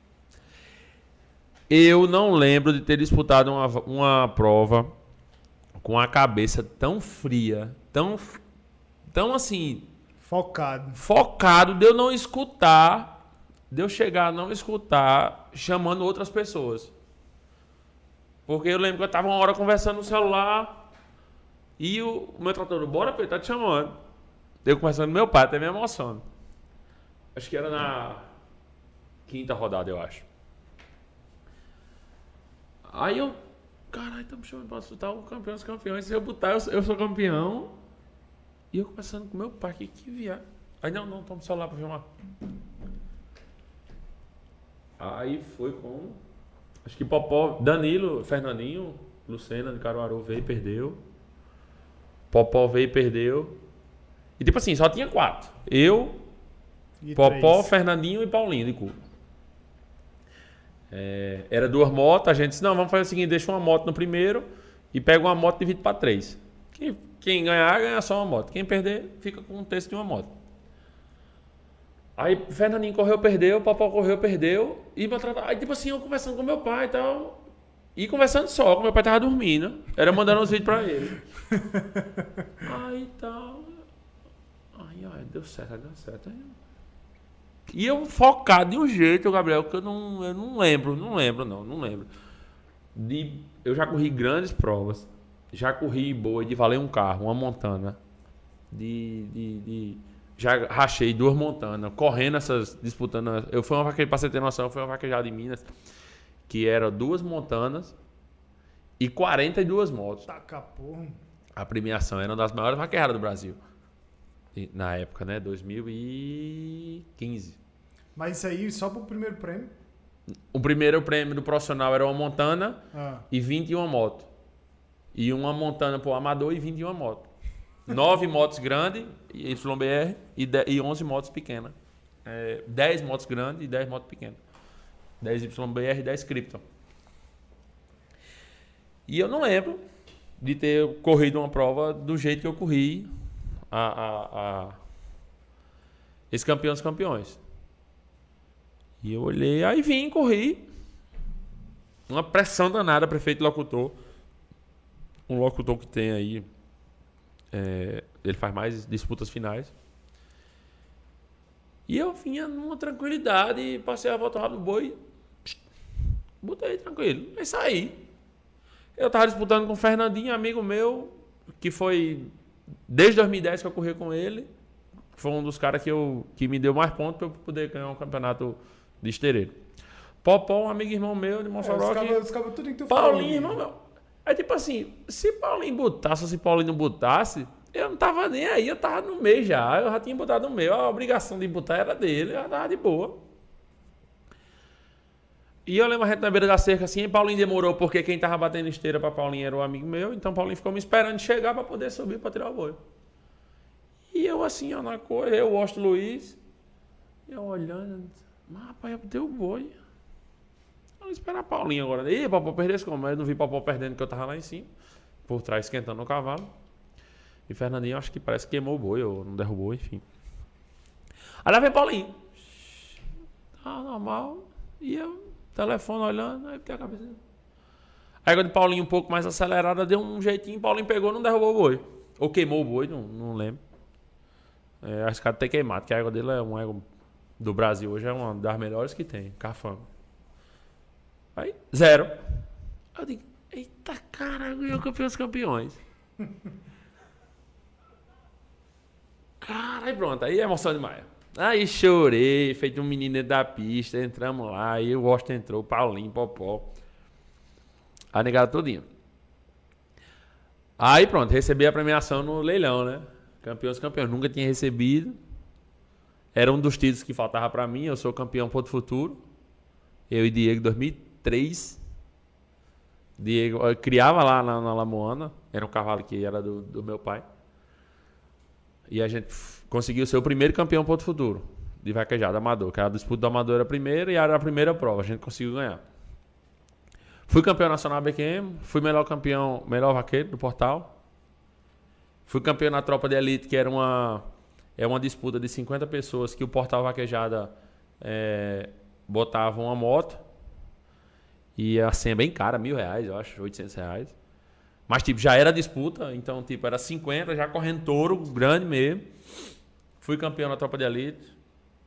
Eu não lembro de ter disputado uma, uma prova com a cabeça tão fria, tão, tão assim, Focado. focado de eu não escutar, de eu chegar a não escutar, chamando outras pessoas. Porque eu lembro que eu estava uma hora conversando no celular e o, o meu trator, bora, Pedro, tá te chamando. Eu conversando com meu pai, até me emocionando. Acho que era na quinta rodada, eu acho. Aí eu, caralho, tá me chamando pra disputar o campeão dos campeões. Se eu botar, eu, eu sou campeão E eu conversando com meu pai, que, que viagem. Aí, não, não, toma o celular pra filmar. Aí foi com... Acho que Popó, Danilo, Fernandinho, Lucena de Caruaru veio e perdeu. Popó veio e perdeu. E tipo assim, só tinha quatro. Eu, e Popó, três. Fernandinho e Paulinho de Cuba. É, era duas motos, a gente disse, não, vamos fazer o seguinte, deixa uma moto no primeiro e pega uma moto e divide para três. Quem, quem ganhar, ganha só uma moto. Quem perder, fica com um terço de uma moto. Aí Fernandinho correu, perdeu, Popó correu, perdeu. E aí tipo assim, eu conversando com meu pai e tal. E conversando só, com meu pai tava dormindo. Era mandando os vídeos pra ele. Aí tal. Aí, ó, deu certo, deu certo. Aí, e eu focado de um jeito, Gabriel, que eu não, eu não lembro, não lembro, não, não lembro. De, eu já corri grandes provas. Já corri boi de valer um carro, uma montana. De. de, de já rachei duas montanas, correndo essas, disputando. Eu fui uma vaquejada, pra você ter noção, foi uma vaquejada em Minas, que era duas montanas e quarenta e duas motos. Taca porra. A premiação era uma das maiores vaquejadas do Brasil. Na época, né? dois mil e quinze. Mas isso aí só pro primeiro prêmio? O primeiro prêmio do profissional era uma montana ah. e vinte e uma motos. E uma montana pro amador e vinte e uma motos. Nove motos grandes, Y B R, e onze motos pequenas. É, dez motos grandes e dez motos pequenas. dez Y B R e dez Krypton. E eu não lembro de ter corrido uma prova do jeito que eu corri a, a, a esse campeão dos campeões. E eu olhei, aí vim, corri. Uma pressão danada, prefeito locutor. Um locutor que tem aí, é, ele faz mais disputas finais. E eu vinha numa tranquilidade, passei a volta rápido do boi, botei tranquilo, aí saí. Eu tava disputando com o Fernandinho, amigo meu, que foi desde dois mil e dez que eu corri com ele. Foi um dos caras que, eu, que me deu mais pontos para eu poder ganhar um campeonato de estereiro. Popó, um amigo irmão meu de Mossoró. É, os cabos tudo que tu Paulinho, irmão meu. É tipo assim, se Paulinho botasse ou se Paulinho não botasse, eu não tava nem aí, eu tava no meio já. Eu já tinha botado no meio, a obrigação de botar era dele, eu já tava de boa. E eu lembro a gente na beira da cerca assim, e Paulinho demorou porque quem tava batendo esteira pra Paulinho era o amigo meu, então Paulinho ficou me esperando chegar pra poder subir pra tirar o boi. E eu assim, ó, na cor, eu, o Osto Luiz, eu olhando, mas rapaz, eu botei o boi. Eu vou esperar Paulinho agora. Ih, Popó perdesse como? Eu não vi Popó perdendo que eu tava lá em cima, por trás esquentando o cavalo. E Fernandinho, acho que parece que queimou o boi, ou não derrubou, enfim. Aí lá vem Paulinho. Tá normal. E eu, telefone olhando, aí tem a cabeça. Aí quando Paulinho um pouco mais acelerada, deu um jeitinho, Paulinho pegou, não derrubou o boi. Ou queimou o boi, não, não lembro. É, acho que até queimado, porque a égua dele é uma égua do Brasil hoje, é uma das melhores que tem, Cafanga. Aí, zero. Eu digo, eita caralho, ganhou o campeão dos campeões. Cara, aí pronto, aí é emoção demais. Aí chorei, feito um menino dentro da pista, entramos lá, aí o Washington entrou, Paulinho, Popó. A negada todinha. Aí pronto, recebi a premiação no leilão, né? Campeão dos campeões, nunca tinha recebido. Era um dos títulos que faltava pra mim, eu sou campeão Ponto Futuro. Eu e Diego, dois mil e três. Diego, eu criava lá na, na Lamoana, era um cavalo que era do, do meu pai. E a gente conseguiu ser o primeiro campeão Ponto Futuro de vaquejada amador, que era a disputa do amador era a primeira e era a primeira prova, a gente conseguiu ganhar. Fui campeão nacional B Q M, fui melhor campeão, melhor vaqueiro do Portal. Fui campeão na tropa de elite, que era uma, é uma disputa de cinquenta pessoas que o Portal Vaquejada é, botava uma moto. E a senha bem cara, mil reais, eu acho, oitocentos reais. Mas, tipo, já era disputa, então, tipo, era cinquenta, já correndo touro, grande mesmo. Fui campeão na tropa de elite.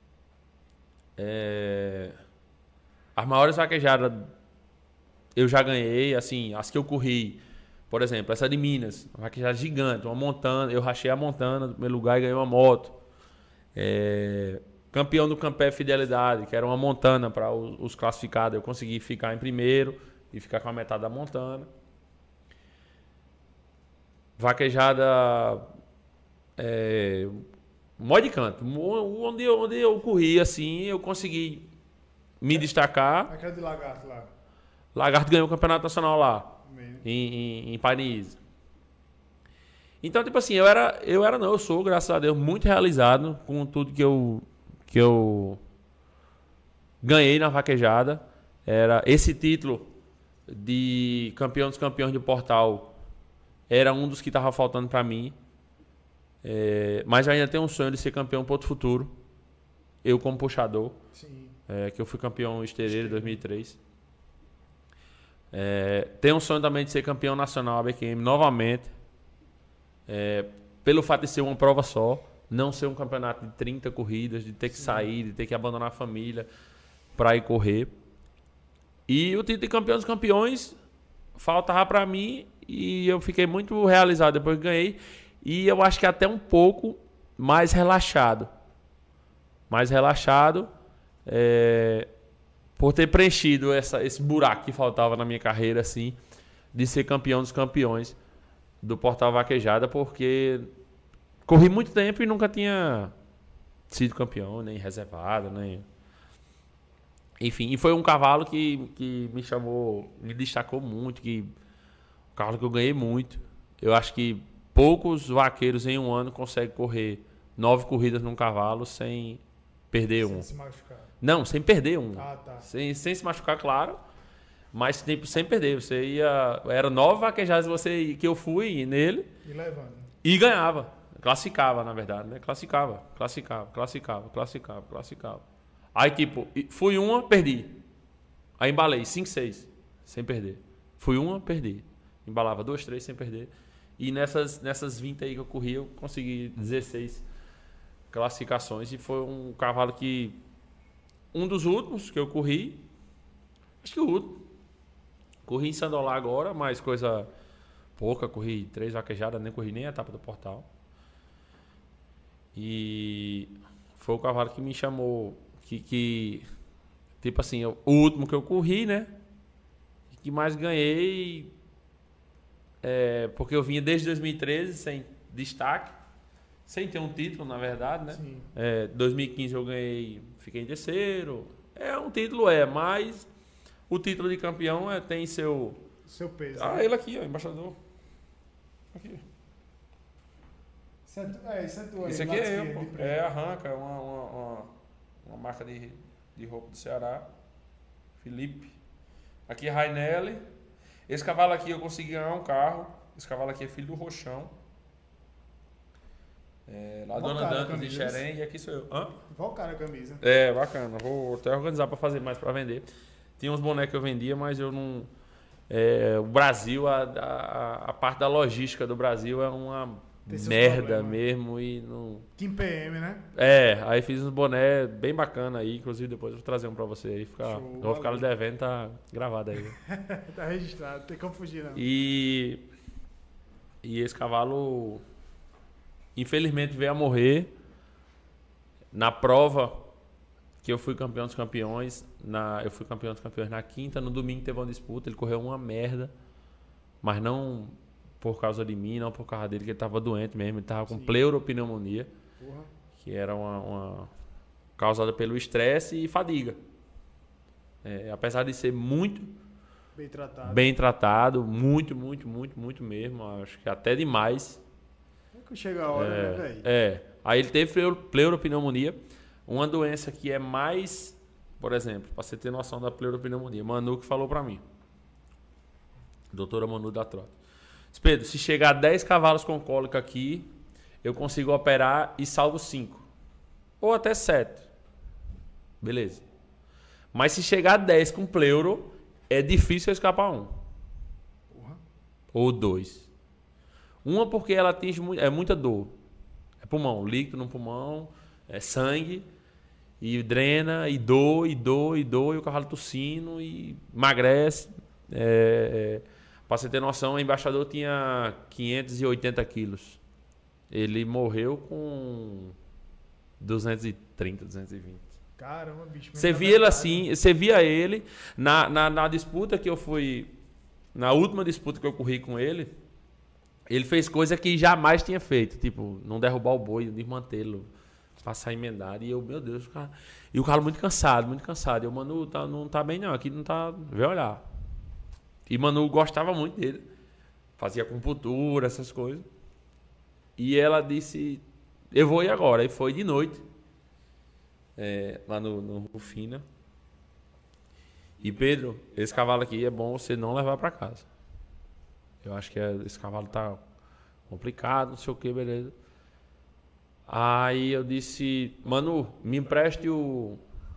É... As maiores vaquejadas eu já ganhei, assim, as que eu corri, por exemplo, essa de Minas, uma vaquejada gigante, uma montana, eu rachei a montana do primeiro lugar e ganhei uma moto. É... Campeão do Campé Fidelidade, que era uma montana para os, os classificados, eu consegui ficar em primeiro e ficar com a metade da montana. Vaquejada É, mó de canto. Onde eu, onde eu corri, assim, eu consegui me destacar. Aquela de Lagarto lá. Lagarto ganhou o campeonato nacional lá, Bem. em, em, em Paris. Então, tipo assim, eu era, eu era não, eu sou, graças a Deus, muito realizado com tudo que eu, que eu ganhei na vaquejada. Era esse título de campeão dos campeões do Portal era um dos que estava faltando para mim. É, mas eu ainda tenho um sonho de ser campeão para outro futuro. Eu como puxador. Sim. É, que eu fui campeão estereiro em dois mil e três. É, tenho um sonho também de ser campeão nacional A B Q M novamente. É, pelo fato de ser uma prova só, não ser um campeonato de trinta corridas, de ter que Sim. sair, de ter que abandonar a família para ir correr. E o título de campeão dos campeões faltava para mim e eu fiquei muito realizado depois que ganhei. E eu acho que até um pouco mais relaxado. Mais relaxado é, por ter preenchido essa, esse buraco que faltava na minha carreira, assim, de ser campeão dos campeões do Portal Vaquejada, porque corri muito tempo e nunca tinha sido campeão, nem reservado, nem... Enfim, e foi um cavalo que, que me chamou, me destacou muito, que um cavalo que eu ganhei muito. Eu acho que poucos vaqueiros em um ano conseguem correr nove corridas num cavalo sem perder sem um. se machucar. Não, sem perder um. Ah, tá. Sem, sem se machucar, claro. Mas tipo, sem perder. Você ia. Era nove vaquejadas você, que eu fui nele. E levando. E ganhava. Classificava, na verdade, né? Classificava, classificava, classificava, classificava, classificava. Aí, tipo, fui uma, perdi. Aí embalei, cinco, seis, sem perder. Fui uma, perdi. Embalava duas, três, sem perder. E nessas, nessas vinte aí que eu corri, eu consegui dezesseis classificações. E foi um cavalo que... Um dos últimos que eu corri, acho que o último. Corri em Sandolá agora, mas coisa pouca. Corri três vaquejadas, nem corri nem a etapa do Portal. E foi o cavalo que me chamou... Que, que, tipo assim, o último que eu corri, né? Que mais ganhei, é, porque eu vinha desde dois mil e treze sem destaque, sem ter um título, na verdade, né? Sim. É, dois mil e quinze eu ganhei, fiquei em terceiro. É, um título é, mas o título de campeão é, tem seu... Seu peso. Ah, né? ele aqui, ó, embaixador. Aqui. Isso é, é, isso é tu aí. Esse aqui lado é eu, esquerdo, pô. de preto. É, arranca, é uma... uma, uma Uma marca de, de roupa do Ceará. Felipe. Aqui é Rainelli. Esse cavalo aqui eu consegui ganhar um carro. Esse cavalo aqui é filho do Roxão. É, lá Dona Dantas de Xerém. E aqui sou eu. Hã? Qual cara a camisa? É, bacana. Vou até organizar para fazer mais para vender. Tinha uns bonecos que eu vendia, mas eu não... É, o Brasil, a, a, a parte da logística do Brasil é uma... merda mesmo e não... Kim P M, né? É, aí fiz uns boné bem bacana aí, inclusive depois eu vou trazer um pra você aí, ficar, Show, não vou ficar lhe devendo, tá gravado aí. Tá registrado, não tem como fugir não. E, e esse cavalo, infelizmente, veio a morrer na prova que eu fui campeão dos campeões, na, eu fui campeão dos campeões na quinta, no domingo teve uma disputa, ele correu uma merda, mas não... por causa de mim, não por causa dele, que ele estava doente mesmo, ele estava com Sim. pleuropneumonia, Porra. que era uma, uma causada pelo estresse e fadiga. É, apesar de ser muito bem tratado. bem tratado, muito, muito, muito, muito mesmo, acho que até demais. É que chega a hora, é, né, velho? É, aí ele teve pleuropneumonia, uma doença que é mais, por exemplo, para você ter noção da pleuropneumonia, Manu que falou para mim, doutora Manu da Trota. Pedro, se chegar a dez cavalos com cólica aqui, eu consigo operar e salvo cinco. Ou até sete. Beleza. Mas se chegar a dez com pleuro, é difícil escapar um. Porra. Ou dois. Uma porque ela atinge muito, é muita dor. É pulmão, líquido no pulmão, é sangue, e drena, e dor, e dor, e dor, e o cavalo tossindo, e emagrece. É... é Para você ter noção, o embaixador tinha quinhentos e oitenta quilos. Ele morreu com duzentos e trinta, duzentos e vinte. Caramba, bicho. Você via ele assim, você via ele na, na, na disputa que eu fui, na última disputa que eu corri com ele, Ele fez coisa que jamais tinha feito. Tipo, não derrubar o boi, desmantê-lo, passar emendado. E eu, meu Deus, o cara... E o cara muito cansado, muito cansado. E eu, Manu, tá, não tá bem não, aqui não tá... Vê olhar. E Manu gostava muito dele. Fazia acupuntura, essas coisas. E ela disse, eu vou ir agora. E foi de noite. É, lá no, no Rufina. E Pedro, esse cavalo aqui é bom você não levar pra casa. Eu acho que é, esse cavalo tá complicado, não sei o que, beleza. Aí eu disse, Manu, me empreste o,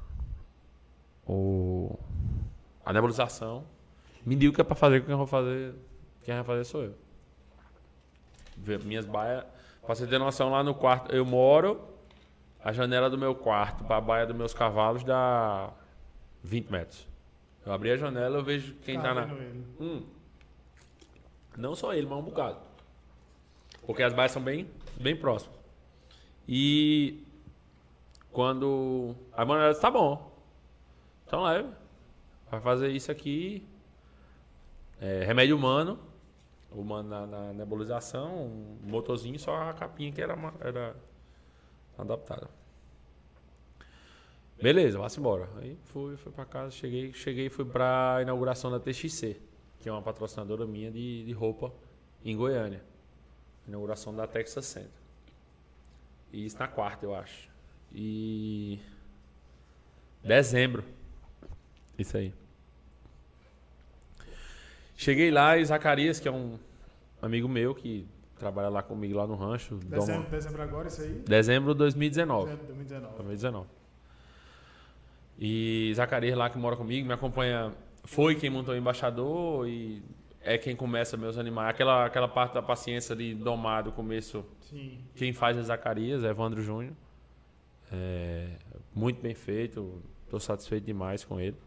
o a nebulização. Me diga o que é pra fazer, o que eu vou fazer. Quem vai fazer sou eu. Minhas baias, pra você ter noção, lá no quarto, eu moro, a janela do meu quarto pra baia dos meus cavalos dá vinte metros. Eu abri a janela, eu vejo quem tá, tá na... Hum. Não só ele, mas um bocado. Porque as baias são bem, bem próximas. E quando... A Manuela disse, tá bom. Então leve. Vai fazer isso aqui. É, remédio humano. Humano na, na nebulização. Um motorzinho, só a capinha que era, era adaptada. Beleza, vá-se embora. Aí fui, fui pra casa, cheguei, cheguei e fui pra inauguração da T X C, que é uma patrocinadora minha de, de roupa em Goiânia. Inauguração da Texas Center. E isso na quarta, eu acho. E... Dezembro. Isso aí. Cheguei lá e Zacarias, que é um amigo meu que trabalha lá comigo lá no rancho. Dezembro, dezembro agora, isso aí? Dezembro de dois mil e dezenove. dois mil e dezenove. dois mil e dezenove. E Zacarias lá que mora comigo, me acompanha, foi quem montou o embaixador e é quem começa meus animais. Aquela, aquela parte da paciência de domar do começo, sim. Quem faz é Zacarias, é Evandro Júnior. É, muito bem feito, estou satisfeito demais com ele.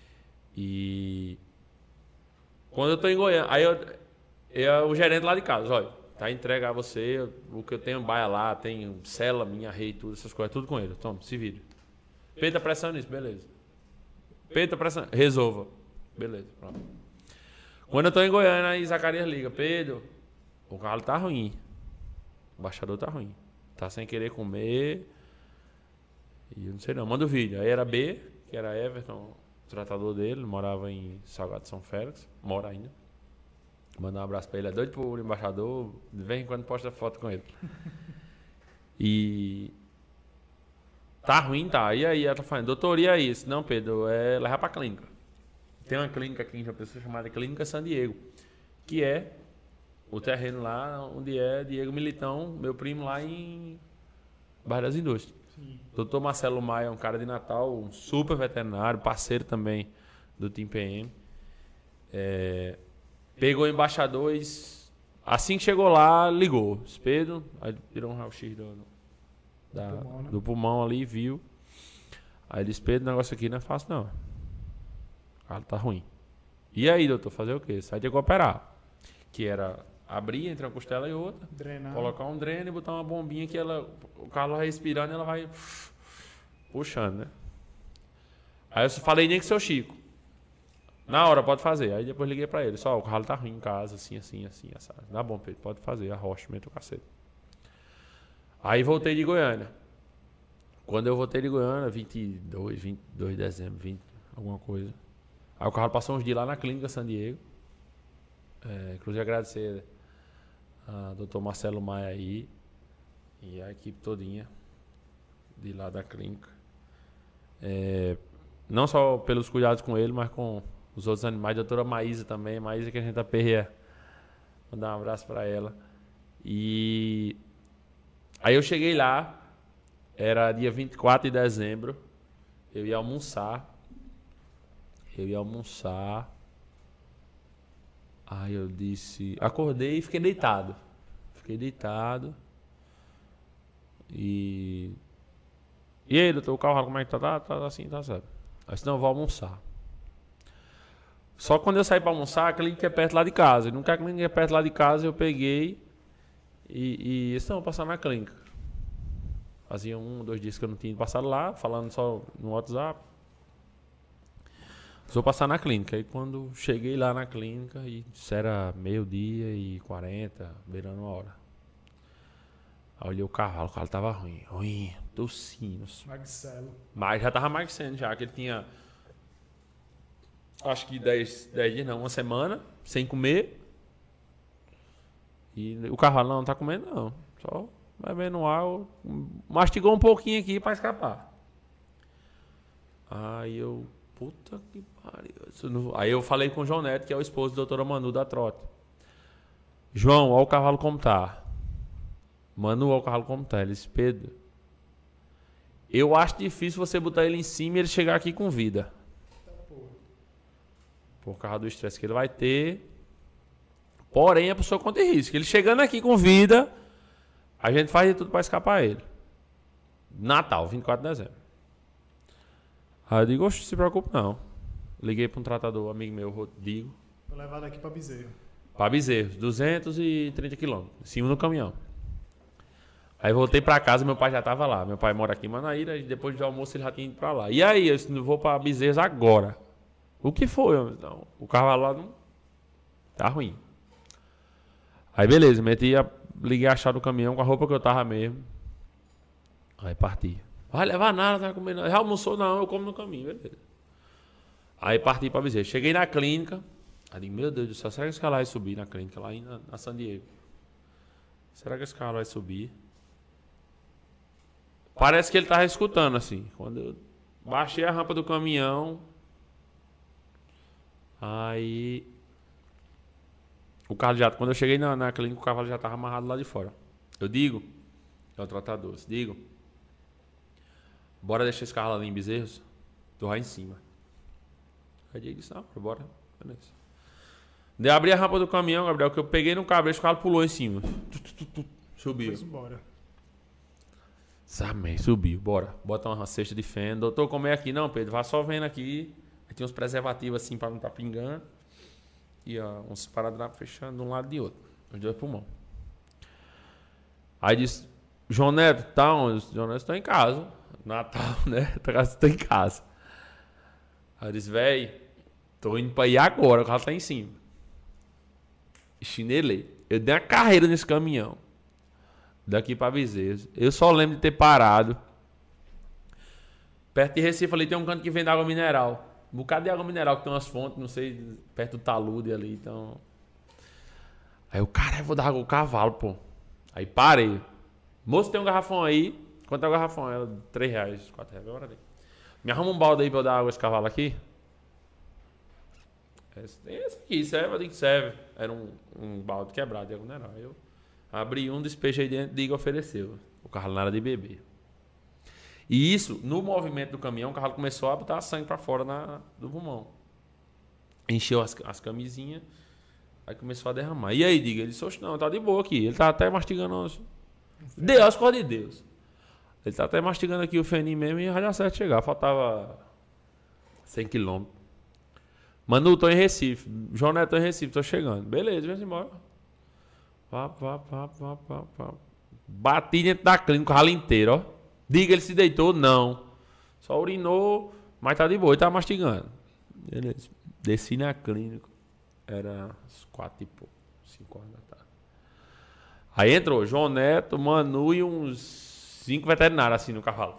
E quando eu estou em Goiânia, aí eu, eu, o gerente lá de casa, olha, tá entregue a você, o que eu tenho baia lá, tem cela, minha rei, tudo, essas coisas, tudo com ele. Toma, se vira. Peita pressão nisso, beleza. Peita pressão, resolva. Beleza, pronto. Quando eu tô em Goiânia, aí Zacarias liga, Pedro, o cavalo tá ruim. O baixador tá ruim. Tá sem querer comer. E eu não sei não, manda o vídeo. Aí era B, que era Everton, o tratador dele, morava em Salgado de São Félix, mora ainda. Manda um abraço pra ele, é doido pro embaixador, de vez em quando posta foto com ele. E... Tá ruim, tá. E aí, ela tá falando, doutor, e aí? Não, Pedro, é levar pra clínica. Tem uma clínica aqui em João Pessoa chamada Clínica San Diego, que é o terreno lá onde é Diego Militão, meu primo lá em Barra das Indústrias. Sim. doutor Marcelo Maia é um cara de Natal, um super veterinário, parceiro também do Team P M. É, pegou o embaixador e assim que chegou lá, ligou. Pedro, aí tirou um raio-x do, da, pulmão, né? do pulmão ali, viu. Aí ele disse, Pedro, o negócio aqui não é fácil não. O cara tá ruim. E aí, doutor, fazer o quê? Você vai ter que operar. Que era abrir entre uma costela e outra, drenar. Colocar um dreno e botar uma bombinha que ela, o cavalo vai respirando e ela vai puxando, né? Aí eu falei nem com o seu Chico. Na hora, pode fazer. Aí depois liguei pra ele. Só, o cavalo tá ruim em casa, assim, assim, assim, assim. Dá bom, Pedro, pode fazer. Arrocha, mete o cacete. Aí voltei de Goiânia. Quando eu voltei de Goiânia, vinte e dois, vinte e dois de dezembro, vinte, alguma coisa. Aí o cavalo passou uns dias lá na clínica San Diego. É, inclusive agradecer a doutor Marcelo Maia aí e a equipe todinha de lá da clínica. É, não só pelos cuidados com ele, mas com os outros animais. A doutora Maísa também, Maísa que a gente aperreia. Mandar um abraço para ela. E aí eu cheguei lá, era dia vinte e quatro de dezembro, eu ia almoçar. Eu ia almoçar. Aí eu disse... Acordei e fiquei deitado. Fiquei deitado. E... E aí, doutor, o cavalo como é que tá? Tá, tá assim, tá certo. Aí disse, não, eu vou almoçar. Só quando eu saí pra almoçar, a clínica é perto lá de casa. E não quer a clínica é perto lá de casa, eu peguei e... e disse, não, vou passar na clínica. Fazia um, dois dias que eu não tinha passado lá, falando só no WhatsApp. Vou passar na clínica. Aí quando cheguei lá na clínica, isso era meio-dia e quarenta, beirando a hora. Aí olhei o cavalo, o cavalo tava ruim, ruim, tossindo. Magcelo. Mas já tava emagrecendo já, que ele tinha, acho que dez dias não, uma semana, sem comer. E o cavalo não tá comendo não, só bebendo água, mastigou um pouquinho aqui pra escapar. Aí eu, puta que pariu. Aí eu falei com o João Neto, que é o esposo da doutora Manu da Trote. João, olha o cavalo como tá. Manu, olha o cavalo como tá. Ele disse, Pedro, eu acho difícil você botar ele em cima e ele chegar aqui com vida. Por causa do estresse que ele vai ter. Porém, a pessoa conta em risco. Ele chegando aqui com vida, a gente faz de tudo para escapar ele. Natal, vinte e quatro de dezembro. Aí eu digo, oxe, não se preocupe não. Liguei para um tratador, amigo meu, Rodrigo. Vou levar daqui para Bezerro. Para Bezerro, duzentos e trinta quilômetros, em cima do caminhão. Aí voltei para casa, meu pai já estava lá. Meu pai mora aqui em Manaíra, e depois do almoço ele já tinha ido para lá. E aí, eu disse, não vou para Bezerro agora. O que foi? Não, o cavalo lá não... tá ruim. Aí beleza, meti a... liguei a chave do caminhão com a roupa que eu tava mesmo. Aí parti. Vai levar nada, não vai comer nada. Já almoçou? Não, eu como no caminho, beleza. Aí parti pra Bezerro. Cheguei na clínica. Aí digo, meu Deus do céu, será que esse cara vai subir na clínica lá na, na San Diego? Será que esse cara vai subir? Parece que ele tava escutando assim. Quando eu baixei a rampa do caminhão, aí o cavalo já, quando eu cheguei na, na clínica, o cavalo já estava amarrado lá de fora. Eu digo, é o tratador, eu digo, bora deixar esse cavalo ali em Bezerros, tu vai em cima. Aí eu disse, não, bora, beleza. Daí eu abri a rampa do caminhão, Gabriel, que eu peguei no cabresto, o cavalo pulou em cima. Tu, tu, tu, tu, subiu. Foi embora. Amém, subiu, bora. Bota uma cesta de feno. Doutor, como é aqui? Não, Pedro, vá só vendo aqui. Aí tem uns preservativos assim para não estar tá pingando. E ó, uns paradrapos fechando de um lado e de outro. Os dois pulmões. Aí disse, João Neto, tá onde? João Neto, estou em casa. Natal, né? Estou em casa. Aí eu disse, velho, tô indo para ir agora, o carro tá em cima. Chinelei. Eu dei uma carreira nesse caminhão. Daqui para Bezerros. Eu só lembro de ter parado. Perto de Recife ali tem um canto que vende água mineral. Um bocado de água mineral que tem umas fontes, não sei, perto do talude ali, então... Aí eu, cara, eu vou dar água ao cavalo, pô. Aí parei. Moço, tem um garrafão aí. Quanto é o garrafão? É três reais, quatro reais. Agora ali. Me arruma um balde aí pra eu dar água a esse cavalo aqui. Esse, esse aqui, serve, eu digo que serve. Era um, um balde quebrado de água mineral. Aí eu abri um, despejei dentro, digo, ofereceu. O cavalo não era de beber. E isso, no movimento do caminhão, o cavalo começou a botar sangue pra fora na, do pulmão. Encheu as, as camisinhas, aí começou a derramar. E aí, diga, ele disse, oxe, não, tá de boa aqui. Ele tá até mastigando os... Deus, as coisas de Deus. Ele tá até mastigando aqui o feninho mesmo e já deu certo chegar. Faltava cem quilômetros. Manu, tô em Recife. João Neto, tô em Recife, tô chegando. Beleza, vem embora. Vá, vá, vá, vá, vá, vá. Bati dentro da clínica o ralo inteiro, ó. Diga, ele se deitou? Não. Só urinou, mas tá de boa, ele tá mastigando. Beleza. Desci na clínica. Era às quatro e pouco, cinco horas da tarde. Aí entrou João Neto, Manu e uns cinco veterinários assim no cavalo.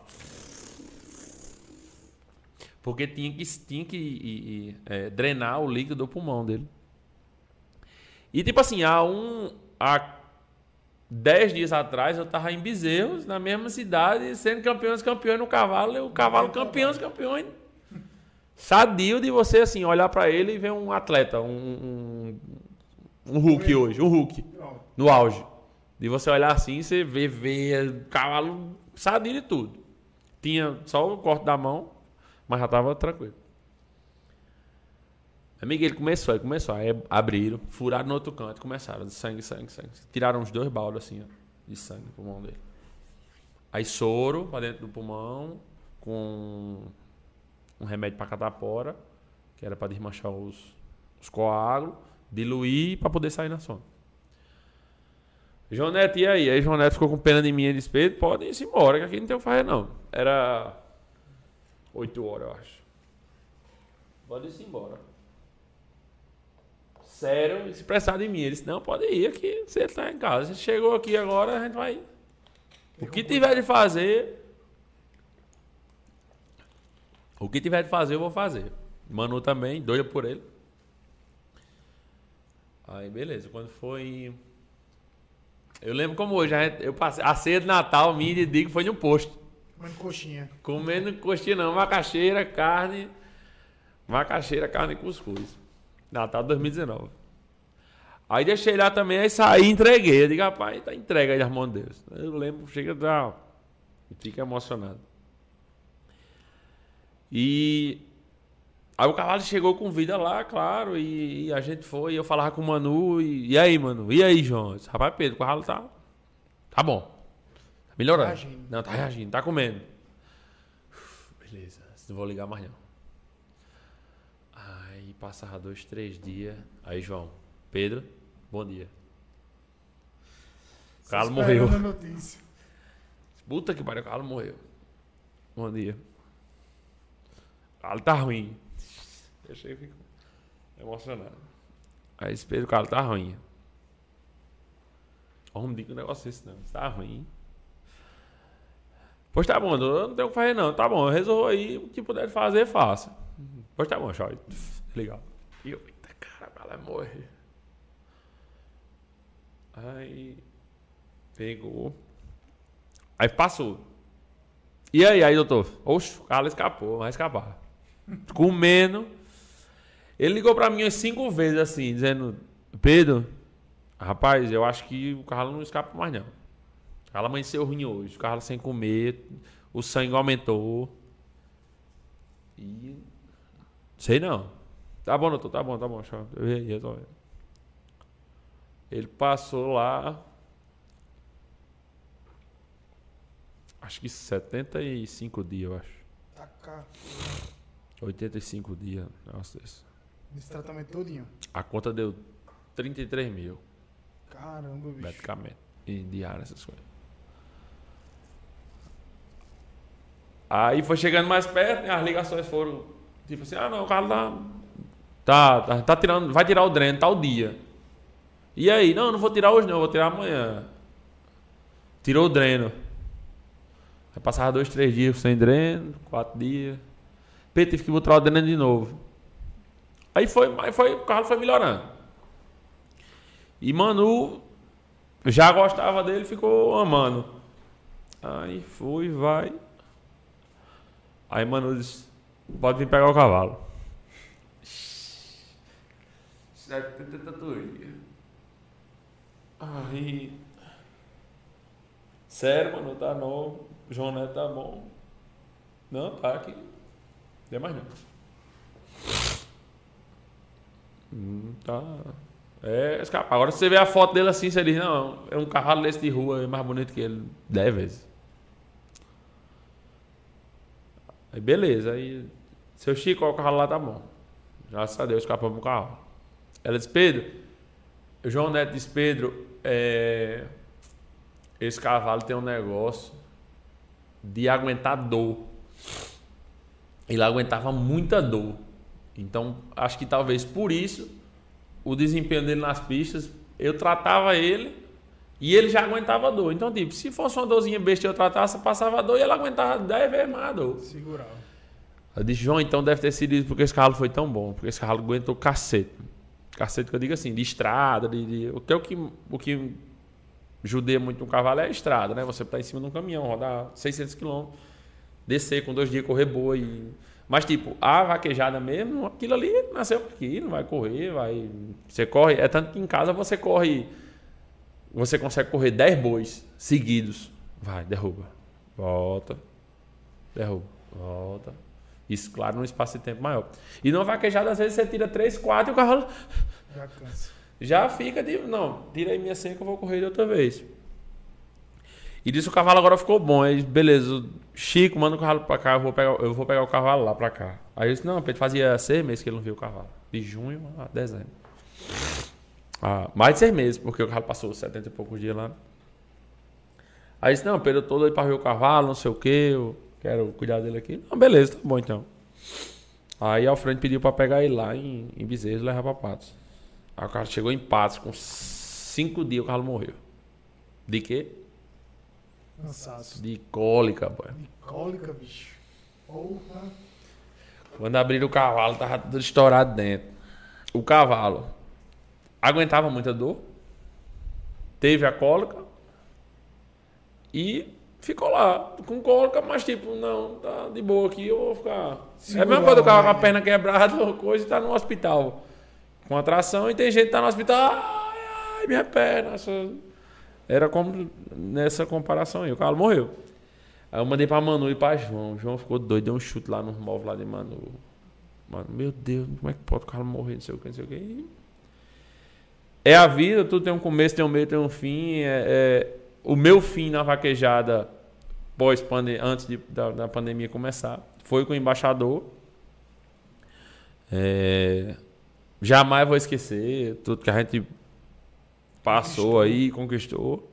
Porque tinha que, tinha que e, e, é, drenar o líquido do pulmão dele. E tipo assim, há um... Há dez dias atrás eu tava em Bezerros, na mesma cidade, sendo campeões campeões no cavalo, e o cavalo campeões campeões. Sadio de você assim, olhar pra ele e ver um atleta, um, um, um Hulk hoje, um Hulk, no auge. De você olhar assim, você vê, vê o cavalo sadio de tudo. Tinha só o corte da mão, mas já tava tranquilo. Amigo, ele começou, ele começou, aí abriram, furaram no outro canto, começaram, sangue, sangue, sangue. Tiraram uns dois baldes assim, ó, de sangue do pulmão dele. Aí soro pra dentro do pulmão, com um remédio pra catapora, que era pra desmanchar os, os coágulos, diluir pra poder sair na sonda. João Neto, e aí? Aí João Neto ficou com pena de mim e disse, Pedro, pode ir embora, que aqui não tem o que fazer não. Era oito horas, eu acho. pode ir embora. Sério, se pressar de mim. Ele disse, não, pode ir aqui, você está em casa. A gente chegou aqui agora, a gente vai... O que tiver de fazer... O que tiver de fazer, eu vou fazer. Manu também, doida por ele. Aí, beleza. Quando foi... Eu lembro como hoje, a, gente, eu passei, a ceia de Natal, minha de Digo, foi no posto. Comendo coxinha. Comendo coxinha não, macaxeira, carne... Macaxeira, carne e cuscuz. Natal dois mil e dezenove. Aí deixei lá também, aí saí e entreguei. Eu digo, rapaz, tá entregue aí das mãos de Deus. Eu lembro, chega a dar... Fica emocionado. E... Aí o cavalo chegou com vida lá, claro, e, e a gente foi, eu falava com o Manu, e, e aí, Manu? E aí, João? Eu disse, rapaz, Pedro, o cavalo tá... Tá bom. Tá melhorando. Tá reagindo. Não, tá reagindo, tá comendo. Uf, beleza, não vou ligar mais não. Aí passava dois, três dias. Aí, João, Pedro, bom dia. O cavalo morreu. Notícia. Puta que pariu, o cavalo morreu. Bom dia. O cavalo tá ruim. Deixei e fico emocionado. Aí esse Pedro, o cavalo tá ruim. Ó, não diga um negócio desse não. Tá ruim. Pois tá bom, eu não tenho o que fazer não. Tá bom, eu resolvo aí. O que puder fazer, faça. Pois tá bom, chove. Legal. E eu, eita cara, ela vai morrer. Aí pegou. Aí passou. E aí, aí, doutor? Oxe, o cavalo escapou, vai escapar. Comendo. Ele ligou pra mim umas cinco vezes assim, dizendo, Pedro, rapaz, eu acho que o cavalo não escapa mais não. O cavalo amanheceu ruim hoje, o cavalo sem comer, o sangue aumentou. E... Sei não. Tá bom, doutor, tá bom, tá bom. Eu resolvi. Ele passou lá... Acho que setenta e cinco dias, eu acho. Tá cá. oitenta e cinco dias, nossa Deus. Esse tratamento todinho. A conta deu trinta e três mil. Caramba, bicho. Medicamento. E diário, essas coisas. Aí foi chegando mais perto, né, as ligações foram tipo assim, ah não, o Carlos tá, tá, tá, tá tirando, vai tirar o dreno tal dia. E aí? Não, não vou tirar hoje não, eu vou tirar amanhã. Tirou o dreno. Aí passava dois, três dias sem dreno, quatro dias. Pedro teve que botar o dreno de novo. Aí foi, aí foi, o Carlos foi melhorando. E Manu já gostava dele, ficou amando. Aí fui, vai. Aí Manu disse, pode vir pegar o cavalo. setenta tatuinhas. Aí... Sério, Manu, tá novo. João Neto tá bom. Não, tá aqui. Não tem mais não. Hum, tá. É, escapa. Agora se você vê a foto dele assim, você diz, não, é um cavalo desse de rua, é mais bonito que ele. Dez vezes. Aí beleza, aí seu Chico, ó, o cavalo lá tá bom. Graças a Deus, escapamos o cavalo. Ela disse, Pedro, o João Neto disse, Pedro, é, esse cavalo tem um negócio de aguentar dor. Ele aguentava muita dor. Então, acho que talvez por isso, o desempenho dele nas pistas, eu tratava ele e ele já aguentava a dor. Então, tipo, se fosse uma dorzinha besta eu tratasse, passava a dor e ele aguentava dez vezes mais a dor. Segurava. Eu disse, João, então deve ter sido isso porque esse cavalo foi tão bom. Porque esse cavalo aguentou cacete. Cacete que eu digo assim, de estrada, de... de o, que é o, que, o que judia muito um cavalo é a estrada, né? Você tá em cima de um caminhão, rodar seiscentos quilômetros, descer com dois dias, correr boa e... Mas, tipo, a vaquejada mesmo, aquilo ali nasceu aqui, não vai correr, vai... Você corre... É tanto que em casa você corre... Você consegue correr dez bois seguidos. Vai, derruba. Volta. Derruba. Volta. Isso, claro, num espaço de tempo maior. E numa vaquejada, às vezes, você tira três, quatro e o cavalo... Já cansa. Já fica de... Não, tira aí minha senha que eu vou correr de outra vez. E disse o cavalo agora ficou bom. Aí, beleza, Chico, manda o cavalo pra cá, eu vou pegar, eu vou pegar o cavalo lá pra cá. Aí eu disse, não, Pedro, fazia seis meses que ele não viu o cavalo. De junho a dezembro. Ah, mais de seis meses, porque o cavalo passou setenta e poucos dias lá. Aí eu disse, não, Pedro, eu tô doido pra ver o cavalo, não sei o que, eu quero cuidar dele aqui. Não, beleza, tá bom então. Aí Alfredo pediu pra pegar ele lá em, em Bezerros e levar pra Patos. Aí o cara chegou em Patos, com cinco dias o Carlos morreu. De quê? Cansaço. De cólica, boy. De cólica, bicho. Porra. Quando abriram o cavalo, tava tudo estourado dentro. O cavalo aguentava muita dor, teve a cólica e ficou lá com cólica, mas tipo, não, tá de boa aqui, eu vou ficar... Segura, é a mesma coisa do carro com a perna quebrada, coisa, e tá no hospital com atração, e tem gente que tá no hospital, ai, ai, minha perna. Essa... Era como nessa comparação aí, o Carlos morreu. Aí eu mandei pra Manu e pra João. O João ficou doido, deu um chute lá nos móveis lá de Manu. Mano, meu Deus, como é que pode o Carlos morrer, não sei o que, não sei o que. É a vida, tudo tem um começo, tem um meio, tem um fim. É, é... O meu fim na vaquejada, pós -pande... antes de, da, da pandemia começar, foi com o embaixador. É... Jamais vou esquecer tudo que a gente passou conquistou. aí, conquistou.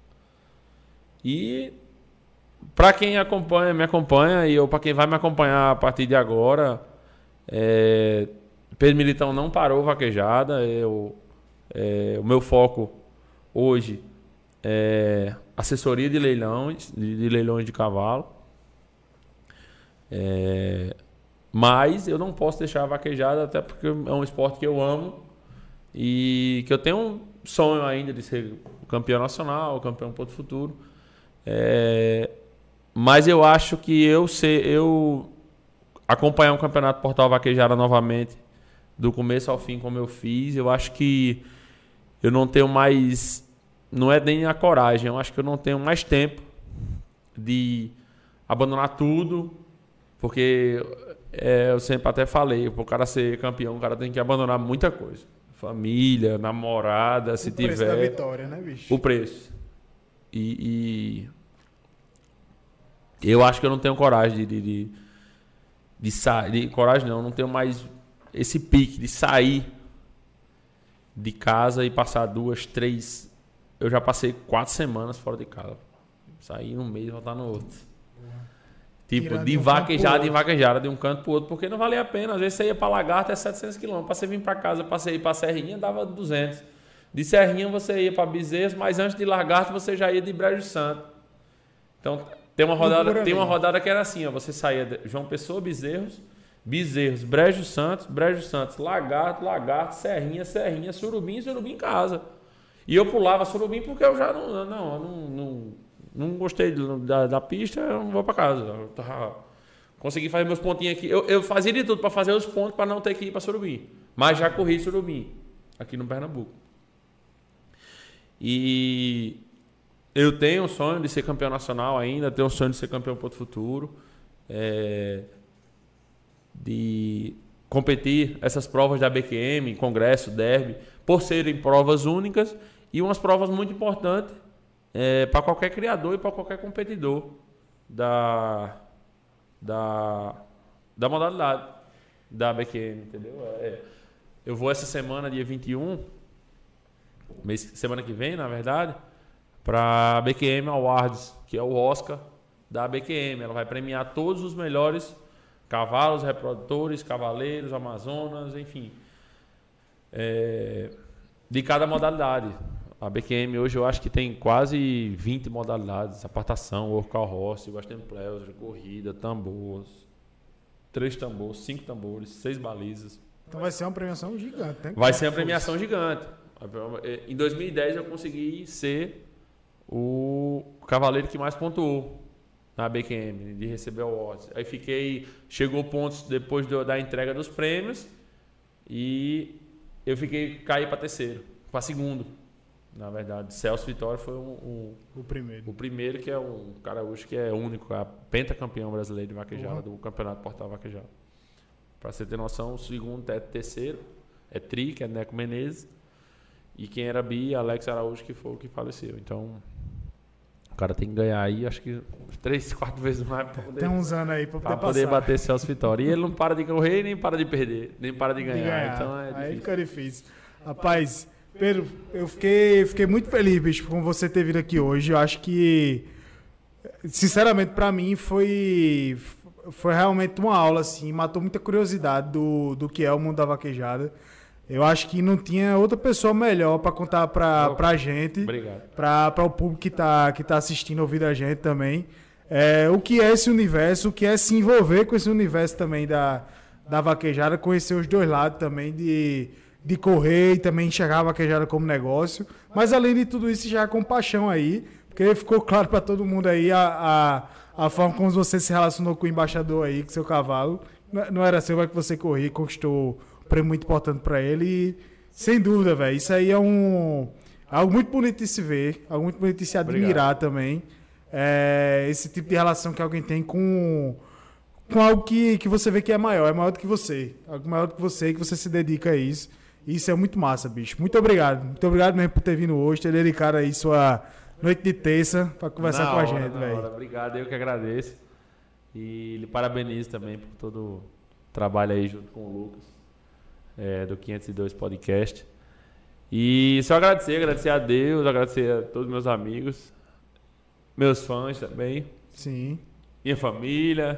E para quem acompanha, me acompanha, e eu para quem vai me acompanhar a partir de agora, é, Pedro Militão não parou vaquejada. Eu, é, o meu foco hoje é assessoria de leilões, de, de leilões de cavalo. É, mas eu não posso deixar a vaquejada, até porque é um esporte que eu amo e que eu tenho um sonho ainda de ser campeão nacional, campeão Ponto Futuro. É, mas eu acho que eu ser, eu acompanhar um campeonato Portal Vaquejada novamente, do começo ao fim, como eu fiz, eu acho que eu não tenho mais, não é nem a coragem, eu acho que eu não tenho mais tempo de abandonar tudo, porque é, eu sempre até falei, para o cara ser campeão, o cara tem que abandonar muita coisa. Família, namorada, se tiver... O preço da vitória, né, bicho? O preço. E, e eu acho que eu não tenho coragem de, de, de, de sair. Coragem não, eu não tenho mais esse pique de sair de casa e passar duas, três. Eu já passei quatro semanas fora de casa. Sair num mês e voltar no outro. Tipo, Tirando de vaquejada em vaquejada, de um canto pro outro, porque não valia a pena. Às vezes você ia pra Lagarta, é setecentos quilômetros. Pra você vir pra casa, pra você ir pra Serrinha, dava duzentos. De Serrinha você ia para Bezerros, mas antes de Lagarto você já ia de Brejo Santo. Então tem uma rodada, tem uma rodada que era assim, ó, você saía de João Pessoa, Bezerros, Bezerros, Brejo Santos, Brejo Santos, Lagarto, Lagarto, Serrinha, Serrinha, Surubim, Surubim em casa. E eu pulava Surubim porque eu já não, não, não, não, não gostei da, da pista, eu não vou para casa. Eu tava, consegui fazer meus pontinhos aqui. Eu, eu fazia de tudo para fazer os pontos para não ter que ir para Surubim, mas já corri Surubim aqui no Pernambuco. E eu tenho um sonho de ser campeão nacional ainda, tenho um sonho de ser campeão Ponto Futuro, é, de competir essas provas da B Q M, Congresso, Derby, por serem provas únicas e umas provas muito importantes é, para qualquer criador e para qualquer competidor da, da, da modalidade da B Q M, entendeu? É, eu vou essa semana, dia vinte e um, mês, semana que vem, na verdade, para a B Q M Awards, que é o Oscar da B Q M. Ela vai premiar todos os melhores cavalos, reprodutores, cavaleiros, amazonas, enfim, é, de cada modalidade. A B Q M hoje eu acho que tem quase vinte modalidades: apartação, workout horse, Western Pleasure, corrida, tambor, três tambores, cinco tambores, seis balizas. Então vai ser uma premiação gigante, né? Vai ser uma premiação gigante. Em dois mil e dez eu consegui ser o cavaleiro que mais pontuou na B Q M, de receber awards. Aí fiquei, chegou pontos depois do, da entrega dos prêmios e eu fiquei, caí para terceiro, para segundo, na verdade. Celso Vitória foi um, um, o primeiro. O primeiro, que é um cara hoje que é único, a pentacampeão brasileiro de vaquejada, uhum, do Campeonato Portal Vaquejada. Para você ter noção, o segundo é terceiro, é Tri, que é Neco Menezes. E quem era bi, Alex Araújo, que foi o que faleceu. Então, o cara tem que ganhar aí, acho que três, quatro vezes mais para poder, tem uns anos aí para poder, poder bater Celso Vitória. E ele não para de correr, nem para de perder, nem para de ganhar. De ganhar. Então é difícil. Aí fica difícil. Rapaz, Pedro, eu fiquei, fiquei muito feliz, bicho, com você ter vindo aqui hoje. Eu acho que, sinceramente, para mim foi... foi realmente uma aula, assim, matou muita curiosidade do, do que é o mundo da vaquejada. Eu acho que não tinha outra pessoa melhor para contar para pra gente, Obrigado. para o público que está que tá assistindo, ouvindo a gente também, é, o que é esse universo, o que é se envolver com esse universo também da, da vaquejada, conhecer os dois lados também de, de correr e também enxergar a vaquejada como negócio. Mas além de tudo isso, já com paixão aí, porque ficou claro para todo mundo aí a, a, a forma como você se relacionou com o embaixador aí, com seu cavalo. Não era seu, é que você corria e conquistou prêmio muito importante para ele e, sem dúvida, velho, isso aí é um algo muito bonito de se ver, algo muito bonito de se admirar. Obrigado. Também, é, esse tipo de relação que alguém tem com, com algo que, que você vê que é maior, é maior do que você, algo maior do que você, que você se dedica a isso, e isso é muito massa, bicho. Muito obrigado, muito obrigado mesmo por ter vindo hoje, ter dedicado aí sua noite de terça para conversar na com hora, a gente, velho. Obrigado, eu que agradeço e lhe parabenizo também por todo o trabalho aí junto com o Lucas. É, do quinhentos e dois Podcast. E só agradecer, agradecer a Deus, agradecer a todos os meus amigos, meus fãs também. Sim. Minha família.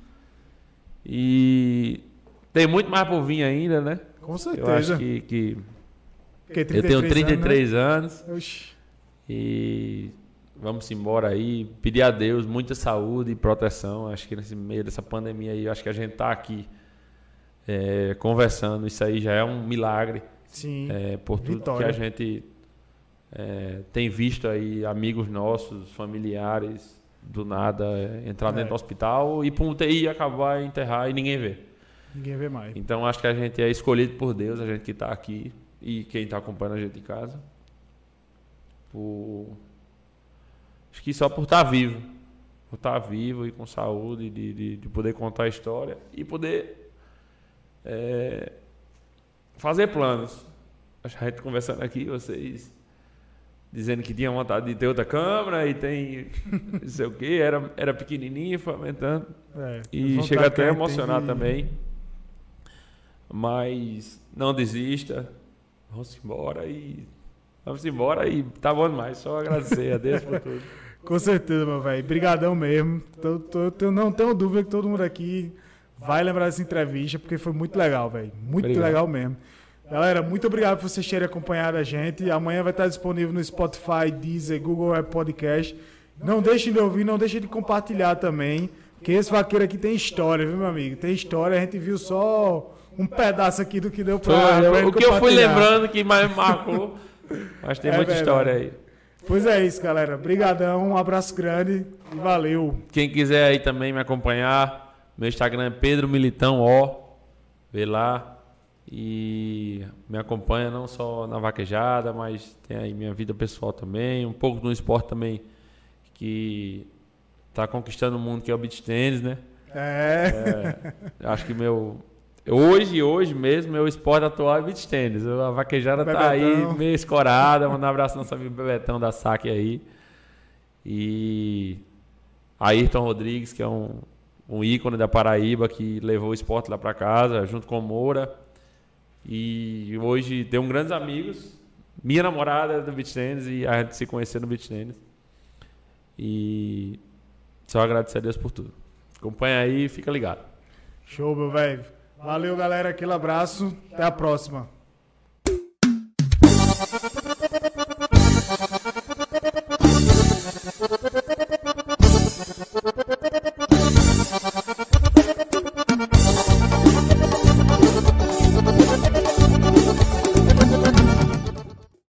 E tem muito mais por vir ainda, né? Com certeza. Eu acho que, que que eu tenho trinta e três anos. Né? Oxi. E vamos embora aí. Pedir a Deus muita saúde e proteção. Acho que nesse meio dessa pandemia aí, acho que a gente tá aqui É, conversando, isso aí já é um milagre. Sim, é, por tudo vitória. Que a gente é, tem visto aí amigos nossos, familiares do nada é, entrar é. dentro do hospital e para um U T I acabar, enterrar e ninguém vê. Ninguém vê mais. Então acho que a gente é escolhido por Deus, a gente que está aqui e quem está acompanhando a gente em casa, por... acho que só por estar tá vivo, por estar tá vivo e com saúde, de, de, de poder contar a história e poder É, fazer planos. A gente conversando aqui, vocês dizendo que tinha vontade de ter outra câmera e tem não sei o que, era, era pequenininho, foi aumentando. É, e chega até a emocionar de... também. Mas não desista, vamos embora e vamos embora e tá bom demais. Só agradecer a Deus por tudo. Com certeza, meu velho. Brigadão mesmo. Tô, tô, tô, não tenho dúvida que todo mundo aqui vai lembrar dessa entrevista, porque foi muito legal, velho. Muito obrigado. Legal mesmo. Galera, muito obrigado por vocês terem acompanhado a gente. Amanhã vai estar disponível no Spotify, Deezer, Google Web Podcast. Não deixem de ouvir, não deixem de compartilhar também, porque esse vaqueiro aqui tem história, viu, meu amigo? Tem história, a gente viu só um pedaço aqui do que deu pra, foi, pra O que eu fui lembrando que mais marcou, mas tem é muita verdade. História aí. Pois é isso, galera. Obrigadão, um abraço grande e valeu. Quem quiser aí também me acompanhar, meu Instagram é Pedro Militão, ó. Vê lá. E me acompanha não só na vaquejada, mas tem aí minha vida pessoal também. Um pouco no esporte também que tá conquistando o mundo, que é o beach tennis, né? É. é acho que meu... Hoje, hoje mesmo, meu esporte atual é beach tennis. A vaquejada Bebetão. Tá aí meio escorada. Manda um abraço ao nosso amigo Bebetão da Saque aí. E Ayrton Rodrigues, que é um... um ícone da Paraíba que levou o esporte lá para casa, junto com o Moura. E hoje tem um grandes amigos. Minha namorada é do beach tennis e a gente se conheceu no beach tennis. E só agradecer a Deus por tudo. Acompanha aí e fica ligado. Show, meu velho. Valeu, galera. Aquele abraço. Até a próxima.